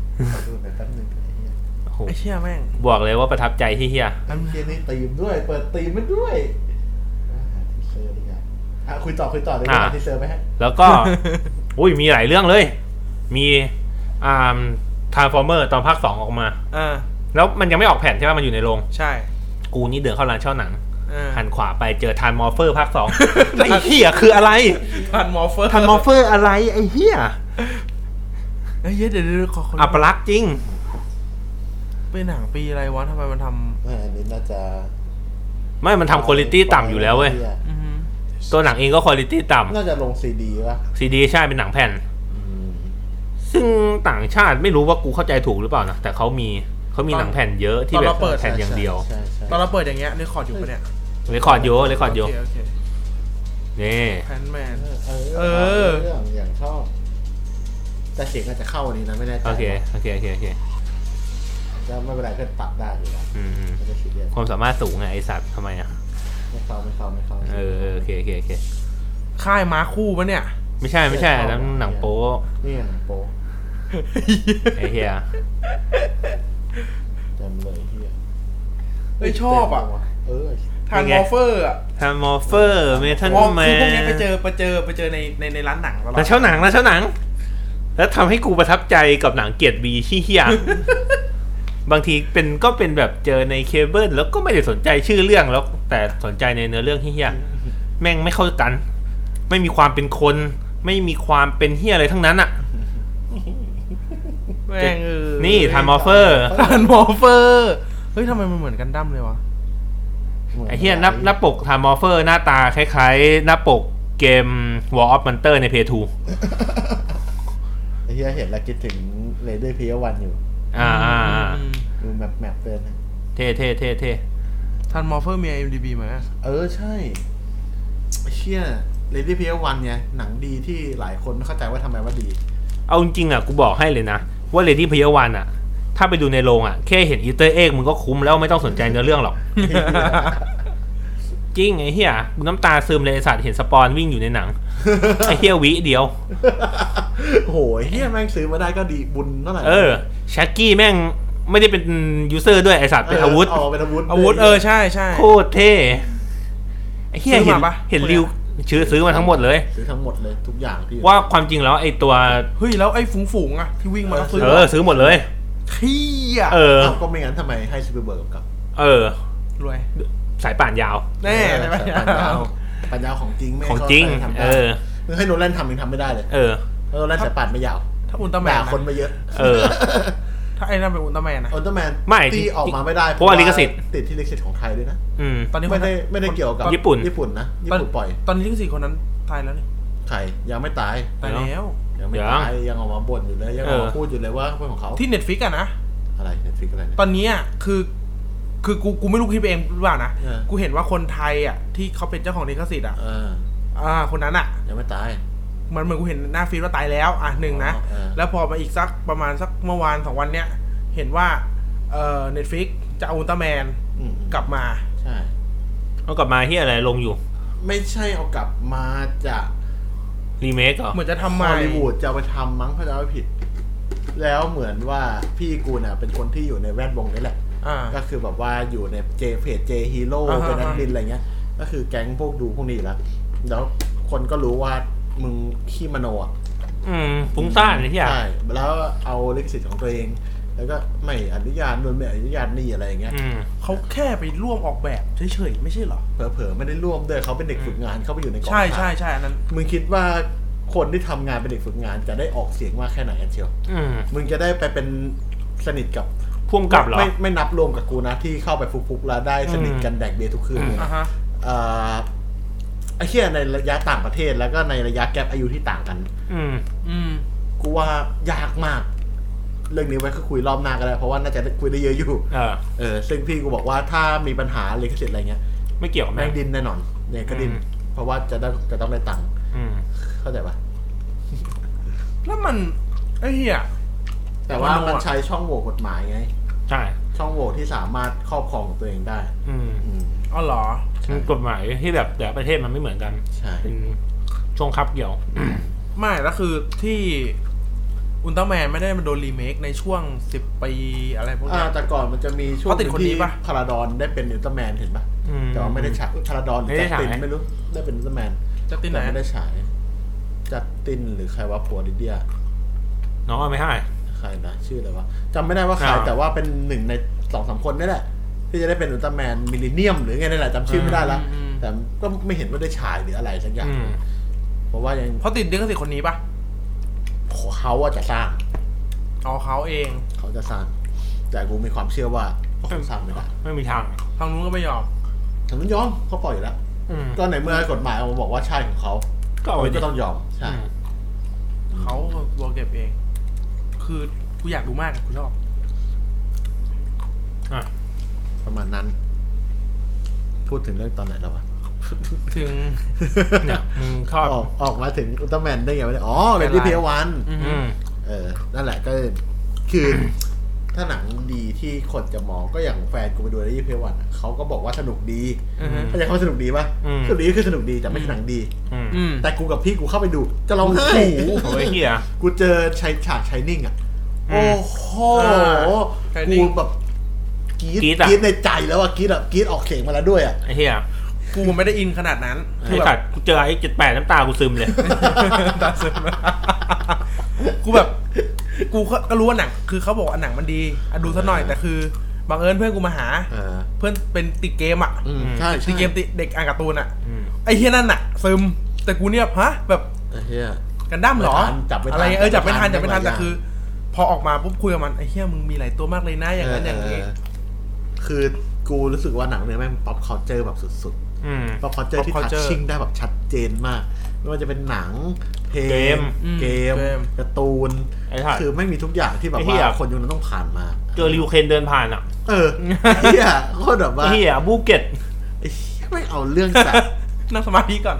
ไอ้เชี่ยแม่งบอกเลยว่าประทับใจที่เฮียเฮียนี่ตีมด้วยเปิดตีมมันด้วยทีเซอร์ดีกว่าคุยต่อได้ทีเซอร์ไหมฮะแล้วก็อุ้ยมีหลายเรื่องเลยมีTransformer ตอนภาค2ออกมาแล้วมันยังไม่ออกแผ่นใช่ไหมมันอยู่ในโรงใช่กูนี่เดินเข้าร้านเช่าหนังหันขวาไปเจอTransformer ภาค2ไอ้เหี้ยคืออะไรTransformer อะไรไอ้เหี้ยไอ้เหี้ยเดี๋ยวขออัปลักษณ์จริงเป็นหนังปีอะไรวะทำไมมันทำอันนี้น่าจะไม่มันทำคุณภาพต่ำอยู่แล้วเว้ยตัวหนังเองก็คุณภาพต่ำน่าจะลงซีดีป่ะซีดีใช่เป็นหนังแผ่นซึ่งต่างชาติไม่รู้ว่ากูเข้าใจถูกหรือเปล่านะแต่เขามีหนังแผ่นเยอะที่แบบแผ่นอย่างเดียวตอนเราเปิดอย่างเงี้ยเรคคอร์ดอยู่ปะเนี่ยเรคคอร์ดอยู่นี่แพนแมนอย่างชอบแต่เสียงอาจจะเข้าวันนี้นะไม่แน่ใจโอเคจะไม่เป็นไรก็ปรับได้อยู่แล้วความสามารถสูงไงไอสัตว์ทำไมอ่ะไม่เข้าโอเคค่ายม้าคู่ปะเนี่ยไม่ใช่แล้วหนังโป๊นี่หนังโป๊ไอ้เหี้ยจำเลยเหี้ยไม่ชอบอ่ะทางมอร์เฟอร์เมทัลแมนคือพวกนี้ไปเจอในร้านหนังตลอดแล้วเช่าหนังแล้วทำให้กูประทับใจกับหนังเกียรติบีที่เหี้ยบางทีก็เป็นแบบเจอในเคเบิลแล้วก็ไม่ได้สนใจชื่อเรื่องแล้วแต่สนใจในเนื้อเรื่องที่เหี้ยแม่งไม่เข้ากันไม่มีความเป็นคนไม่มีความเป็นเหี้ยอะไรทั้งนั้นอ่ะแม่งนี่ทานมอร์เฟอร์เฮ้ยทำไมมันเหมือนกันดั้มเลยวะไอ้เหี้ยหน้าปกทานมอร์เฟอร์หน้าตาคล้ายๆหน้าปกเกม War of Monster ใน PS2 ไอ้เหี้ยเห็นแล้วคิดถึง Ready Player One อยู่ดูแมปเป็นเท่ทันมอร์เฟอร์มี IMDb ไหมใช่เชี่ย Ready Player One ไงหนังดีที่หลายคนไม่เข้าใจว่าทำไมว่าดีเอาจริงๆอ่ะกูบอกให้เลยนะว่า Ready Player One อ่ะถ้าไปดูในโรงอ่ะแค่เห็นอีสเตอร์เอ็กมึงก็คุ้มแล้วไม่ต้องสนใจเนื้อเรื่องหรอกจริงไอ้เหี้ยน้ำตาซึมเลยสัตว์เห็นสปอนวิ่งอยู่ในหนังไอ้เหี้ยวิเดียวโหเหี้ยแม่งซื้อมาได้ก็ดีบุญเท่าไหร่ชักกี้แม่งไม่ได้เป็นยูเซอร์ด้วยไอ้สัตว์เป็นอาวุธเป็นอาวุธใช่โคตรเท่ไอ้เหี้ยเห็นริวซื้อมาทั้งหมดเลยซื้อทั้งหมดเลยทุกอย่างที่ว่าความจริงแล้วไอ้ตัวเฮ้ยแล้วไอ้ฝูงอ่ะที่วิ่งมาต้องซื้อหมดเลยขี้อ่ะก็ไม่งั้นทำไมให้สปีลเบิร์กกับรวยสายป่านยาวแน่ป่านยาวของจริงไม่ของจริงมึงให้โนแลนทำยังทำไม่ได้เลยแล้วแล่นสายป่านไม่ยาวถ้าอุลตร้าแมนคนไม่เยอะถ้าไอ้นั่นเป็นอุลตร้าแมนนะอุลตร้าแมนที่ออกมาไม่ได้เพราะว่าลิขสิทธิ์ติดที่ลิขสิทธิ์ของไทยด้วยนะตอนนี้ไม่ได้เกี่ยวกับญี่ปุ่นนะญี่ปุ่นปล่อยตอนนี้ลิขสิทธิ์คนนั้นตายแล้วนี่ใครยังไม่ตายแล้วยังไม่ตายยังออกมาบ่นอยู่เลยยังออกมาพูดอยู่เลยว่าเป็นของเขาที่ Netflix อะนะอะไร Netflix อะไรตอนนี้อะคือกูไม่รู้คิดเองหรือเปล่านะกูเห็นว่าคนไทยอะที่เขาเป็นเจ้าของลิขสิทธิ์อะคนนั้นอะยังไม่ตายมันเหมือนกูเห็นหน้าฟีดว่าตายแล้วหนึ่งนะแล้วพอมาอีกสักประมาณสักเมื่อวาน2 วันเนี้ยเห็นว่าNetflix จะเอาอุลตร้าแมนกลับมาใช่เอากลับมาที่อะไรลงอยู่ไม่ใช่เอากลับมาจากรีเมคเหรอเหมือนจะทำใหม่ฮอลลีวูดจะไปทำมั้งถ้าจะไม่ผิดแล้วเหมือนว่าพี่กูน่ะเป็นคนที่อยู่ในแวดวงนี้แหละก็คือแบบว่าอยู่ในเพจ J Hero เป็นนักบินอะไรเงี้ยก็คือแก๊งพวกดูพวกนี้แล้วคนก็รู้ว่ามึงขี้มโนอ่ะฟุ้งซ่านที่ใช่แล้วเอาลิขสิทธิ์ของตัวเองแล้วก็ไม่อนุญาตนู่นไม่อนุญาตนี่อะไรอย่างเงี้ยเขาแค่ไปร่วมออกแบบเฉยๆไม่ใช่เหรอเผลอๆไม่ได้ร่วมด้วยเขาเป็นเด็กฝึกงานเขาไปอยู่ในกองใช่อันนั้นมึงคิดว่าคนที่ทำงานเป็นเด็กฝึกงานจะได้ออกเสียงว่าแค่ไหนกันเชียวมึงจะได้ไปเป็นสนิทกับพ่วงกับเหรอไม่นับรวมกับกูนะที่เข้าไปฟุกๆแล้วได้สนิทกันแดกเบียร์ทุกคืนเลยไอ้เหี้ยในระยะต่างประเทศแล้วก็ในระยะแกปอายุที่ต่างกันกูว่ายากมากเรื่องนี้ไว้ก็คุยรอบหน้าก็ได้เพราะว่าน่าจะคุยได้เยอะอยู่ซึ่งพี่กูบอกว่าถ้ามีปัญหาลิขสิทธิ์อะไรเงี้ยไม่เกี่ยวกับแม่งดินแน่นอนเนี่ยก็ดินเพราะว่าจะต้องได้ตังค์เข้าใจปะแล้วมันไอ้เหี้ยแต่ว่ามันใช้ช่องโหว่กฎหมายไงใช่ช่องโหว่ที่สามารถครอบครองตัวเองได้อ๋อเหรอกฎหมายที่แบบแต่ประเทศมันไม่เหมือนกันใช่เป็นช่วงคับเกี่ยวไม่แล้วคือที่อุลตร้าแมนไม่ได้มาโดนรีเมคในช่วง10 ปีอะไรพวกนี้แต่ก่อนมันจะมีช่วงที่พาราดอนได้เป็นอุลตร้าแมนเห็นปะแต่ว่าไม่ได้ฉายพาราดอนหรือจัสตินไม่รู้ได้เป็นอุลตร้าแมนจัสตินไหนไม่ได้ฉายจัสตินหรือใครวะผัวดิเดียน้องไม่ให้ใครนะชื่ออะไรวะจำไม่ได้ว่าใครแต่ว่าเป็นหนึ่งใน 2-3 คนนี่แหละที่จะได้เป็นอุลตร้าแมนมิลเลนเนียมหรือไงนี่แหละจำชื่อไม่ได้ละแต่ก็ไม่เห็นว่าได้ฉายหรืออะไรสักอย่างเพราะว่ายังเพราะติดลิขสิทธิ์คนนี้ปะเขาว่าจะสร้างเขาเองเขาจะสร้างแต่กูมีความเชื่อว่าเขาสร้างไม่ได้ไม่มีทางทางนู้นก็ไม่ยอมทางนู้นยอมเขาปล่อยอยู่แล้วก็ในเมื่อกฎหมายออกมาบอกว่าใช่ของเขาก็ต้องยอมใช่เขาตัวเก็บเองคือกูอยากดูมากกูชอบประมาณนั้นพูดถึงเรื่องตอนไหนแล้ววะถึงเนี่ยชอบออกมาถึงอุลตร้าแมนได้ไงวะเนี่ยเป็นที่เพย์วันนั่นแหละก็คือถ้าหนังดีที่คนจะมองก็อย่างแฟนกูไปดูในที่เพย์วันเขาก็บอกว่าสนุกดีเขาจะเขาสนุกดีป่ะสนุกดีคือสนุกดีแต่ไม่ใช่หนังดีแต่กูกับพี่กูเข้าไปดูจะร้องไห้โอ้ยเหี้ยกูเจอฉากชายนิ่งอ่ะโอ้โหกูแบบกรี๊ดในใจแล้วอ่ะกรี๊ดออกเสียงมาแล้วด้วยอ่ะไอ้เหี้ยกูไม่ได้อินขนาดนั้นคือแบบกูเจอไอ้78น้ำตากูซึมเลยตาซึมกูแบบกูก็รู้ว่าหนังคือเขาบอกว่าหนังมันดีดูซะหน่อยแต่คือบังเอิญเพื่อนกูมาหาเพื่อนเป็นติดเกมอ่ะใช่ติดเกมเด็กอ่านการ์ตูนอ่ะไอ้เหี้ยนั่นน่ะซึมแต่กูเนี่ยฮะแบบไอ้เหี้ยกันดั้มเหรออะไรจับไม่ทันแต่คือพอออกมาปุ๊บคุยกับมันไอ้เหี้ยมึงมีหลายตัวมากเลยนะอย่างนั้นอย่างนี้คือกูรู้สึกว่าหนังเนี่ยแม่งป๊อปคัลเจอร์แบบสุดๆป๊อปคัลเจอร์ที่ทัชชิ่งได้แบบชัดเจนมากไม่ว่าจะเป็นหนังเพลงเกมการ์ตูนคือไม่มีทุกอย่างที่แบบว่าคนยุคนั้นต้องผ่านมาเจอริวเคนเดินผ่านอ่ะเฮียโคตรแบบว่าเฮียบูเก็ตไม่เอาเรื่องแบบนั่งสมาธิก่อน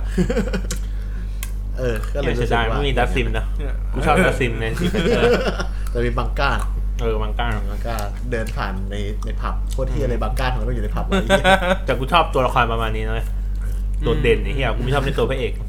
ก็เลยรู้สึกว่าไม่มีดัซซิมนะกูชอบดัซซิมในที่แต่มีบังก้าบังก้าเดินผ่านในผับโคตรเฮียอะไรบังก้าของต้องอยู่ในผับเลยแต่กูชอบตัวละครประมาณนี้นะโดดเด่นไอ้เหี้ยกูไม่ชอบในตัวพระเอก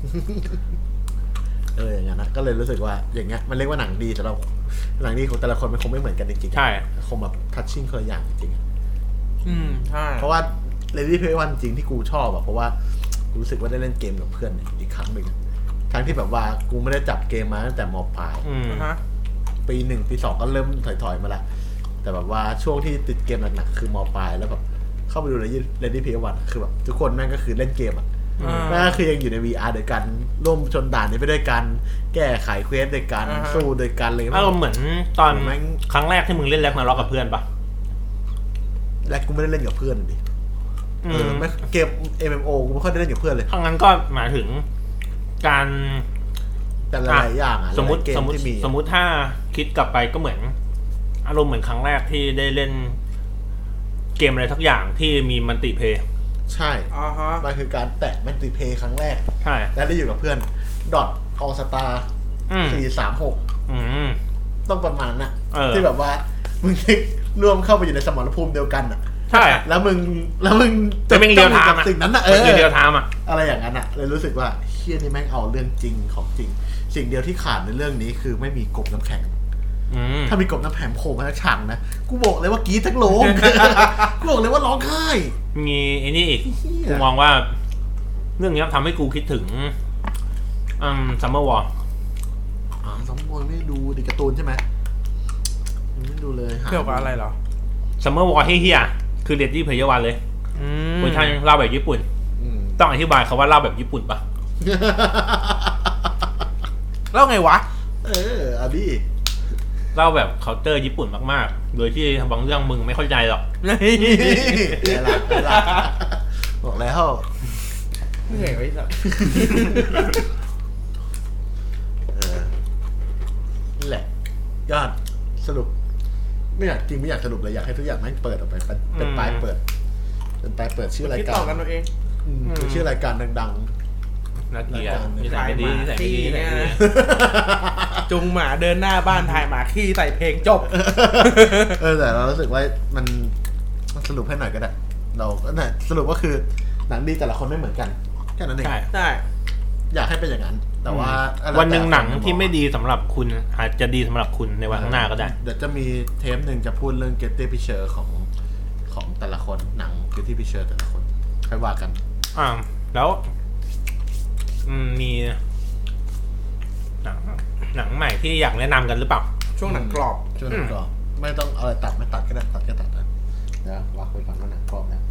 อย่างนั้นนะก็เลยรู้สึกว่าอย่างเงี้ยมันเรียกว่าหนังดีแต่เราหนังดีของแต่ละคนมันคงไม่เหมือนกันจริงๆใช่คงแบบทัชชิ่งคนละอย่างจริงๆใช่เพราะว่าReady Player Oneจริงที่กูชอบเพราะว่ากูรู้สึกว่าได้เล่นเกมกับเพื่อนอีกครั้งหนึ่งทั้งที่แบบว่ากูไม่ได้จับเกมมาตั้งแต่ม.ปลายปี 1 ปี 2ก็เริ่มถอยๆมาละแต่แบบว่าช่วงที่ติดเกมหนักๆคือม.ปลายแล้วแบบเข้าไปดูReady Player Oneคือแบบทุกคนแม่งก็คือเล่นเกมนั่นก็คือยังอยู่ใน VR ด้วยกันร่วมชนด่านนี้ไปด้วยกันแก้ไขเควสด้วยกันสู้ด้วยกันเลยอารมณ์เหมือนตอนครั้งแรกที่มึงเล่นแร็กนาร็อกกับเพื่อนปะแร็กกูไม่ได้เล่นกับเพื่อนดิไม่เกม MMO กูไม่ค่อยได้เล่นกับเพื่อนเลยทั้งนั้นก็หมายถึงการแต่หลายอย่างสมมติถ้าคิดกลับไปก็เหมือนอารมณ์เหมือนครั้งแรกที่ได้เล่นเกมอะไรทักอย่างที่มีมัลติเพลย์ใช่มันคือการแตะมัลติเพลย์ครั้งแรกใช่และได้อยู่กับเพื่อนAll Star 436ต้องประมาณน่ะที่แบบว่ามึงร่วมเข้าไปอยู่ในสมรภูมิเดียวกันอ่ะใช่แล้วมึงจะเป็นเรียวไทม์สิ่งนั้นน่ะเรียวไทม์อะไรอย่างนั้นอ่ะเลยรู้สึกว่าเฮียนี่แม่งเอาเรื่องจริงของจริงสิ่งเดียวที่ขาดในเรื่องนี้คือไม่มีกบน้ำแข็งถ้ามีกบน้ำแข็งโผล่มาทั้งฉากนะกูบอกเลยว่ากรี๊ดทั้งโรงกูบอกเลยว่าร้องไห้มีไอ้นี่อีกกูมองว่าเรื่องนี้ทำให้กูคิดถึงซัมเมอร์วอร์ซัมเมอร์วอร์ไม่ดูดิการ์ตูนใช่ไหมไม่ดูเลยเกี่ยวกับอะไรเหรอซัมเมอร์วอร์เฮียคือเรียนที่เพย์วันเลยคุณท่านเล่าแบบญี่ปุ่นต้องอธิบายเขาว่าเล่าแบบญี่ปุ่นปะเล่าไงวะอาบี้เล่าแบบเคาน์เตอร์ญี่ปุ่นมากๆโดยที่บางเรื่องมึงไม่เข้าใจหรอกบอกแล้วเหนื่อยไว้สักนี่แหละยอดสรุปไม่อยากสรุปเลยอยากให้ทุกอย่างแม่งเปิดออกไปเป็นปลายเปิดชื่อรายการต่อกันตัวเองชื่อรายการดังนักเกียร์นิสัยไม่ดีจุงหมาเดินหน้าบ้านถ่ายหมาขี้ใส่เพลงจบแต่เรารู้สึกว่ามันสรุปให้หน่อยก็ได้เราก็สรุปว่าคือหนังดีแต่ละคนไม่เหมือนกันแค่นั้นเองใช่อยากให้เป็นอย่างนั้นแต่ว่าวันหนึ่งหนังที่ไม่ดีสำหรับคุณอาจจะดีสำหรับคุณในวันข้างหน้าก็ได้เดี๋ยวจะมีเทปหนึ่งจะพูดเรื่อง Guilty Pleasure ของแต่ละคนหนัง Guilty Pleasure แต่ละคนค่อยว่ากันแล้วมีหนังใหม่ที่อยากแนะนำกันหรือเปล่าช่วงหนังกรอบไม่ต้องอะไรตัดไม่ตัดก็ได้ตัดก็ตัดนะเดี๋ยววางไว้ก่อนว่าหนังกรอบนะ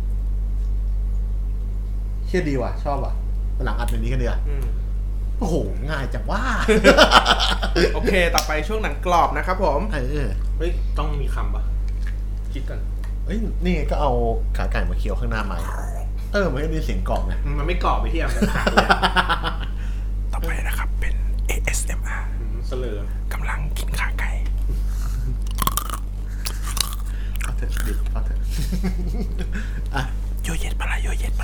เชื่อดีว่ะชอบว่ะหลังอัดในนี้กันดีอ่ะโอ้โหง่ายจังว่าโอเคต่อไปช่วงหนังกรอบนะครับผมเฮ้ยต้องมีคำป่ะคิดกันนี่ก็เอาขาไก่มาเคี้ยวข้างหน้าใหม่มันไม่มีเสียงกรอบไงมันไม่กรอบไปที่มันขาดเลยต่อไปนะครับเป็น ASMR เสลอกำลังกินขาไก่เอาเถอะดิเอาเถอะโยเย็ดปะล่ะ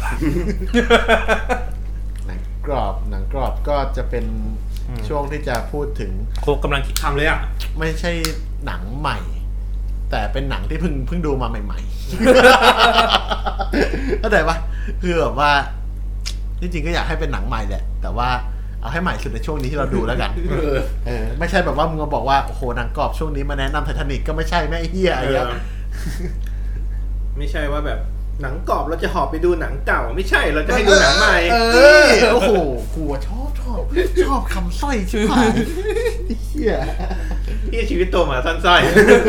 หนังกรอบก็จะเป็นช่วงที่จะพูดถึงโคกำลังคิดคำเลยอ่ะไม่ใช่หนังใหม่แต่เป็นหนังที่เพิ่งดูมาใหม่ๆเข้าใจปะคือแบบว่าจริงๆก็อยากให้เป็นหนังใหม่แหละแต่ว่าเอาให้ใหม่สุดในช่วงนี้ที่เราดูแล้วกันไม่ใช่แบบว่ามึงมาบอกว่าโอ้โหหนังกรอบช่วงนี้มาแนะนำไททานิคก็ไม่ใช่แม่เหี้ยอะไรอย่างไม่ใช่ว่าแบบหนังกรอบเราจะหอบไปดูหนังเก่าไม่ใช่เราจะให้ดูหนังใหม่โอ้โหกูชอบคำสร้อยชิบหายเหี้ยที่ชีวิตโตมาสั้นสร้อย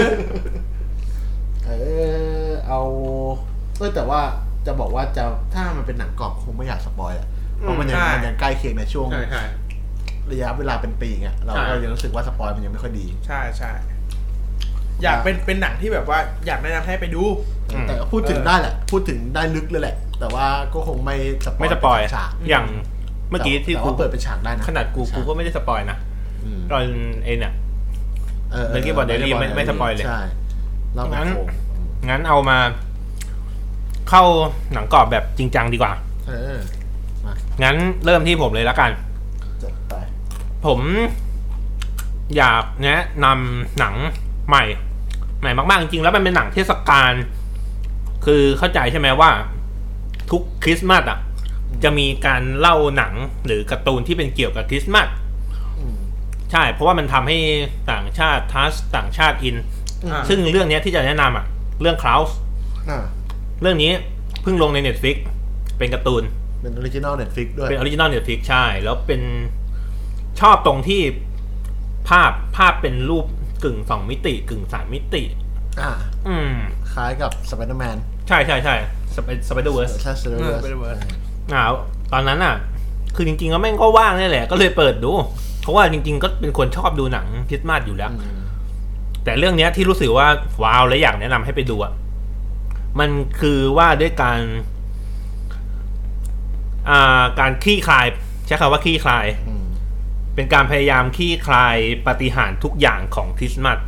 เอาแต่ว่าจะบอกว่าถ้ามันเป็นหนังกรอบคงไม่อยากสปอยอ่ะเพราะมันยังใกล้เคียงในช่วงระยะเวลาเป็นปีไงเราก็ยังรู้สึกว่าสปอยมันยังไม่ค่อยดีใช่อยากเป็นหนังที่แบบว่าอยากแนะนำให้ไปดูแต่พูดถึงได้แหละพูดถึงได้ลึกเลยแหละแต่ว่าก็คงไม่สปอยฉากอย่างเมื่อกี้ที่กูเปิดเป็นฉากได้นะขนาดกูก็ไม่ได้สปอยนะตอนเนี่ยเมื่อกี้บอกเดลี่ไม่สปอยเลยใช่งั้นเอามาเข้าหนังกรอบแบบจริงจังดีกว่างั้นเริ่มที่ผมเลยแล้วกันผมอยากแนะนำหนังใหม่มากๆจริงๆแล้วมันเป็นหนังเทศกาลคือเข้าใจใช่ไหมว่าทุกคริสต์มาสจะมีการเล่าหนังหรือการ์ตูนที่เป็นเกี่ยวกับคริสต์มาสใช่เพราะว่ามันทำให้ต่างชาติทัชต่างชาติอินซึ่งเรื่องนี้ที่จะแนะนำเรื่อง Klaus เรื่องนี้เพิ่งลงใน Netflix เป็นการ์ตูนเป็นออริจินอล Netflix ด้วยเป็นออริจินอล Netflix ใช่แล้วเป็นชอบตรงที่ภาพเป็นรูปกึ่ง2มิติกึ่ง3มิติคล้ายกับ Spider-Man ใช่ Spider-Verse ตอนนั้นอ่ะคือจริงๆแล้วแม่งก็ว่างนี่แหละก็เลยเปิดดูเพราะว่าจริงๆก็เป็นคนชอบดูหนังคริสต์มาสอยู่แล้วแต่เรื่องนี้ที่รู้สึกว่าว้าวและอยากแนะนำให้ไปดูอ่ะมันคือว่าด้วยการคลี่คลายใช้คำว่าคลี่คลายเป็นการพยายามคลี่คลายปาฏิหาริย์ทุกอย่างของคริสต์มาส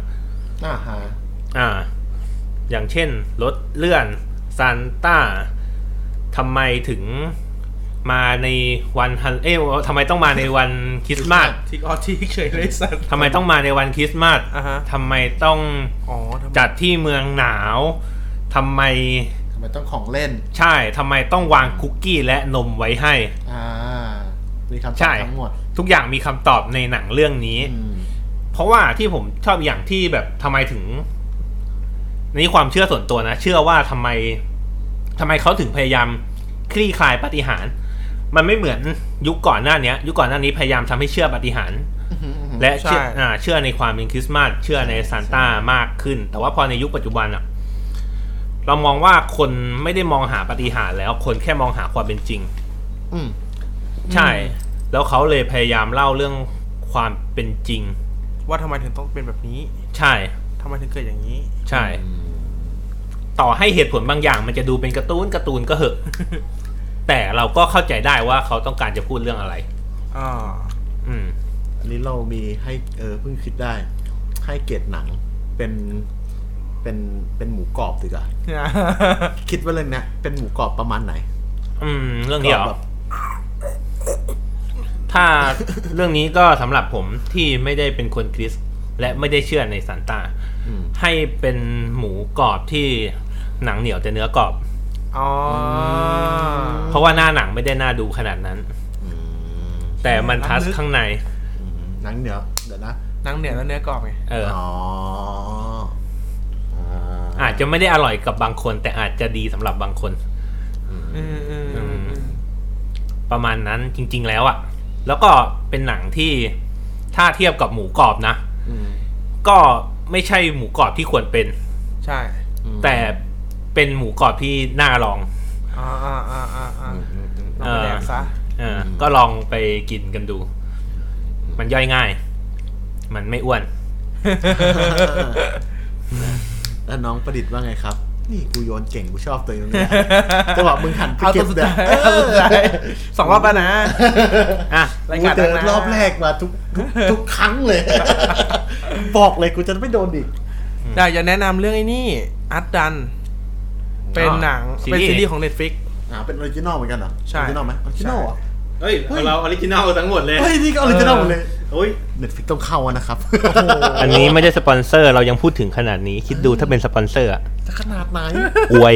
อย่างเช่นรถเลื่อนซานต้าทำไมถึงมาในวันทำไมต้องมาในวันคริสต์มาสที่เฉยเลยสัตว์ทำไมต้องมาในวันคริสต์มาสทำไมต้องจัดที่เมืองหนาวทำไมต้องของเล่นใช่ทำไมต้องวางคุกกี้และนมไว้ให้มีคำตอบทั้งหมดทุกอย่างมีคำตอบในหนังเรื่องนี้เพราะว่าที่ผมชอบอย่างที่แบบทำไมถึงนี่ความเชื่อส่วนตัวนะเชื่อว่าทำไมเขาถึงพยายามคลี่คลายปาฏิหาริย์มันไม่เหมือนยุคก่อนหน้านี้พยายามทำให้เชื่อปาฏิหาริย์และเชื่อในความเป็นคริสต์มาสเชื่อในซานต้ามากขึ้นแต่ว่าพอในยุคปัจจุบันอะเรามองว่าคนไม่ได้มองหาปาฏิหาริย์แล้วคนแค่มองหาความเป็นจริงใช่แล้วเขาเลยพยายามเล่าเรื่องความเป็นจริงว่าทำไมถึงต้องเป็นแบบนี้ใช่ทำไมถึงเกิดอย่างนี้ใช่ต่อให้เหตุผลบางอย่างมันจะดูเป็นการ์ตูนก็เหอะ แต่เราก็เข้าใจได้ว่าเขาต้องการจะพูดเรื่องอะไรอันนี้เรามีให้เพิ่งคิดได้ให้เกรดหนังเป็นหมูกรอบดีกว่า คิดว่าเรื่องนี้เป็นหมูกรอบประมาณไหนเรื่องนี้เหรอถ้าเรื่องนี้ก็สำหรับผมที่ไม่ได้เป็นคนคริสต์และไม่ได้เชื่อในซานต้าให้เป็นหมูกรอบที่หนังเหนียวแต่เนื้อกรอบเพราะว่าหน้าหนังไม่ได้น่าดูขนาดนั้นแต่มันทัชข้างในหนังเหนียวเดี๋ยวนะหนังเหนียวแล้วเนื้อกรอบไงอาจจะไม่ได้อร่อยกับบางคนแต่อาจจะดีสำหรับบางคนประมาณนั้นจริงๆแล้วอ่ะแล้วก็เป็นหนังที่ถ้าเทียบกับหมูกรอบนะก็ไม่ใช่หมูกรอบที่ควรเป็นใช่แต่เป็นหมูกรอบที่น่าลองลองไปแดกซะก็ลองไปกินกันดูมันย่อยง่ายมันไม่อ้วนแล้วน้องประดิษฐ์ว่าไงครับนี่กูโยนเก่งกูชอบตัวนี้จังหวะมึงหันไปเก็บเนี่ย2 รอบแล้วนะรายการรอบแรกมาทุกครั้งเลยบอกเลยกูจะไม่โดนดิได้จะแนะนำเรื่องไอ้นี่อัดดันเป็นหนังเป็นซีรีส์ของ Netflix เป็นออริจินอลเหมือนกันเหรอใช่ออริจินอลไหมออริจินอลเหรอเฮ้ยเราออริจินอลทั้งหมดเลยเฮ้ยนี่ก็ออริจินอลหมดเลยโอ้ย Netflix ต้องเข้านะครับอันนี้ไม่ได้สปอนเซอร์เรายังพูดถึงขนาดนี้คิดดูถ้าเป็นสปอนเซอร์จะขนาดไหนอวย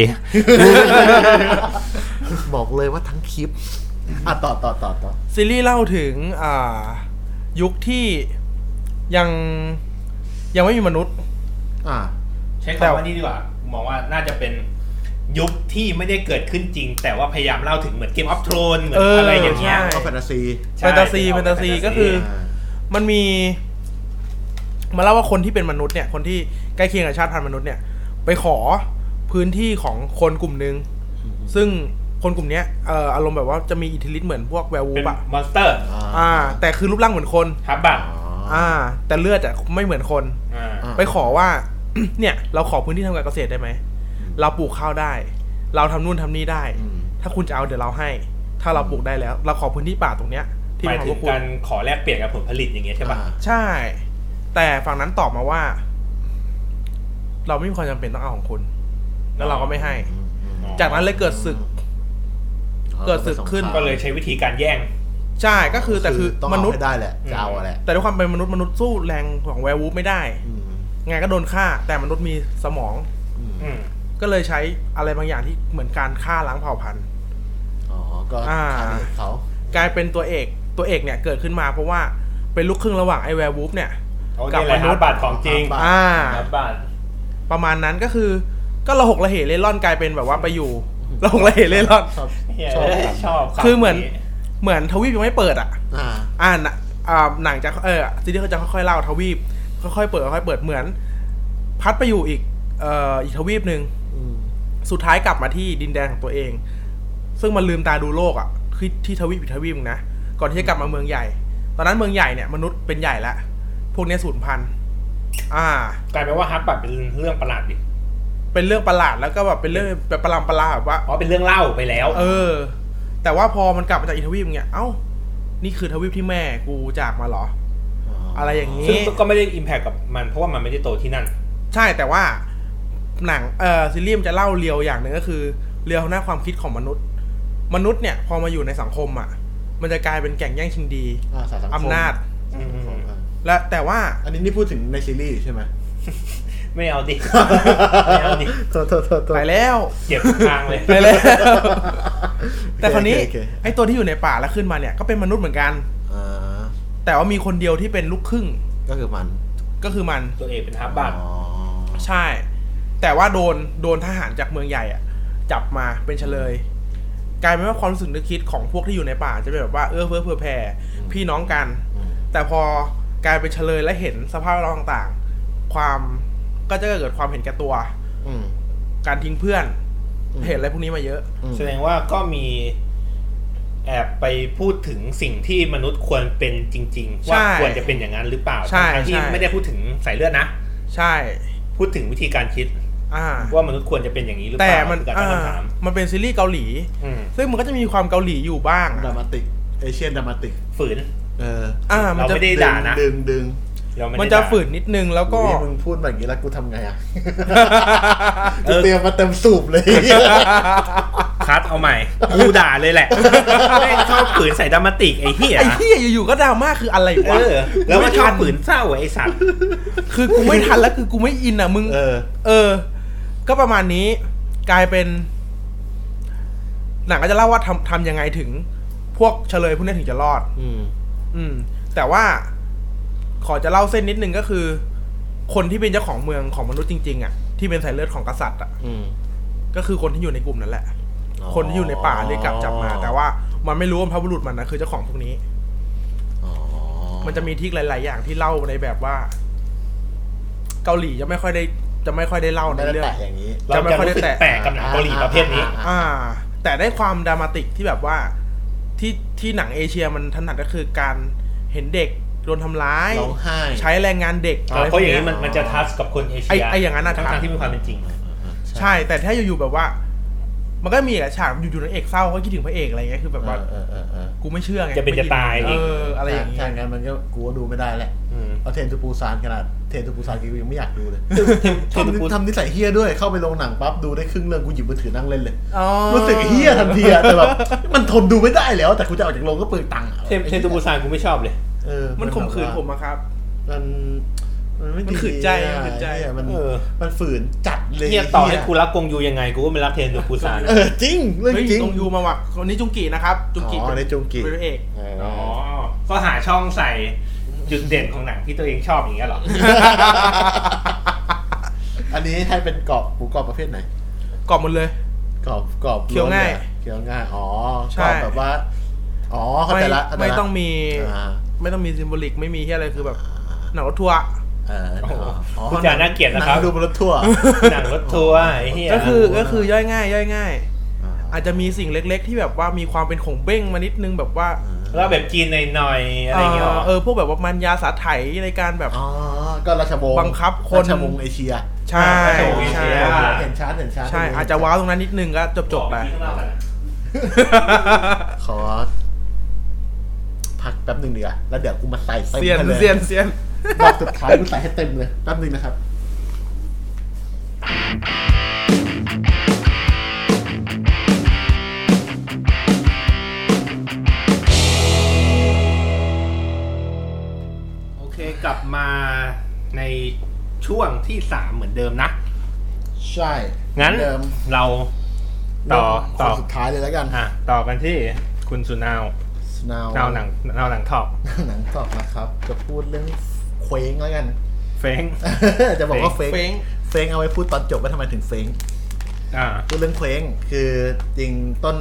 บอกเลยว่าทั้งคลิปต่อซีรีส์เล่าถึงยุคที่ยังไม่มีมนุษย์ใช้คำว่านี่ดีกว่ามองว่าน่าจะเป็นยุคที่ไม่ได้เกิดขึ้นจริงแต่ว่าพยายามเล่าถึงเหมือนเกมออฟโทรนเหมือนอะไรอย่างเงี้ยก็แฟนตาซีก็คือมันมีมาเล่าว่าคนที่เป็นมนุษย์เนี่ยคนที่ใกล้เคียงกับชาติพันธุ์มนุษย์เนี่ยไปขอพื้นที่ของคนกลุ่มนึงซึ่งคนกลุ่มนี้อารมณ์แบบว่าจะมีอิทธิฤทธิ์เหมือนพวกแวร์วูฟอะมอนสเตอร์แต่คือรูปร่างเหมือนคนฮับบัตแต่เลือดอะไม่เหมือนคนไปขอว่าเนี่ยเราขอพื้นที่ทำการเกษตรได้ไหมเราปลูกข้าวได้เราทำนู่นทำนี่ได้ถ้าคุณจะเอาเดี๋ยวเราให้ถ้าเราปลูกได้แล้วเราขอพื้นที่ป่าตรงเนี้ยที่เป็นของการขอแลกเปลี่ยนกับผลผลิตอย่างเงี้ยใช่ป่ะใช่แต่ฝั่งนั้นตอบมาว่าเราไม่มีความจำเป็นต้องเอาของคุณแล้วเราก็ไม่ให้จากนั้นเลยเกิดศึกขึ้นก็เลยใช้วิธีการแย่งใช่ก็คือแต่คือมนุษย์ได้แหละจะเอาแหละแต่ด้วยความเป็นมนุษย์สู้แรงของแวร์วูฟไม่ได้ไงก็โดนฆ่าแต่มนุษย์มีสมองก็เลยใช้อะไรบางอย่างที่เหมือนการฆ่าล้างเผ่าพันธุ์ก็เขากลายเป็นตัวเอกเนี่ยเกิดขึ้นมาเพราะว่าเป็นลูกครึ่งระหว่างไอ้แวร์วูฟเนี่ยกับมนุษย์บาทของจริงบาทประมาณนั้นก็คือก็ระหกระเหเล่ร่อนกลายเป็นแบบว่าไปอยู่ระหกระเหเล่ร่อนชอบคือเหมือนทวีปยังไม่เปิดหนังจะซีรีส์เขาจะค่อยๆเล่าทวีปค่อยๆเปิดเหมือนพัดไปอยู่อีกทวีปนึงสุดท้ายกลับมาที่ดินแดนของตัวเองซึ่งมันลืมตาดูโลกที่ทวีปอีกทวีปนึงนะก่อนที่จะกลับมาเมืองใหญ่ตอนนั้นเมืองใหญ่เนี่ยมนุษย์เป็นใหญ่ละพวกนี้สูญพันธุ์กลายเป็นว่าฮัทแบบเป็นเรื่องประหลาดดิเป็นเรื่องประหลาดแล้วก็แบบเป็นเรื่องแบบประหลาดแบบว่าเป็นเรื่องเล่าไปแล้วแต่ว่าพอมันกลับมาจากอีกทวีปเนี่ยเอ้านี่คือทวีปที่แม่กูจากมาเหรออะไรอย่างนี้ซึ่งก็ไม่ได้อิมแพคกับมันเพราะว่ามันไม่ได้โตที่นั่นใช่แต่ว่าหนังซีรีส์มันจะเล่าเรียวอย่างหนึ่งก็คือเรียวหน้าความคิดของมนุษย์เนี่ยพอมาอยู่ในสังคมอ่ะมันจะกลายเป็นแก่งแย่งชิงดีอำนาจและแต่ว่าอันนี้พูดถึงในซีรีส์ใช่ไหมไม่เอาดิไปแล้วเจ็บทางเลยไปแล้วแต่คราวนี้ไอ้ตัวที่อยู่ในป่าแล้วขึ้นมาเนี่ยก็เป็นมนุษย์เหมือนกันแต่ว่ามีคนเดียวที่เป็นลูกครึ่งก็คือมันตัวเอกเป็นฮับบัตใช่แต่ว่าโดนทหารจากเมืองใหญ่อ่ะจับมาเป็นเฉลยกลายเป็นว่าความรู้สึกนึกคิดของพวกที่อยู่ในป่าจะเป็นแบบว่าเอื้อเฟื้อเผื่อแผ่พี่น้องกันแต่พอกลายเป็นเฉลยและเห็นสภาพเราต่างๆความก็จะเกิดความเห็นแก่ตัวการทิ้งเพื่อนเห็นอะไรพวกนี้มาเยอะแสดงว่าก็มีแอบไปพูดถึงสิ่งที่มนุษย์ควรเป็นจริงๆว่าควรจะเป็นอย่างนั้นหรือเปล่าทั้งที่ไม่ได้พูดถึงสายเลือดนะใช่พูดถึงวิธีการคิดว่ามนุษย์ควรจะเป็นอย่างนี้หรือเปล่าแต่มันเป็นซีรีส์เกาหลีซึ่งมันก็จะมีความเกาหลีอยู่บ้างดรามาติกเอเชียนดรามาติกฝืนเราไม่ได้ด่านะดึงมันจะฝืนนิดนึงแล้วก็มึงพูดแบบนี้แล้วกูทำไงกูเตรียมมาเต็มสูบเลยคัดเอาใหม่กูด่าเลยแหละไม่ชอบฝืนใส่ดรามาติกไอ้เหี้ยอยู่ๆก็ดราม่าคืออะไรวะแล้วก็ชอบฝืนเศร้าไอ้สัตว์คือกูไม่ทันแล้วคือกูไม่อินอ่ะมึงก็ประมาณนี้กลายเป็นหนังก็จะเล่าว่าทำยังไงถึงพวกเฉลยพวกนี้ถึงจะรอดแต่ว่าขอจะเล่าเส้นนิดนึงก็คือคนที่เป็นเจ้าของเมืองของมนุษย์จริงๆอ่ะที่เป็นสายเลือดของกษัตริย์อ่ะก็คือคนที่อยู่ในกลุ่มนั้นแหละคนที่อยู่ในป่าที่กลับจับมาแต่ว่ามันไม่รู้ว่าพระบุรุษมันนะคือเจ้าของพวกนี้มันจะมีทิกหลายๆอย่างที่เล่าในแบบว่าเกาหลีจะไม่ค่อยได้เล่าในเรื่องอย่างนี้จะไม่ค่อยได้แตะกับหนังเกาหลีประเภทนี้แต่ได้ความดรามาติกที่แบบว่าที่หนังเอเชียมันถนัดก็คือการเห็นเด็กโดนทำร้ายใช้แรงงานเด็กอะไรเพราะอย่างนี้มันจะทัชกับคนเอเชียไออย่างนั้นนะทั้งที่มีความเป็นจริงใช่แต่ถ้าอยู่ๆแบบว่ามันก็มีฉากอยู่ๆนางเอกเศร้าเขาคิดถึงพระเอกอะไรเงี้ยคือแบบว่ากูไม่เชื่อไงจะเป็นจะตายอะไรอย่างเงี้ยงั้นมันก็กูก็ดูไม่ได้แหละเอาเทนทูปูซานขนาดเทนทูปูซานกูยังไม่อยากดูเลยทำนิสัยเฮี้ยด้วยเข้าไปลงหนังปั๊บดูได้ครึ่งเรื่องกูหยิบมือถือนั่งเล่นเลยรู้สึกเฮี้ยทันทีแต่แบบมันทนดูไม่ได้แล้วแต่กูจะออกจากโรงก็เปลืองตังค์เทนทูปูซานกูไม่ชอบเลยมันข่มขืนผมอะครับมันขืนใจมันฝืนจัดเลยเนี่ยต่อให้กูรักกงยูยังไงกูก็ไม่รักเทนทูปูซานจริงเรื่องจริงกงยูมาว่ะคนนี้จุงกีนะครับจุงกีเป็นพระเอกก็หาช่องใส่จุดเด่นของหนังที่ตัวเองชอบอย่างเงี้ยหรออันนี้ให้เป็นกรอบหมูกรอบประเภทไหนกรอบหมดเลยกรอบเคี้ยวง่ายกรอบแบบว่าเข้าใจละไม่ต้องมีซิมโบลิกไม่มีที่อะไรคือแบบหนังรถทัวร์คุณจ่าน่าเกลียดนะครับดูบนรถทัวร์หนังรถทัวร์ไอ้เหี้ยก็คือย่อยง่ายอาจจะมีสิ่งเล็กๆที่แบบว่ามีความเป็นของเบ้งมานิดนึงแบบว่าแล้วแบบจีนหน่อยๆอะไรเงี้ยพวกแบบว่ามันยาสาไถในการแบบก็ราชวงศ์บังคับคนราชวงศ์เอเชียใช่เห็นชัดใช่อาจจะว้าวตรงนั้นนิดนึงก็จบไปขอพักแป๊บนึงดีกว่าแล้วเดี๋ยวกูมาใส่เซียนบอกสุดท้ายกูใส่ให้เต็มเลยแป๊บนึงนะครับโอเคกลับมาในช่วงที่3เหมือนเดิมนะใช่งั้นเราต่อสุดท้ายเลยแล้วกันต่อกันที่คุณสุนาวหนังทอกนะครับจะพูดเรื่องเฟ้งแล้วกันเฟ้งจะบอกว่าเฟ้งเอาไว้พูดตอนจบว่าทำไมถึงเฟ้งพูดเรื่องเฟ้งคือจริง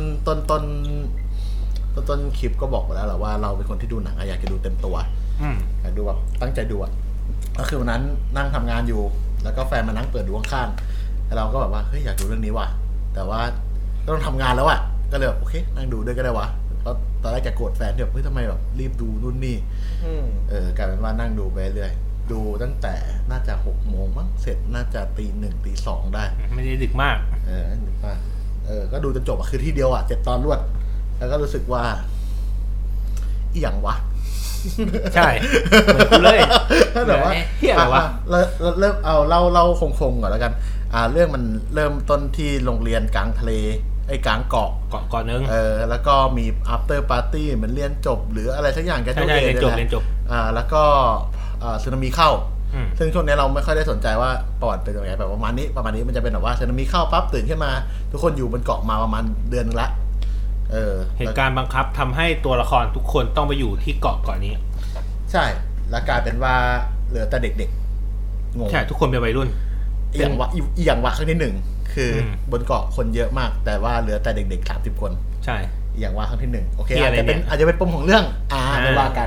ต้นคลิปก็บอกไปแล้วแหละว่าเราเป็นคนที่ดูหนังอยากจะดูเต็มตัวอยากดูแบบตั้งใจดูก็คือวันนั้นนั่งทำงานอยู่แล้วก็แฟนมานั่งเปิดดูข้างๆแล้วเราก็แบบว่าเฮ้ยอยากดูเรื่องนี้ว่ะแต่ว่าต้องทำงานแล้วอ่ะก็เลยแบบโอเคนั่งดูด้วยก็ได้วะเพราะตอนแรกแกโกรธแฟนที่แบบเฮ้ยทำไมแบบรีบดูนู่นนี่กลายเป็นว่านั่งดูไปเรื่อยดูตั้งแต่น่าจะ6 โมงมั้งเสร็จน่าจะตี 1 ตี 2ได้ไม่ได้ดึกมากดึกมากก็ดูจนจบคือที่เดียว7 ตอนรวดแล้วก็รู้สึกว่าอีหยังวะใช่เหมือนกูเลยแต่ว่าเหี้ยอะไรวะเริ่มเอาเล่าคงก่อนแล้วกันเรื่องมันเริ่มต้นที่โรงเรียนกลางทะเลกลางเกาะนึงแล้วก็มี after party เหมือนเรียนจบหรืออะไรสักอย่างกันเรียนจบแล้วก็สึนามิเข้าซึ่งช่วงนี้เราไม่ค่อยได้สนใจว่าประวัติเป็นยังไงแบบประมาณนี้มันจะเป็นแบบว่าสึนามิเข้าปั๊บตื่นขึ้นมาทุกคนอยู่บนเกาะมาประมาณเดือนนึงละเหตุการณ์บังคับทำให้ตัวละครทุกคนต้องไปอยู่ที่เกาะนี้ใช่แล้วกลายเป็นว่าเหลือแต่เด็กๆงงใช่ทุกคนเป็นวัยรุ่นอย่างวะครั้งที่1คือบนเกาะคนเยอะมากแต่ว่าเหลือแต่เด็กๆ30 คนใช่อย่างว่าครั้งที่1โอเคอาจจะเป็นปมของเรื่องไม่ว่ากัน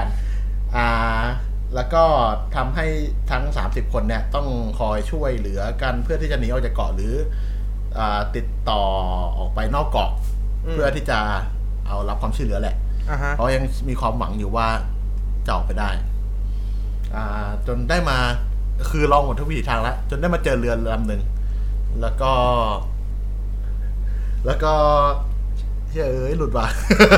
แล้วก็ทำให้ทั้ง30 คนเนี่ยต้องคอยช่วยเหลือกันเพื่อที่จะหนีออกจากเกาะหรือติดต่อออกไปนอกเกาะเพื่อที่จะเอารับความช่วยเหลือแหละเพราะยังมีความหวังอยู่ว่าจะออกไปได้จนได้มาคือลองหมดทุกวิถีทางแล้วจนได้มาเจอเรือลำหนึ่งแล้วก็เฮ้ยหลุดว่ะ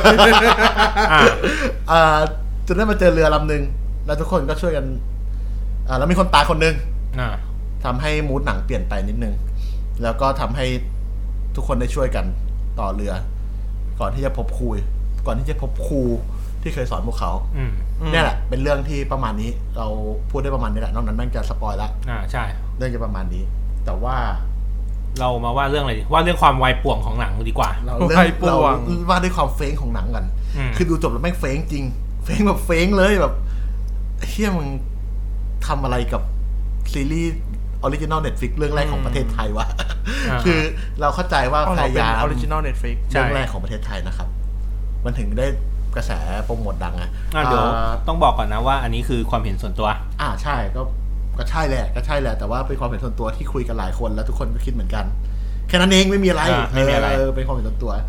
จนได้มาเจอเรือลำหนึ่งแล้วทุกคนก็ช่วยกันแล้วมีคนตายคนนึงทำให้มูดหนังเปลี่ยนไปนิดนึงแล้วก็ทำให้ทุกคนได้ช่วยกันต่อเรือก่อนที่จะพบครูที่เคยสอนพวกเขาเนี่ยแหละเป็นเรื่องที่ประมาณนี้เราพูดได้ประมาณนี้แหละนอกนั้นแม่งจะสปอยละใช่เรื่องจะประมาณนี้แต่ว่าเรามาว่าเรื่องอะไรดีว่าเรื่องความวายป่วงของหนังดีกว่าเราว่าด้วยความเฟ้งของหนังกันคือดูจบแล้วแม่งเฟ้งจริงเฟ้งแบบเฟ้งเลยแบบเฮี้ยมึงทำอะไรกับซีรีส์ออริจินอล Netflix เรื่องแรกของประเทศไทยวะคือเราเข้าใจว่าพยายามออริจินอล Netflix เรื่องแรกของประเทศไทยนะครับมันถึงได้กระแสโปรโมทดังเดี๋ยวต้องบอกก่อนนะว่าอันนี้คือความเห็นส่วนตัวใช่ก็ใช่แหละแต่ว่าเป็นความเห็นส่วนตัวที่คุยกันหลายคนแล้วทุกคนก็คิดเหมือนกันแค่นั้นเองไม่มีอะไรเป็นความเห็นส่วนตัว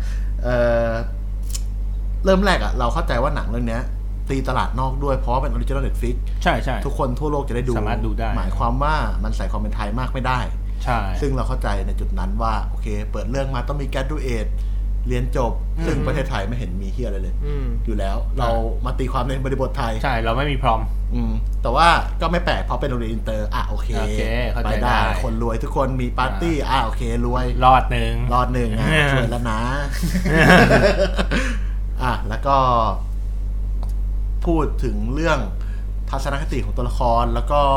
เริ่มแรกเราเข้าใจว่าหนังเรื่องนี้ตีตลาดนอกด้วยเพราะเป็นออริจินอล Netflix ใช่ทุกคนทั่วโลกจะได้ดูสามารถดูได้หมายความว่ามันใส่ความเป็นไทยมากไม่ได้ใช่ซึ่งเราเข้าใจในจุดนั้นว่าโอเคเปิดเรื่องมาต้องมี graduate เรียนจบซึ่งประเทศไทยไม่เห็นมีเฮียอะไรเลยอยู่แล้วเรามาตีความในบริบทไทยใช่เราไม่มีพร้อมแต่ว่าก็ไม่แปลกเพราะเป็นโรงเรียนอินเตอร์โอเคไปได้คนรวยทุกคนมีปาร์ตี้โอเครวยรอดหนึ่งช่วยแล้วนะแล้วก็พูดถึงเรื่องทัศนคติของตัวละครแล้วก็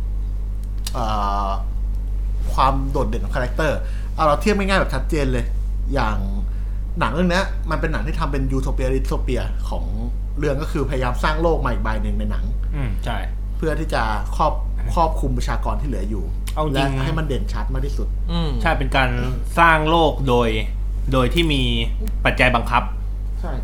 ความโดดเด่นของคาแรคเตอร์เราเทียบง่ายๆแบบชัดเจนเลยอย่างหนังเรื่องนี้มันเป็นหนังที่ทำเป็นยูโทเปียดิสโทเปียของเรื่องก็คือพยายามสร้างโลกใหม่ใบหนึ่งในหนังใช่เพื่อที่จะครอบคลุมประชากรที่เหลืออยู่และให้มันเด่นชัดมากที่สุดใช่เป็นการสร้างโลกโดยที่มีปัจจัยบังคับใช่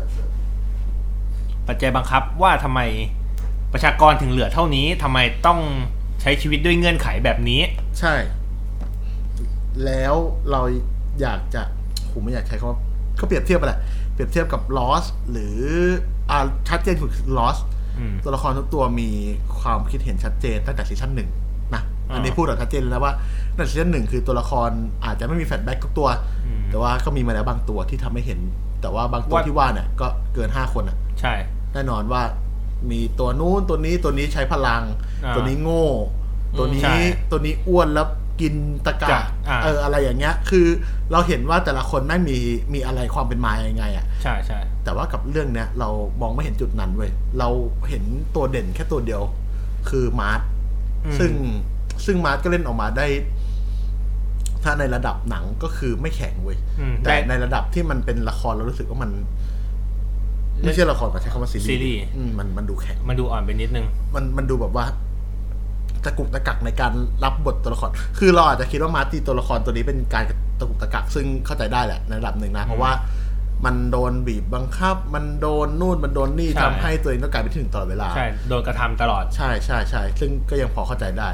ปัจจัยบังคับว่าทำไมประชากรถึงเหลือเท่านี้ทำไมต้องใช้ชีวิตด้วยเงื่อนไขแบบนี้ใช่แล้วเราอยากจะผมไม่อยากใช้คำว่าเขาเปรียบเทียบไปแหละเปรียบเทียบกับ Lost หรือชัดเจนคือ Lost ตัวละครทุกตัวมีความคิดเห็นชัดเจนตั้งแต่ซีซั่น1นะอันนี้พูดแบบชัดเจนแล้วว่าในซีซั่น1คือตัวละครอาจจะไม่มีแฟลชแบ็กทุกตัวแต่ว่าก็มีมาแล้วบางตัวที่ทำให้เห็นแต่ว่าบางตัวที่ว่าเนี่ยก็เกิน5คนใช่แน่นอนว่ามีตัวนู้นตัวนี้ใช้พลังตัวนี้โง่ตัวนี้อ้วนแล้วกินตะกะอะไรอย่างเงี้ยคือเราเห็นว่าแต่ละคนไม่มีอะไรความเป็นมายังไงใช่แต่ว่ากับเรื่องเนี้ยเรามองไม่เห็นจุดนั้นเว้ยเราเห็นตัวเด่นแค่ตัวเดียวคือมาร์ทซึ่งมาร์ทก็เล่นออกมาได้ถ้าในระดับหนังก็คือไม่แข็งเว้ยแต่ในระดับที่มันเป็นละครเรารู้สึกว่ามันไม่ใช่ละครแต่ใช้คำว่าซีรีส์มันดูแข็งมันดูอ่อนไปนิดนึงมันดูแบบว่าตะกุกตะกักในการรับบทตัวละครคือเราอาจจะคิดว่ามาร์ตี้ตัวละครตัวนี้เป็นการตะกุกตะกักซึ่งเข้าใจได้แหละในระดับหนึ่งนะเพราะว่ามันโดนบีบบังคับมันโดนนู่นมันโดนนี่ทำให้ตัวเองต้องกลายเป็นที่หนึ่งตลอดเวลาใช่โดนกระทำตลอดใช่ซึ่งก็ยังพอเข้าใจได้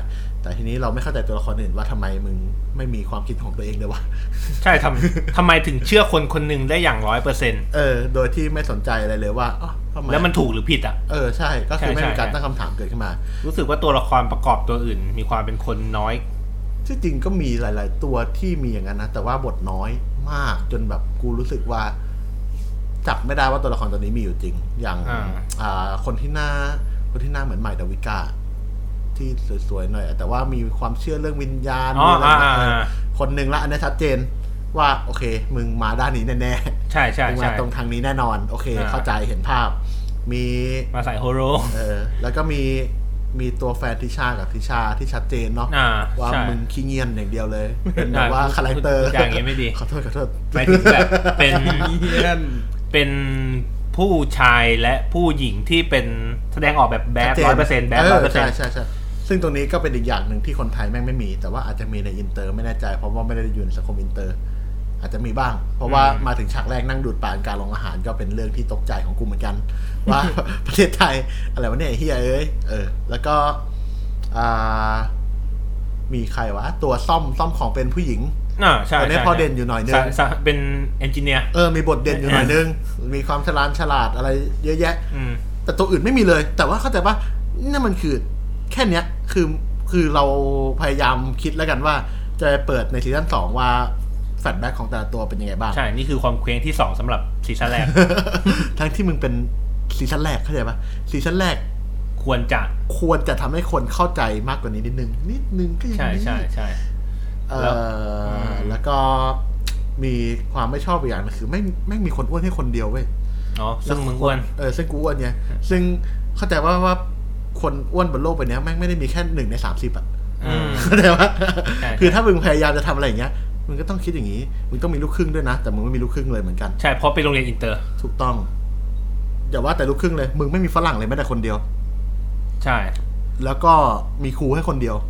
แต่ทีนี้เราไม่เข้าใจตัวละครอื่นว่าทำไมมึงไม่มีความคิดของตัวเองเลยวะใช่ทำไมถึงเชื่อคนหนึ่งได้อย่าง 100% โดยที่ไม่สนใจอะไรเลยว่าทำไมแล้วมันถูกหรือผิดอ่ะใช่ก็คือไม่มีการตั้งคำถามเกิดขึ้นมารู้สึกว่าตัวละครประกอบตัวอื่นมีความเป็นคนน้อยที่จริงก็มีหลายๆตัวที่มีอย่างนั้นนะแต่ว่าบทน้อยมากจนแบบกูรู้สึกว่าจับไม่ได้ว่าตัวละครตัวนี้มีอยู่จริงอย่างคนที่หน้าเหมือนใหม่ดาวิกาที่สวยๆหน่อยแต่ว่ามีความเชื่อเรื่องวิญญาณอะไรคนหนึ่งละอันนี้ชัดเจนว่าโอเคมึงมาด้านนี้แน่ๆใช่ใช่มึงมาตรงทางนี้แน่นอนโอเคเข้าใจเห็นภาพมีมาใส่โฮโรแล้วก็มีตัวแฟนทิชากับทิชาที่ชัดเจนเนาะว่ามึงขี้เงียนอย่างเดียวเลยเป็นแบบว่าคาแรคเตอร์อย่างงี้ไม่ดีขอโทษหมายถึงแบบเป็นผู้ชายและผู้หญิงที่เป็นแสดงออกแบบแบด 100% แบด 100% ใช่ซึ่งตรงนี้ก็เป็นอีกอย่างหนึ่งที่คนไทยแม่งไม่มีแต่ว่าอาจจะมีในอินเตอร์ไม่แน่ใจเพราะว่าไม่ได้อยู่ในสังคมอินเตอร์อาจจะมีบ้างเพราะว่ามาถึงฉากแรกนั่งดูดปากการลงอาหารก็เป็นเรื่องที่ตกใจของกูเหมือนกันว่าประเทศไทยอะไรวะเนี่ยไอ้เหี้ยแล้วก็มีใครวะตัวซ่อมของเป็นผู้หญิงใช่ตอนนี้พอเด่นอยู่หน่อยนึงเป็นเอนจิเนียร์มีบทเด่นอยู่หน่อยนึงมีความฉลาดอะไรเยอะแยะแต่ตัวอื่นไม่มีเลยแต่ว่าเข้าใจป่ะนี่มันคือแค่เนี้ยคือเราพยายามคิดแล้วกันว่าจะเปิดในซีซั่น2ว่าแฟลชแบ็กของแต่ละตัวเป็นยังไงบ้างใช่นี่คือความเคว้งที่2สำหรับซีซั่นแรกทั้งที่มึงเป็นซีซั่นแรกเข้าใจป่ะซีซั่นแรกควรจะทำให้คนเข้าใจมากกว่านี้นิดนึงก็ยังดีใช่แล้วก็มีความไม่ชอบอีกอย่างนึงคือไม่มีคนอ้วนให้คนเดียวเว้ยซึ่งมึงอ้วนซึ่งกูอ้วนไงซึ่งเข้าใจว่าคนอ้วนบนโลกใบนี้แม่งไม่ได้มีแค่1 ใน 30อ่ะเข้าใจว่าคือถ้ามึงพยายามจะทำอะไรอย่างเงี้ยมึงก็ต้องคิดอย่างนี้มึงต้องมีลูกครึ่งด้วยนะแต่มึงไม่มีลูกครึ่งเลยเหมือนกันใช่เพราะไปโรงเรียนอินเตอร์ถูกต้องอย่าว่าแต่ลูกครึ่งเลยมึงไม่มีฝรั่งเลยแม้แต่คนเดียวใช่แล้วก็มีครูให้คนเดียว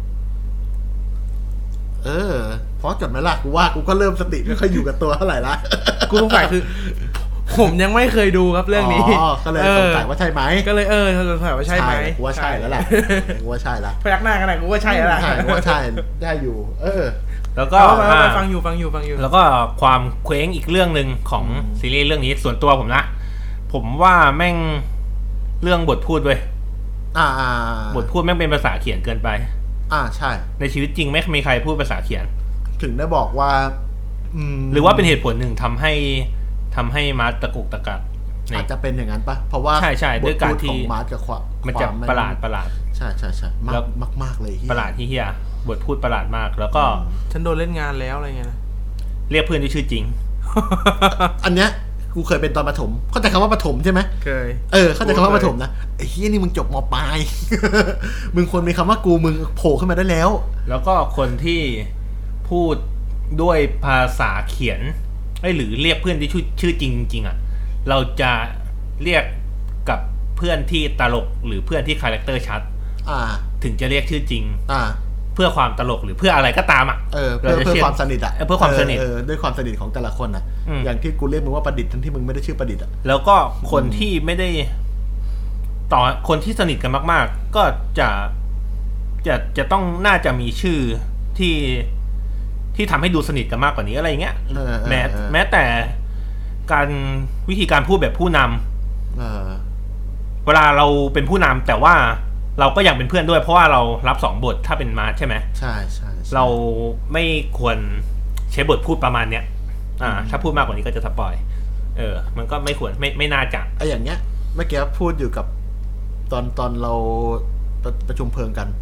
เพราะจดไหมล่ะกูว่ากูก็เริ่มสติไม่ค่อยอยู่กับตัวเท่าไหร่ละกูสงสัยคือผมยังไม่เคยดูครับเรื่องนี้ก็เลยสงสัยว่าใช่ไหมก็เลยสงสัยว่าใช่ไหมกูว่าใช่แล้วแหละกูว่าใช่ละพยักหน้ากันไหนกูว่าใช่แล้วล่ะกูว่าใช่ได้อยู่แล้วก็ฟังอยู่แล้วก็ความเคว้งอีกเรื่องนึงของซีรีส์เรื่องนี้ส่วนตัวผมนะผมว่าแม่งเรื่องบทพูดเว้ยบทพูดแม่งเป็นภาษาเขียนเกินไปใช่ในชีวิตจริงไม่มีใครพูดภาษาเขียนถึงได้บอกว่าหรือว่าเป็นเหตุผลหนึ่งทำให้มาตะกุกตะกักอาจจะเป็นอย่างนั้นปะเพราะว่าใช่ด้วยการที่มากับความมันจะประหลาดใช่มากเลยประหลาดที่เฮียบทพูดประหลาดมากแล้วก็ฉันโดนเล่นงานแล้วอะไรเงี้ยเรียกเพื่อนด้วยชื่อจริงอันเนี้ยกูเคยเป็นตอนประถมเข้าใจคำว่าประถมใช่ไหมเคยเข้าใจคำว่าประถมนะไอ้เฮียนี่มึงจบม.ปลาย มึงควรมีคำว่ากูมึงโผล่ขึ้นมาได้แล้วก็คนที่พูดด้วยภาษาเขียนหรือเรียกเพื่อนที่ชื่อจริงอ่ะเราจะเรียกกับเพื่อนที่ตลกหรือเพื่อนที่คาแรคเตอร์ชัดถึงจะเรียกชื่อจริงเพื่อความตลกหรือเพื่ออะไรก็ตามอ่ะเพื่อความสนิทอ่ะเพื่อความสนิทด้วยความสนิทของแต่ละคนอ่ะอย่างที่กูเรียกมึงว่าประดิษฐ์ทั้งที่มึงไม่ได้ชื่อประดิษฐ์อ่ะแล้วก็คนที่ไม่ได้ต่อคนที่สนิทกันมากๆก็จะต้องน่าจะมีชื่อที่ทำให้ดูสนิทกันมากกว่านี้อะไรอย่างเงี้ยแม้แต่การวิธีการพูดแบบผู้นำเวลาเราเป็นผู้นำแต่ว่าเราก็ยังเป็นเพื่อนด้วยเพราะว่าเรารับ2บทถ้าเป็นมาร์ทใช่ไหมใช่เราไม่ควรใช้บทพูดประมาณเนี้ยถ้าพูดมากกว่านี้ก็จะสปอยมันก็ไม่ควรไม่น่าจะอย่างเงี้ยเมื่อกี้พูดอยู่กับตอนเราประชุมเพลิงกัน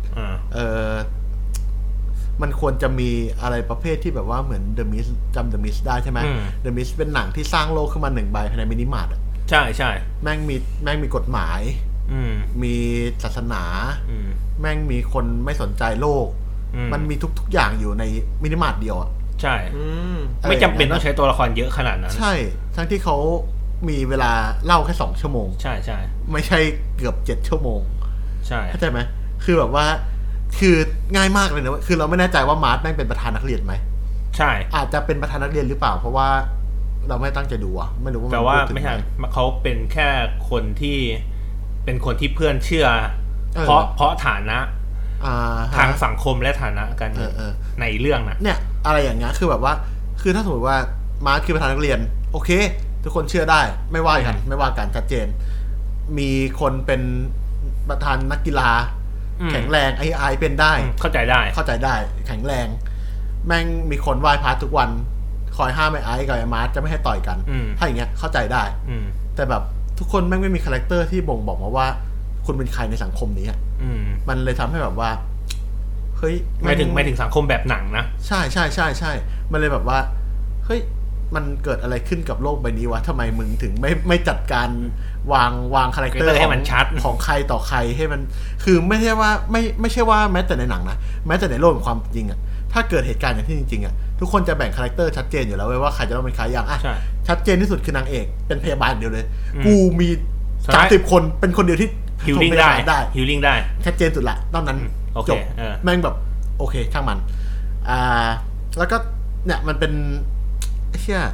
มันควรจะมีอะไรประเภทที่แบบว่าเหมือน The Mist จำ The Mist ได้ใช่ไหม The Mist เป็นหนังที่สร้างโลกขึ้นมา1ใบภายในมินิมาร์ทใช่แม่งมีกฎหมายมีศาสนาแม่งมีคนไม่สนใจโลกมันมีทุกอย่างอยู่ในมินิมาร์ทเดียวใช่ไม่จำเป็นต้องใช้ตัวละครเยอะขนาดนั้นใช่ทั้งที่เขามีเวลาเล่าแค่2ชั่วโมงใช่ไม่ใช่เกือบ7ชั่วโมงใช่เข้าใจไหมคือแบบว่าคือง่ายมากเลยนะคือเราไม่แน่ใจว่ามาร์ทแม่งเป็นประธานนักเรียนไหมใช่อาจจะเป็นประธานนักเรียนหรือเปล่าเพราะว่าเราไม่ตั้งใจดูไม่รู้ว่าแต่ว่าไม่ใช่เขาเป็นแค่คนที่เป็นคนที่เพื่อนเชื่อเพราะฐานะทางสังคมและฐานะกันในเรื่องนะเนี่ยอะไรอย่างเงี้ยคือแบบว่าคือถ้าสมมติว่ามาร์คคือประธานนักเรียนโอเคทุกคนเชื่อได้ไม่ว่ากันชัดเจนมีคนเป็นประธานนักกีฬาแข็งแรงไอ้เป็นได้เข้าใจได้แข็งแรงแม่งมีคนไหว้พระทุกวันคอยห้ามไอ้กับไอ้มาร์คจะไม่ให้ต่อยกันถ้าอย่างเงี้ยเข้าใจได้แต่แบบทุกคนแม่งไม่มีคาแรคเตอร์ที่บ่งบอกมาว่าคุณเป็นใครในสังคมนี้มันเลยทำให้แบบว่าเฮ้ยไม่ถึงสังคมแบบหนังนะใช่มันเลยแบบว่าเฮ้ยมันเกิดอะไรขึ้นกับโลกใบนี้วะทำไมมึงถึงไม่จัดการวางคาแรคเตอร์ให้มันชัดของใครต่อใครให้มันคือไม่ใช่ว่าไม่ใช่ว่าแม้แต่ในหนังนะแม้แต่ในโลกของความจริงอะถ้าเกิดเหตุการณ์อย่างที่จริงๆอะทุกคนจะแบ่งคาแรคเตอร์ชัดเจนอยู่แล้วว่าใครจะต้องเป็นใครอย่างชัดเจนที่สุดคือนางเอกเป็นพยาบาลเดียวเลยกูมี30 คนเป็นคนเดียวที่ฮิลลิ่งได้ชัดเจนสุดละตอนนั้นจบแม่งแบบโอเคช่างมันแล้วก็เนี่ยมันเป็นเชี่ย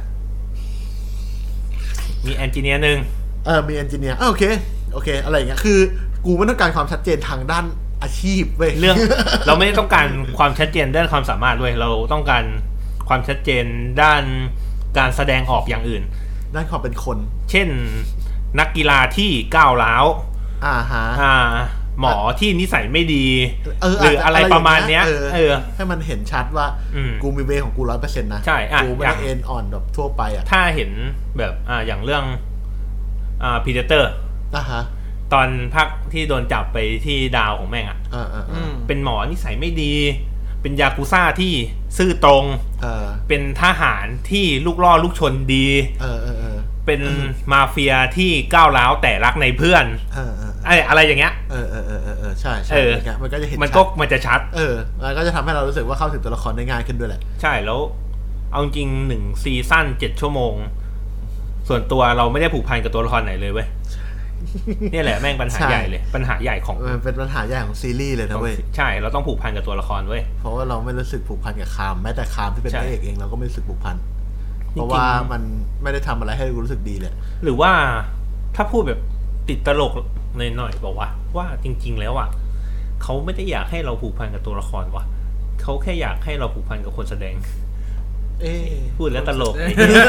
มีเอนจิเนียร์นึงมีเอนจิเนียร์โอเคอะไรอย่างเงี้ยคือกูไม่ต้องการความชัดเจนทางด้านอาชีพเว้ยเรื่อง เราไม่ได้ต้องการความชัดเจนด้านความสามารถด้วยเราต้องการความชัดเจนด้านการแสดงออกอย่างอื่นด้านความเป็นคนเช่นนักกีฬาที่ก้าวร้าวหมอที่นิสัยไม่ดีหรืออะไรประมาณเนี้ยให้มันเห็นชัดว่ากูมีเวของกู 100% นะกูไม่ได้เอ็นอ่อนแบบทั่วไปอ่ะถ้าเห็นแบบอย่างเรื่องPredator ตอนภาคที่โดนจับไปที่ดาวของแม่งเป็นหมอนิสัยไม่ดีเป็นยากุซ่าที่ซื่อตรงเป็นทหารที่ลูกล่อลูกชนดีเป็นมาเฟียที่ก้าวร้าวแต่รักในเพื่อนอะไรอย่างเงี้ยใช่มันก็จะเห็นมันจะชัดมันก็จะทำให้เรารู้สึกว่าเข้าถึงตัวละครได้ง่ายขึ้นด้วยแหละใช่แล้วเอาจริง1ซีซั่น7 ชั่วโมงส่วนตัวเราไม่ได้ผูกพันกับตัวละครไหนเลยเว้ยนี่แหละแม่งปัญหาใหญ่เลยปัญหาใหญ่ของเป็นปัญหาใหญ่ของซีรีส์เลยนะเว้ยใช่เราต้องผูกพันกับตัวละครเว้ยเพราะว่าเราไม่รู้สึกผูกพันกับคามแม้แต่คามที่เป็นพระเอกเองเราก็ไม่รู้สึกผูกพันเพราะว่ามันไม่ได้ทำอะไรให้รู้สึกดีเลยหรือว่าถ้าพูดแบบติดตลกหน่อยๆบอกว่าจริงๆแล้วอ่ะเขาไม่ได้อยากให้เราผูกพันกับตัวละครว่ะเขาแค่อยากให้เราผูกพันกับคนแสดงพูดแล้วตลก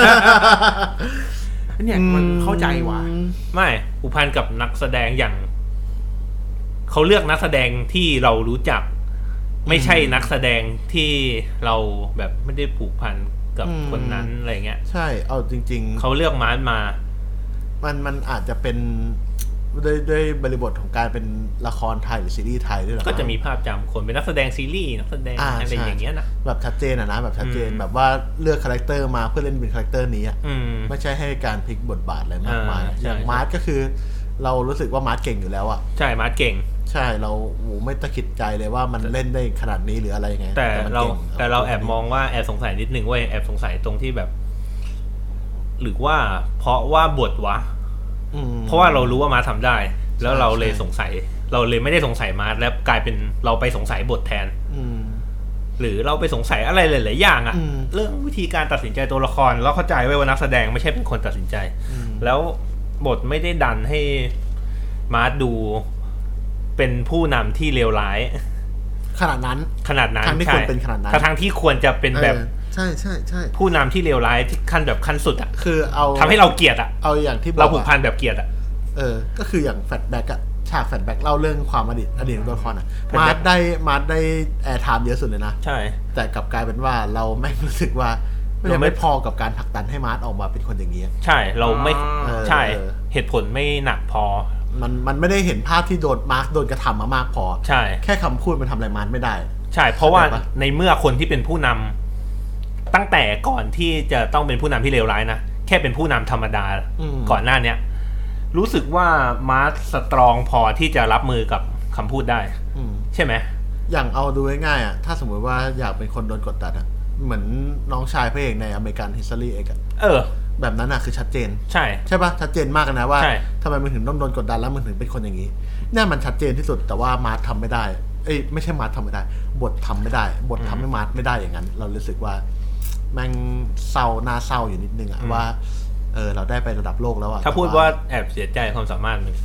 เนี่ยมันเข้าใจว่ะไม่ผูกพันกับนักแสดงอย่างเขาเลือกนักแสดงที่เรารู้จักไม่ใช่นักแสดงที่เราแบบไม่ได้ผูกพันกับคนนั้นอะไรเงี้ยใช่เอาจริงๆเขาเลือกมามันอาจจะเป็นด้วยบริบทของการเป็นละครไทยหรือซีรีส์ไทยด้วยหรอก็จะมีภาพจำคนเป็นนักแสดงซีรีส์นักแสดงอะไรอย่างเงี้ยนะแบบชัดเจนนะแบบชัดเจนแบบว่าเลือกคาแรคเตอร์มาเพื่อเล่นเป็นคาแรคเตอร์นี้ไม่ใช่ให้การพลิกบทบาทอะไรมากมายอย่างมาร์ทก็คือเรารู้สึกว่ามาร์ทเก่งอยู่แล้วอ่ะใช่มาร์ทเก่งใช่เราไม่ตะคิดใจเลยว่ามันเล่นได้ขนาดนี้หรืออะไรยังไงแต่เราแอบมองว่าแอบสงสัยนิดนึงเว้ยแอบสงสัยตรงที่แบบหรือว่าเพราะว่าบทวะเพราะว่าเรารู้ว่ามาร์ททำได้แล้วเราเลยสงสัยเราเลยไม่ได้สงสัยมาร์ทแล้วกลายเป็นเราไปสงสัยบทแทนหรือเราไปสงสัยอะไรหลายๆอย่างอ่ะเรื่องวิธีการตัดสินใจตัวละครแล้วเข้าใจว่านักแสดงไม่ใช่เป็นคนตัดสินใจแล้วบทไม่ได้ดันให้มาร์ทดูเป็นผู้นำที่เลวร้ายขนาดนั้นทั้งที่ควรเป็นขนาดนั้นทั้งที่ควรจะเป็นแบบใช่ผู้นำที่เลวร้ายที่ขั้นแบบขั้นสุดอ่ะคือเอาทำให้เราเกลียดอ่ะเอาอย่างที่เราผูกพันแบบเกลียดอ่ะก็คืออย่างแฟลชแบ็กอะฉากแฟลชแบ็กเล่าเรื่องความอดีตของตัวละครอะมาร์ทได้แอร์ไทม์เยอะสุดเลยนะใช่แต่กลับกลายเป็นว่าเราไม่รู้สึกว่าไม่พอกับการผลักดันให้มาร์ทออกมาเป็นคนอย่างนี้ใช่เราไม่ใช่เหตุผลไม่หนักพอมันไม่ได้เห็นภาพที่โดนมาร์ทโดนกระทำมามากพอใช่แค่คำพูดมันทำอะไรมาร์ทไม่ได้ใช่เพราะว่าในเมื่อคนที่เป็นผู้นำตั้งแต่ก่อนที่จะต้องเป็นผู้นำที่เลวร้ายนะแค่เป็นผู้นำธรรมดาก่อนหน้านี้รู้สึกว่ามาร์ทสตรองพอที่จะรับมือกับคำพูดได้ใช่ไหมอย่างเอาดูง่ายๆอ่ะถ้าสมมติว่าอยากเป็นคนโดนกดดันอ่ะเหมือนน้องชายพระเอกในอเมริกันฮิสตอรี่เอกแบบนั้นอ่ะคือชัดเจนใช่ปะชัดเจนมากนะว่าทำไมมึงถึงต้องโดนกดดันแล้วมึงถึงเป็นคนอย่างนี้เนี่ยมันชัดเจนที่สุดแต่ว่ามาร์ททำไม่ได้ไม่ใช่มาร์ททำไม่ได้บททำไม่ได้บททำให้มาร์ทไม่ได้อย่างนั้นเรารู้สึกว่าแม่งเศร้าน่าเศร้าอยู่นิดนึงอ่ะว่าเราได้ไประดับโลกแล้วอะถ้าพูดว่าแอบเสียใจความสามารถมึง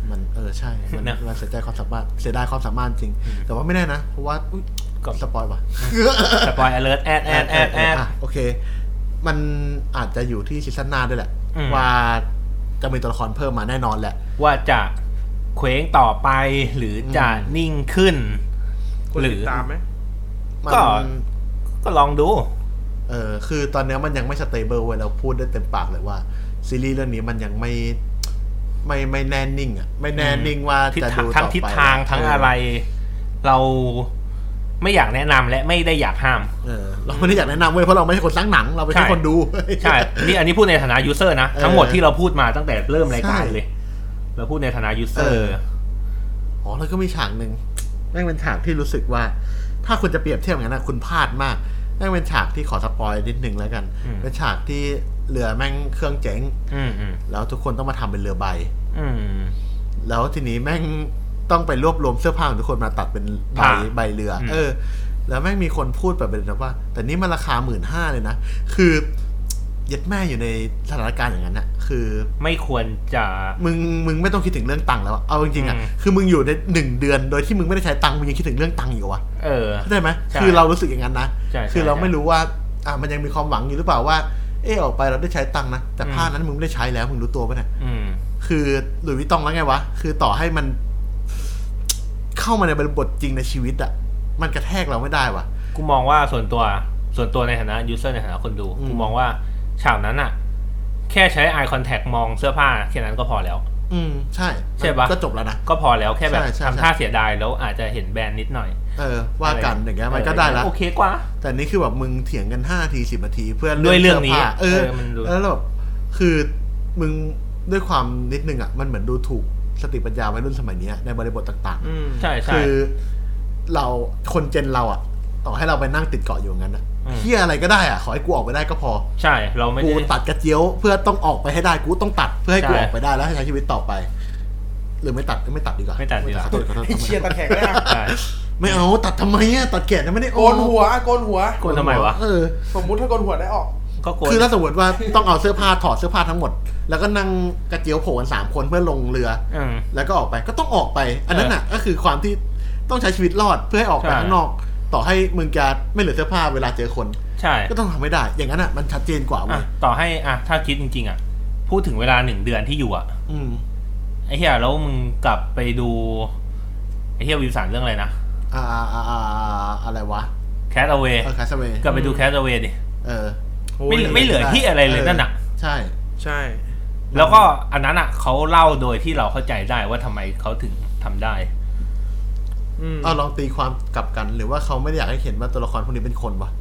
มันใช่มันเสียใจความสามารถเสียดายความสามารถจริงแต่ว่าไม่แน่นะเพราะว่าก็สปอยว่ะสปอยอเลิร์ตแอดโอเคมันอาจจะอยู่ที่ซีซั่นหน้าด้วยแหละว่าจะมีตัวละครเพิ่มมาแน่นอนแหละว่าจะเคว้งต่อไปหรือจะนิ่งขึ้นหรือตามไหมก็ลองดูคือตอนนี้มันยังไม่สเตเบิลเว้ยเราพูดได้เต็มปากเลยว่าซีรีส์เรื่องนี้มันยังไม่แน่นิ่งอ่ะไม่แน่นิ่งว่าจะดูต่อไปทั้งทิศทางทั้งอะไรเราไม่อยากแนะนำและไม่ได้อยากห้ามเราไม่ได้อยากแนะนำเว้ยเพราะเราไม่ใช่คนสร้างหนังเราเป็นแค่คนดูใช่อันนี้พูดในฐานะยูเซอร์นะทั้งหมดที่เราพูดมาตั้งแต่เริ่มรายการเลยเราพูดในฐานะยูเซอร์แล้วก็มีฉากนึงแม่งเป็นฉากที่รู้สึกว่าถ้าคุณจะเปรียบเทียบอย่างนั้นนะคุณพลาดมากแม่งเป็นฉากที่ขอสปอยนิดนึงแล้วกันเป็นฉากที่เรือแม่งเครื่องเจ๊งแล้วทุกคนต้องมาทำเป็นเรือใบแล้วทีนี้แม่งต้องไปรวบรวมเสื้อผ้าของทุกคนมาตัดเป็นใบเรือแล้วแม่งมีคนพูดแบบเป็นว่าแต่นี่มันราคา 15,000 เลยนะคือยัดแม่อยู่ในสถานการณ์อย่างนั้นนะคือไม่ควรจะมึงไม่ต้องคิดถึงเรื่องตังค์แล้วเอาจริงๆอ่ะคือมึงอยู่ใน1เดือนโดยที่มึงไม่ได้ใช้ตังค์มึงยังคิดถึงเรื่องตังค์อยู่วะเข้าใจไหมคือเรารู้สึกอย่างนั้นนะคือเราไม่รู้ว่ามันยังมีความหวังอยู่หรือเปล่าว่าออกไปเราได้ใช้ตังค์นะแต่ผ้านั้นมึงไม่ได้ใช้แล้วมึงรู้ตัวป่ะเนี่ยคือหลุยส์วิตตองแล้วไงวะคือต่อให้มันเข้ามาในบริบทจริงในชีวิตอ่ะมันกระแทกเราไม่ได้วะกูมองว่าส่วนตัวในฐานะยูเซอร์ในฐานะคนดูกูมองว่าฉากนั้นอ่ะแค่ใช้ eye contact มองเสื้อผ้าแค่นั้นก็พอแล้วใช่ปะก็จบแล้วนะก็พอแล้วแค่แบบทำท่าเสียดายแล้วอาจจะเห็นแบรนด์นิดหน่อยว่ากันอย่างเงี้ยมันก็ได้แล้วโอเคกว่าแต่นี่คือแบบมึงเถียงกัน5 นาที 10 นาทีเพื่อด้วยเรื่องนี้แล้วแบบคือมึงด้วยความนิดนึงอ่ะมันเหมือนดูถูกสติปัญญาวัยรุ่นสมัยนี้ในบริบทต่างๆใช่คือเราคนเจนเราอ่ะต่อให้เราไปนั่งติดเกาะอยู่งั้นนะเหี้ยอะไรก็ได้อ่ะขอให้กูออกไปได้ก็พอใช่เราไม่ได้กูตัดกระเจียวเพื่อต้องออกไปให้ได้กูต้องตัดเพื่อให้กูออกไปได้แล้วใช้ชีวิตต่อไปหรือไม่ตัดดีกว่าไม่ตัดดีกว่าเชียร์ตัดแขกได้ไม่เอาตัดทำไมอ่ะตัดแขนไม่ได้โกนหัวโกนทำไมวะสมมุติถ้าโกนหัวได้ออกคือถ้าสมมติว่าต้องเอาเสื้อผ้าถอดเสื้อผ้าทั้งหมดแล้วก็นั่งกระเจียวโผล่กัน3 คนเพื่อลงเรือแล้วก็ออกไปก็ต้องออกไปอันนั้นน่ะก็คือความที่ต้องใช้ชีวิตรอดเพื่อให้ออกไปข้างนอกต่อให้มึงจะไม่เหลือเสื้อผ้าเวลาเจอคนใช่ก็ต้องทำไม่ได้อย่างนั้นอ่ะมันชัดเจนกว่าเว้ยต่อให้ถ้าคิดจริงๆพูดถึงเวลา1 เดือนที่อยู่ไอ้เหี้ยแล้วมึงกลับไปดูไอ้เหี้ยวิวสันเรื่องอะไรนะอะไรวะแคสเอาเวย์กลับไปดูแคสเอาเวย์ดิไม่เหลือที่อะไรเลยนั่นน่ะใช่แล้วก็อันนั้นเขาเล่าโดยที่เราเข้าใจได้ว่าทำไมเขาถึงทำได้ลองตีความกลับกันหรือว่าเขาไม่ได้อยากให้เห็นว่าตัวละครพวกนี้เป็นคนวะ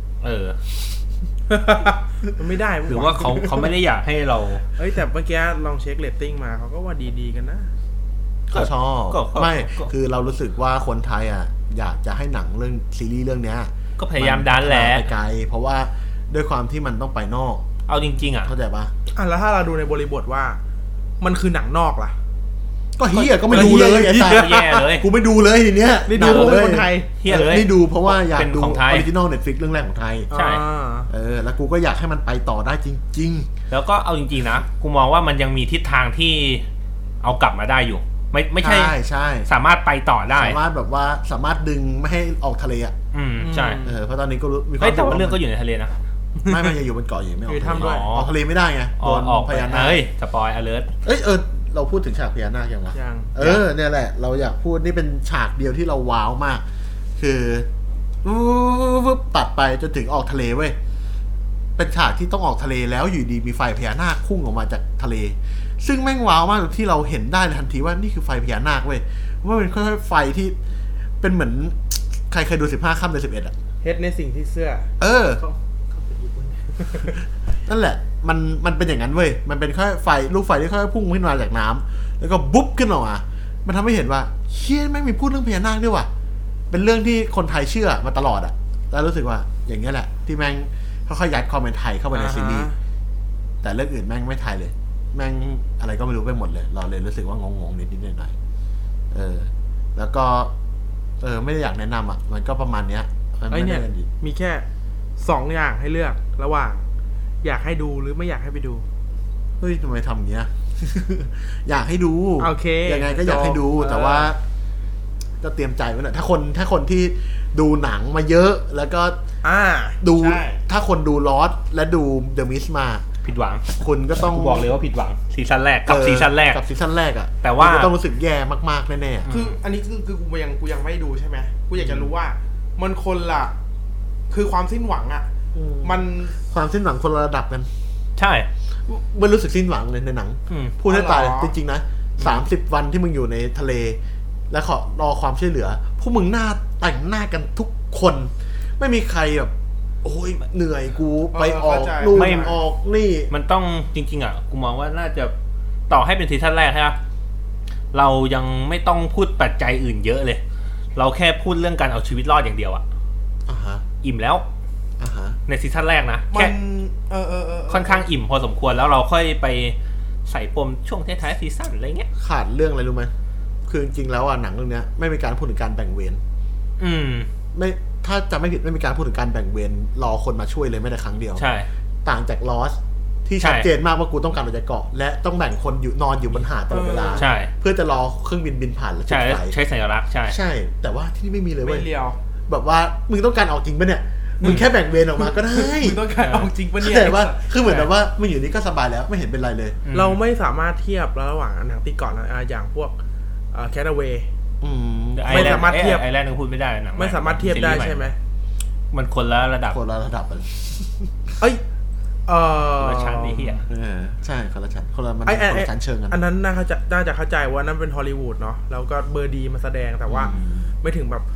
มันไม่ได้หรือว่าเขาไม่ได้อยากให้เราแต่เมื่อกี้ลองเช็คเรตติ้งมาเขาก็ว่าดีๆกันนะก็ชอบไม่คือเรารู้สึกว่าคนไทยอยากจะให้หนังเรื่องซีรีส์เรื่องนี้ก็พยายามดันแหละไปไกลเพราะว่าด้วยความที่มันต้องไปนอกเอาจริงๆเข้าใจปะแล้วถ้าเราดูในบริบทว่ามันคือหนังนอกล่ะก็เฮียก็ไม่ดูเลยไอ้สัสแย่เลยกูไม่ดูเลยทีเนี้ยนี่ดูเป็นคนไทยเฮียเลยนี่ดูเพราะว่าอยากดูออริจินอล Netflix เรื่องแรกของไทยใช่แล้วกูก็อยากให้มันไปต่อได้จริงๆแล้วก็เอาจริงๆนะกูมองว่ามันยังมีทิศทางที่เอากลับมาได้อยู่ไม่ใช่สามารถไปต่อได้สามารถแบบว่าสามารถดึงไม่ให้ออกทะเลใช่เพราะตอนนี้ก็มีความแต่ว่าเรื่องก็อยู่ในทะเลนะไม่จะอยู่บนเกาะอยู่ไม่ออกทำด้วยออกทะเลไม่ได้ไงโดนพญานาคสปอยอเลิร์ตเราพูดถึงฉากพญานาคยังวะเนี่ยแหละเราอยากพูดนี่เป็นฉากเดียวที่เราว้าวมากคือตัดไปจนถึงออกทะเลเว้ยเป็นฉากที่ต้องออกทะเลแล้วอยู่ดีมีไฟพญานาคพุ่งออกมาจากทะเลซึ่งแม่งว้าวมากที่เราเห็นได้ทันทีว่านี่คือไฟพญานาคเว้ยว่าเป็นค่อยๆไฟที่เป็นเหมือนใครเคยดู15 ค่ำเดือน 11 เฮ็ดในสิ่งที่เสื้อนั่นแหละมันเป็นอย่างนั้นเว้ยมันเป็นแค่ไฟลูกไฟที่ค่อยๆพุ่งขึ้นมาจากน้ำแล้วก็บุ๊บขึ้นออกมามันทำให้เห็นว่าเชี่ยแม่งมีพูดเรื่องพญานาคด้วยว่ะเป็นเรื่องที่คนไทยเชื่อมาตลอดแล้วรู้สึกว่าอย่างนี้แหละที่แม่งค่อยๆยัดความเป็นไทยเข้าไปในซีรีส์แต่เรื่องอื่นแม่งไม่ไทยเลยแม่งอะไรก็ไม่รู้ไปหมดเลยเราเลยรู้สึกว่างงๆนิดๆหน่อยๆแล้วก็ไม่ได้อยากแนะนำมันก็ประมาณเนี้ยเนี่ยมีแค่2 อย่างให้เลือกระหว่างอยากให้ดูหรือไม่อยากให้ไปดูเฮ้ยทำไมทำอย่างเงี้ยอยากให้ดูโอเคยังไงก็อยากให้ดูแต่ว่าก็เตรียมใจไว้หน่อยถ้าคนที่ดูหนังมาเยอะแล้วก็ดูถ้าคนดูลอสและดูเดอะมิสมาผิดหวังคุณก็ต้องบอกเลยว่าผิดหวังซีซั่นแรกกับซีซั่นแรกอ่ะแต่ว่าต้องรู้สึกแย่มากๆแน่ๆคืออันนี้คือกูยังไม่ดูใช่ไหมกูอยากจะรู้ว่ามันคนละคือความสิ้นหวังอ่ะมันความสิ้นหวังคนละระดับกันใช่ไม่รู้สึกสิ้นหวังเลยในหนังพูดให้ตายจริงๆนะ30 วันที่มึงอยู่ในทะเลและขอรอความช่วยเหลือพวกมึงหน้าแต่งหน้ากันทุกคนไม่มีใครแบบโอ้ยเหนื่อยกูไปออกนู่นออกนี่มันต้องจริงๆอ่ะกูมองว่าน่าจะต่อให้เป็นซีซั่นแรกใช่ไหมเรายังไม่ต้องพูดปัจจัยอื่นเยอะเลยเราแค่พูดเรื่องการเอาชีวิตรอดอย่างเดียวอ่ะอิ่มแล้วในซีซั่นแรกนะแค่ค่อนข้างอิ่มพอสมควรแล้วเราค่อยไปใส่ปมช่วงท้ายๆซีซั่นอะไรเงี้ยขาดเรื่องอะไรรู้ไหมคือจริงๆแล้วอ่ะหนังเรื่องนี้ไม่มีการพูดถึงการแบ่งเวรไม่ถ้าจะไม่ผิดไม่มีการพูดถึงการแบ่งเวรรอคนมาช่วยเลยไม่แต่ครั้งเดียวใช่ต่างจากลอสที่ชัดเจนมากว่ากูต้องการออกจากเกาะและต้องแบ่งคนอยู่นอนอยู่บนหาดตลอดเวลาเพื่อจะรอเครื่องบินผ่านแล้วจุดไฟใช้สัญลักษณ์ใช่แต่ว่าที่นี่ไม่มีเลยเว้ยแบบว่ามึงต้องการออกจริงปะเนี่ยมึงแค่แบ่งเวรออกมาก็ได้มึงต้องการออกจริงปะเนี่ยแต่ว่าคือเหมือนแบบว่ามึงอยู่นี่ก็สบายแล้วไม่เห็นเป็นไรเลยเราไม่สามารถเทียบระหว่างหนังตีก่อนอย่างพวกแคทเวย์ไม่สามารถเทียบไอแลนด์นึงพูดไม่ได้หนังไม่สามารถเทียบได้ใช่ไหมมันคนละระดับเอ้ยคนละชั้นนี่เฮียใช่คนละชั้นคนละชั้นเชิงกันอันนั้นน่าจะเข้าใจว่านั่นเป็นฮอลลีวูดเนาะแล้วก็เบอร์ดีมาแสดงแต่ว่าไม่ถึงแบบ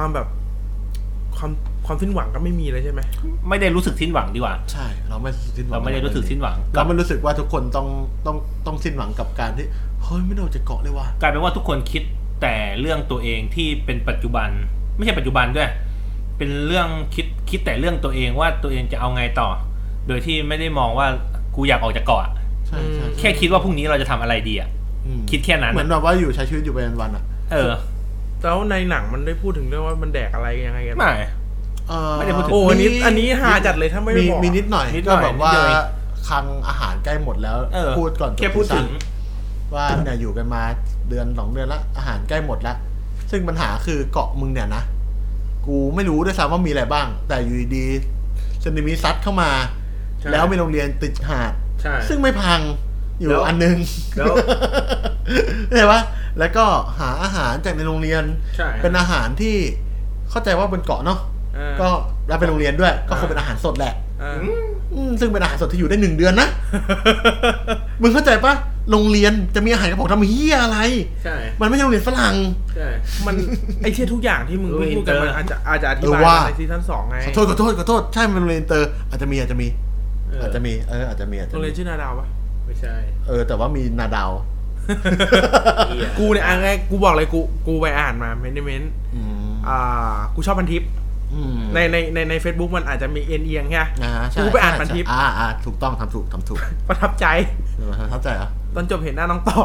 ความสิ้นหวังก็ไม่มีเลยใช่ไหมไม่ได้รู้สึกสิ้นหวังดีกว่าใช่เราไม่สิ้นหวังเราไม่ได้รู้สึกสิ้นหวังเราไม่รู้สึกว่าทุกคนต้องสิ้นหวังกับการที่เฮ้ยไม่ได้ออกจากเกาะเลยว่ะกลายเป็นว่าทุกคนคิดแต่เรื่องตัวเองที่เป็นปัจจุบันไม่ใช่ปัจจุบันด้วยเป็นเรื่องคิดแต่เรื่องตัวเองว่าตัวเองจะเอาไงต่อโดยที่ไม่ได้มองว่ากูอยากออกจากเกาะแค่คิดว่าพรุ่งนี้เราจะทำอะไรดีอ่ะคิดแค่นั้นเหมือนแบบว่าอยู่ใช้ชีวิตอยู่เป็นวันอ่ะแล้วในหนังมันได้พูดถึงเรื่องว่ามันแดกอะไรยังไงกันไม่ได้พูดถึงอันนี้หาจัดเลยถ้าไม่บอกมีนิดหน่อยก็แบบว่าคลังอาหารใกล้หมดแล้วพูดก่อนแค่พูดถึงว่าเนี่ยอยู่กันมาเดือน2 เดือนแล้วอาหารใกล้หมดแล้วซึ่งปัญหาคือเกาะมึงเนี่ยนะกูไม่รู้ด้วยซ้ำว่ามีอะไรบ้างแต่อยู่ดีๆสึนามิซัดเข้ามาแล้วมีโรงเรียนติดหาดซึ่งไม่พังอยู่อันนึงเห็นปะแล้วก็หาอาหารจากในโรงเรียนเป็นอาหารที่เข้าใจว่าบนเกาะเนาะก็รับเป็นโรงเรียนด้วยก็คงเป็นอาหารสดแหละซึ่งเป็นอาหารสดที่อยู่ได้1 เดือนนะมึงเข้าใจปะโรงเรียนจะมีอาหารกระป๋องทำเหี้ยอะไรมันไม่ใช่โรงเรียนฝรั่งมันไอ้เชี่ยทุกอย่างที่มึงพูดกันมันอาจจะอธิบายในซีซั่น2ไงขอโทษใช่มันโรงเรียนอินเตอร์อาจจะมีโรงเรียนชื่อนาดาวปะไม่ใช่แต่ว่ามีนาดาวกูเนี่ยไงกูบอกเลยกูไปอ่านมาเมนกูชอบพันทิปใน Facebook มันอาจจะมีเอียงใช่ไหมกูไปอ่านพันทิปถูกต้องทำถูกประทับใจเหรอตอนจบเห็นหน้าน้องต่อ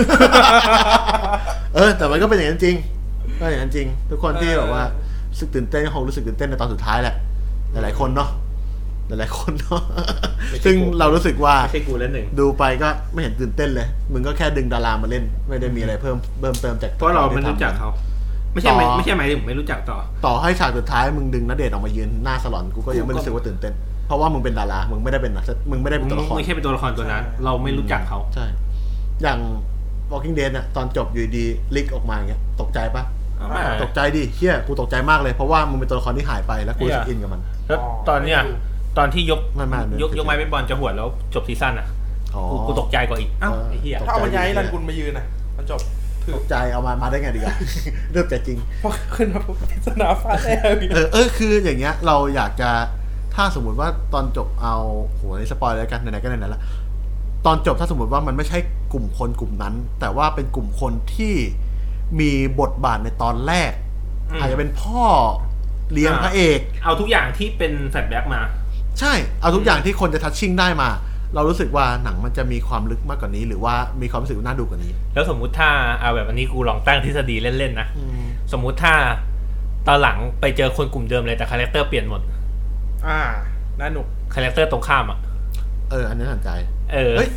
แต่มันก็เป็นอย่างนั้นจริงก็อย่างนั้นจริงทุกคนที่แบบว่ารู้สึกตื่นเต้นคงรู้สึกตื่นเต้นในตอนสุดท้ายแหละหลายคนเนาะซึ่งเรารู้สึกว่าไม่ใช่กูแล้วหนึ่งดูไปก็ไม่เห็นตื่นเต้นเลยมึงก็แค่ดึงดารามาเล่นไม่ได้มีอะไรเพิ่มเติมจากเพราะเราไม่รู้จักเขาไม่ใช่หมายถึงไม่รู้จักต่อให้ฉากสุดท้ายมึงดึงณเดชน์ออกมายืนหน้าสลอนกูก็ยังไม่รู้สึกว่าตื่นเต้นเพราะว่ามึงเป็นดารามึงไม่ได้เป็นมึงไม่ได้เป็นตัวละครไม่ใช่เป็นตัวละครตัวนั้นเราไม่รู้จักเขาใช่อย่าง Walking Dead น่ะตอนจบอยู่ดีลิกออกมาอย่างเงี้ยตกใจปะตกใจดิเหี้ยกูตกใจมากเลยเพราะว่ามึงเป็นตัวละครที่หายไปแล้วกูจะอินกับมันแล้วตอนเนี้ยตอนที่ยกไม้เบสบอลจะหวดแล้วจบซีซั่นอ่ะกูตกใจกว่าอีกอ้าวไอ้เหี้ยถ้าเอามาย้ายรันกุลมายืนน่ะมันจบตกใจเอามาได้ไงดีอ่ะเริ่มแต่จริงเพราะขึ้นมาปุ๊บสนามฟ้าแลวคืออย่างเงี้ยเราอยากจะถ้าสมมุติว่าตอนจบเอาโหนี่สปอยแล้วกันไหนๆก็ไหนๆละตอนจบถ้าสมมติว่ามันไม่ใช่กลุ่มคนกลุ่มนั้นแต่ว่าเป็นกลุ่มคนที่มีบทบาทในตอนแรกอาจจะเป็นพ่อเลี้ยงพระเอกเอาทุกอย่างที่เป็นแฟลชแบ็กมาใช่เอาทุกอย่างที่คนจะทัชชิ่งได้มาเรารู้สึกว่าหนังมันจะมีความลึกมากกว่านี้หรือว่ามีความรู้สึกน่าดูกว่านี้แล้วสมมุติถ้าเอาแบบอันนี้กูลองตั้งทฤษฎีเล่นๆนะสมมุติถ้าตอนหลังไปเจอคนกลุ่มเดิมเลยแต่คาแรคเตอร์เปลี่ยนหมดน่าหนุกคาแรคเตอร์ตรงข้ามอ่ะอันนี้สนใจเฮ้ย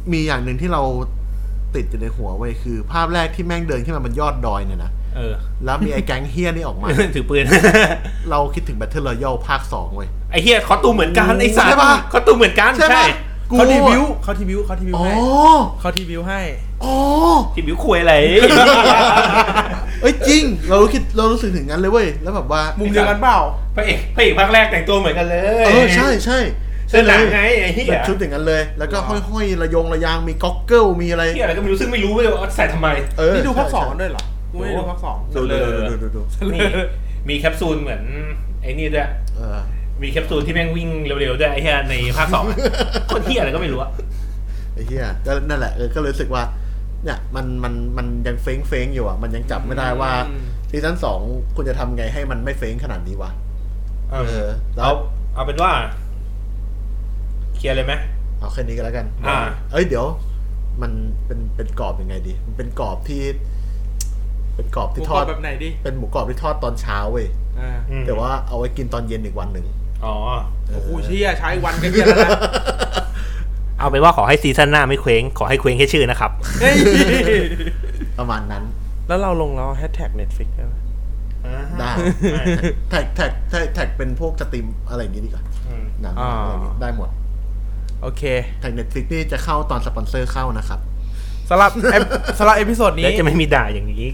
มีอย่างหนึ่งที่เราติดอยู่ในหัวไว้คือภาพแรกที่แม่งเดินขึ้นมาบนยอดดอยเนี่ยนะแล้วมีไอ้แก๊งเฮียนี่ออกมาถือปืนเราคิดถึง Battle Royale ภาค 2เว้ยไอ้เฮียเขาตูเหมือนกันไอ้สัตว์เขาตูเหมือนกันใช่เขาทีบิวให้เขาทีบิวให้ทีบิวคุยอะไรเอ้ยจริงเรารู้สึกถึงงั้นเลยเว้ยแล้วแบบว่ามุมเดียวกันเปล่าพระเอกภาคแรกแต่งตัวเหมือนกันเลยใช่เสื้อหนังไงไอ้เหี้ยชุดอย่างนั้นเลยแล้วก็ห้อยๆระยางมีก๊อกเกิลมีอะไรเหี้ยอะไรก็ไม่รู้ซึ่งไม่รู้ว่าใส่ทำไมนี่ดูภาค 2กันด้วยเหรอกูไม่ดูภาค 2 ดูนี่มีแคปซูลเหมือนไอ้นี่ด้วยมีแคปซูลที่แม่งวิ่งเร็วๆด้วยไอ้เหี้ยในภาค 2คนเหี้ยอะไรก็ไม่รู้อะไอ้เหี้ยก็นั่นแหละก็เลยรู้สึกว่าเนี่ยมันยังเฟ้งอยู่อ่ะมันยังจับไม่ได้ว่าซีซั่น2คุณจะทำไงให้มันไม่เฟ้งขนาดนี้วะแล้วเอาเป็นว่าเคลียร์เลยไหมเอาแค่นี้ก็แล้วกันเดี๋ยวมันเป็นกรอบยังไงดีมันเป็นกรอบที่ทอดแบบไหนดิเป็นหมูกรอบที่ทอดตอนเช้าเว้ยแต่ว่าเอาไว้กินตอนเย็นอีกวันหนึ่งโอ้โหเชี่ยใช้วันกันเยอะแล้วนะเอาเป็นว่าขอให้ซีซั่นหน้าไม่เคว้งขอให้เคว้งแค่ชื่อนะครับประมาณนั้นแล้วเราลงแล้ว#เน็ตฟลิกซ์ได้แท็กเป็นพวกสตรีมอะไรอย่างนี้ดีกว่าหนังอะไรอย่างนี้ได้หมดโอเคแท็ก Netflix นี่จะเข้าตอนสปอนเซอร์เข้านะครับสำหรับเอพิโซดนี้จะไม่มีด่าอย่างนี้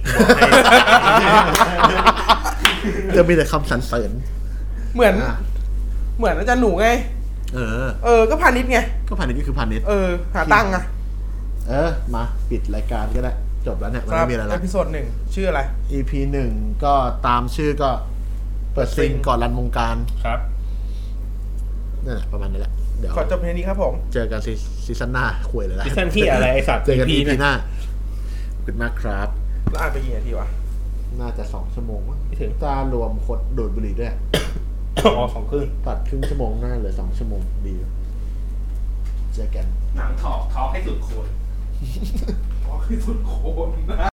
จะมีแต่คำสรรเสริญเหมือนอาจารย์หนูไงก็พาณิชย์ไงก็พาณิชย์ก็คือพาณิชย์หาตั้งอะมาปิดรายการก็ได้จบแล้วเนี่ยมันไม่มีอะไรแล้วเอพิโซด1ชื่ออะไร EP 1ก็ตามชื่อก็เปิดซิงก่อนรันวงการครับนั่นแหละประมาณนี้แหละเดี๋ยวขอจบเพลงนี้ครับผมเจอกันซีซั่นหน้าคุยเลยละซีซั่นที่อะไรไอ้สัตว์เจอกัน EP หน้าขอบคุณมากครับแล้วอ่านไปกี่นาทีวะน่าจะ2 ชั่วโมงไม่ถึงตารวมคนดูดบุหรี่ด้วย 2 ครึ่งตัดครึ่งชั่วโมงน่าเหลือ2 ชั่วโมงดีเจอกันหนังถอกให้สุดโคนให้สุดโคน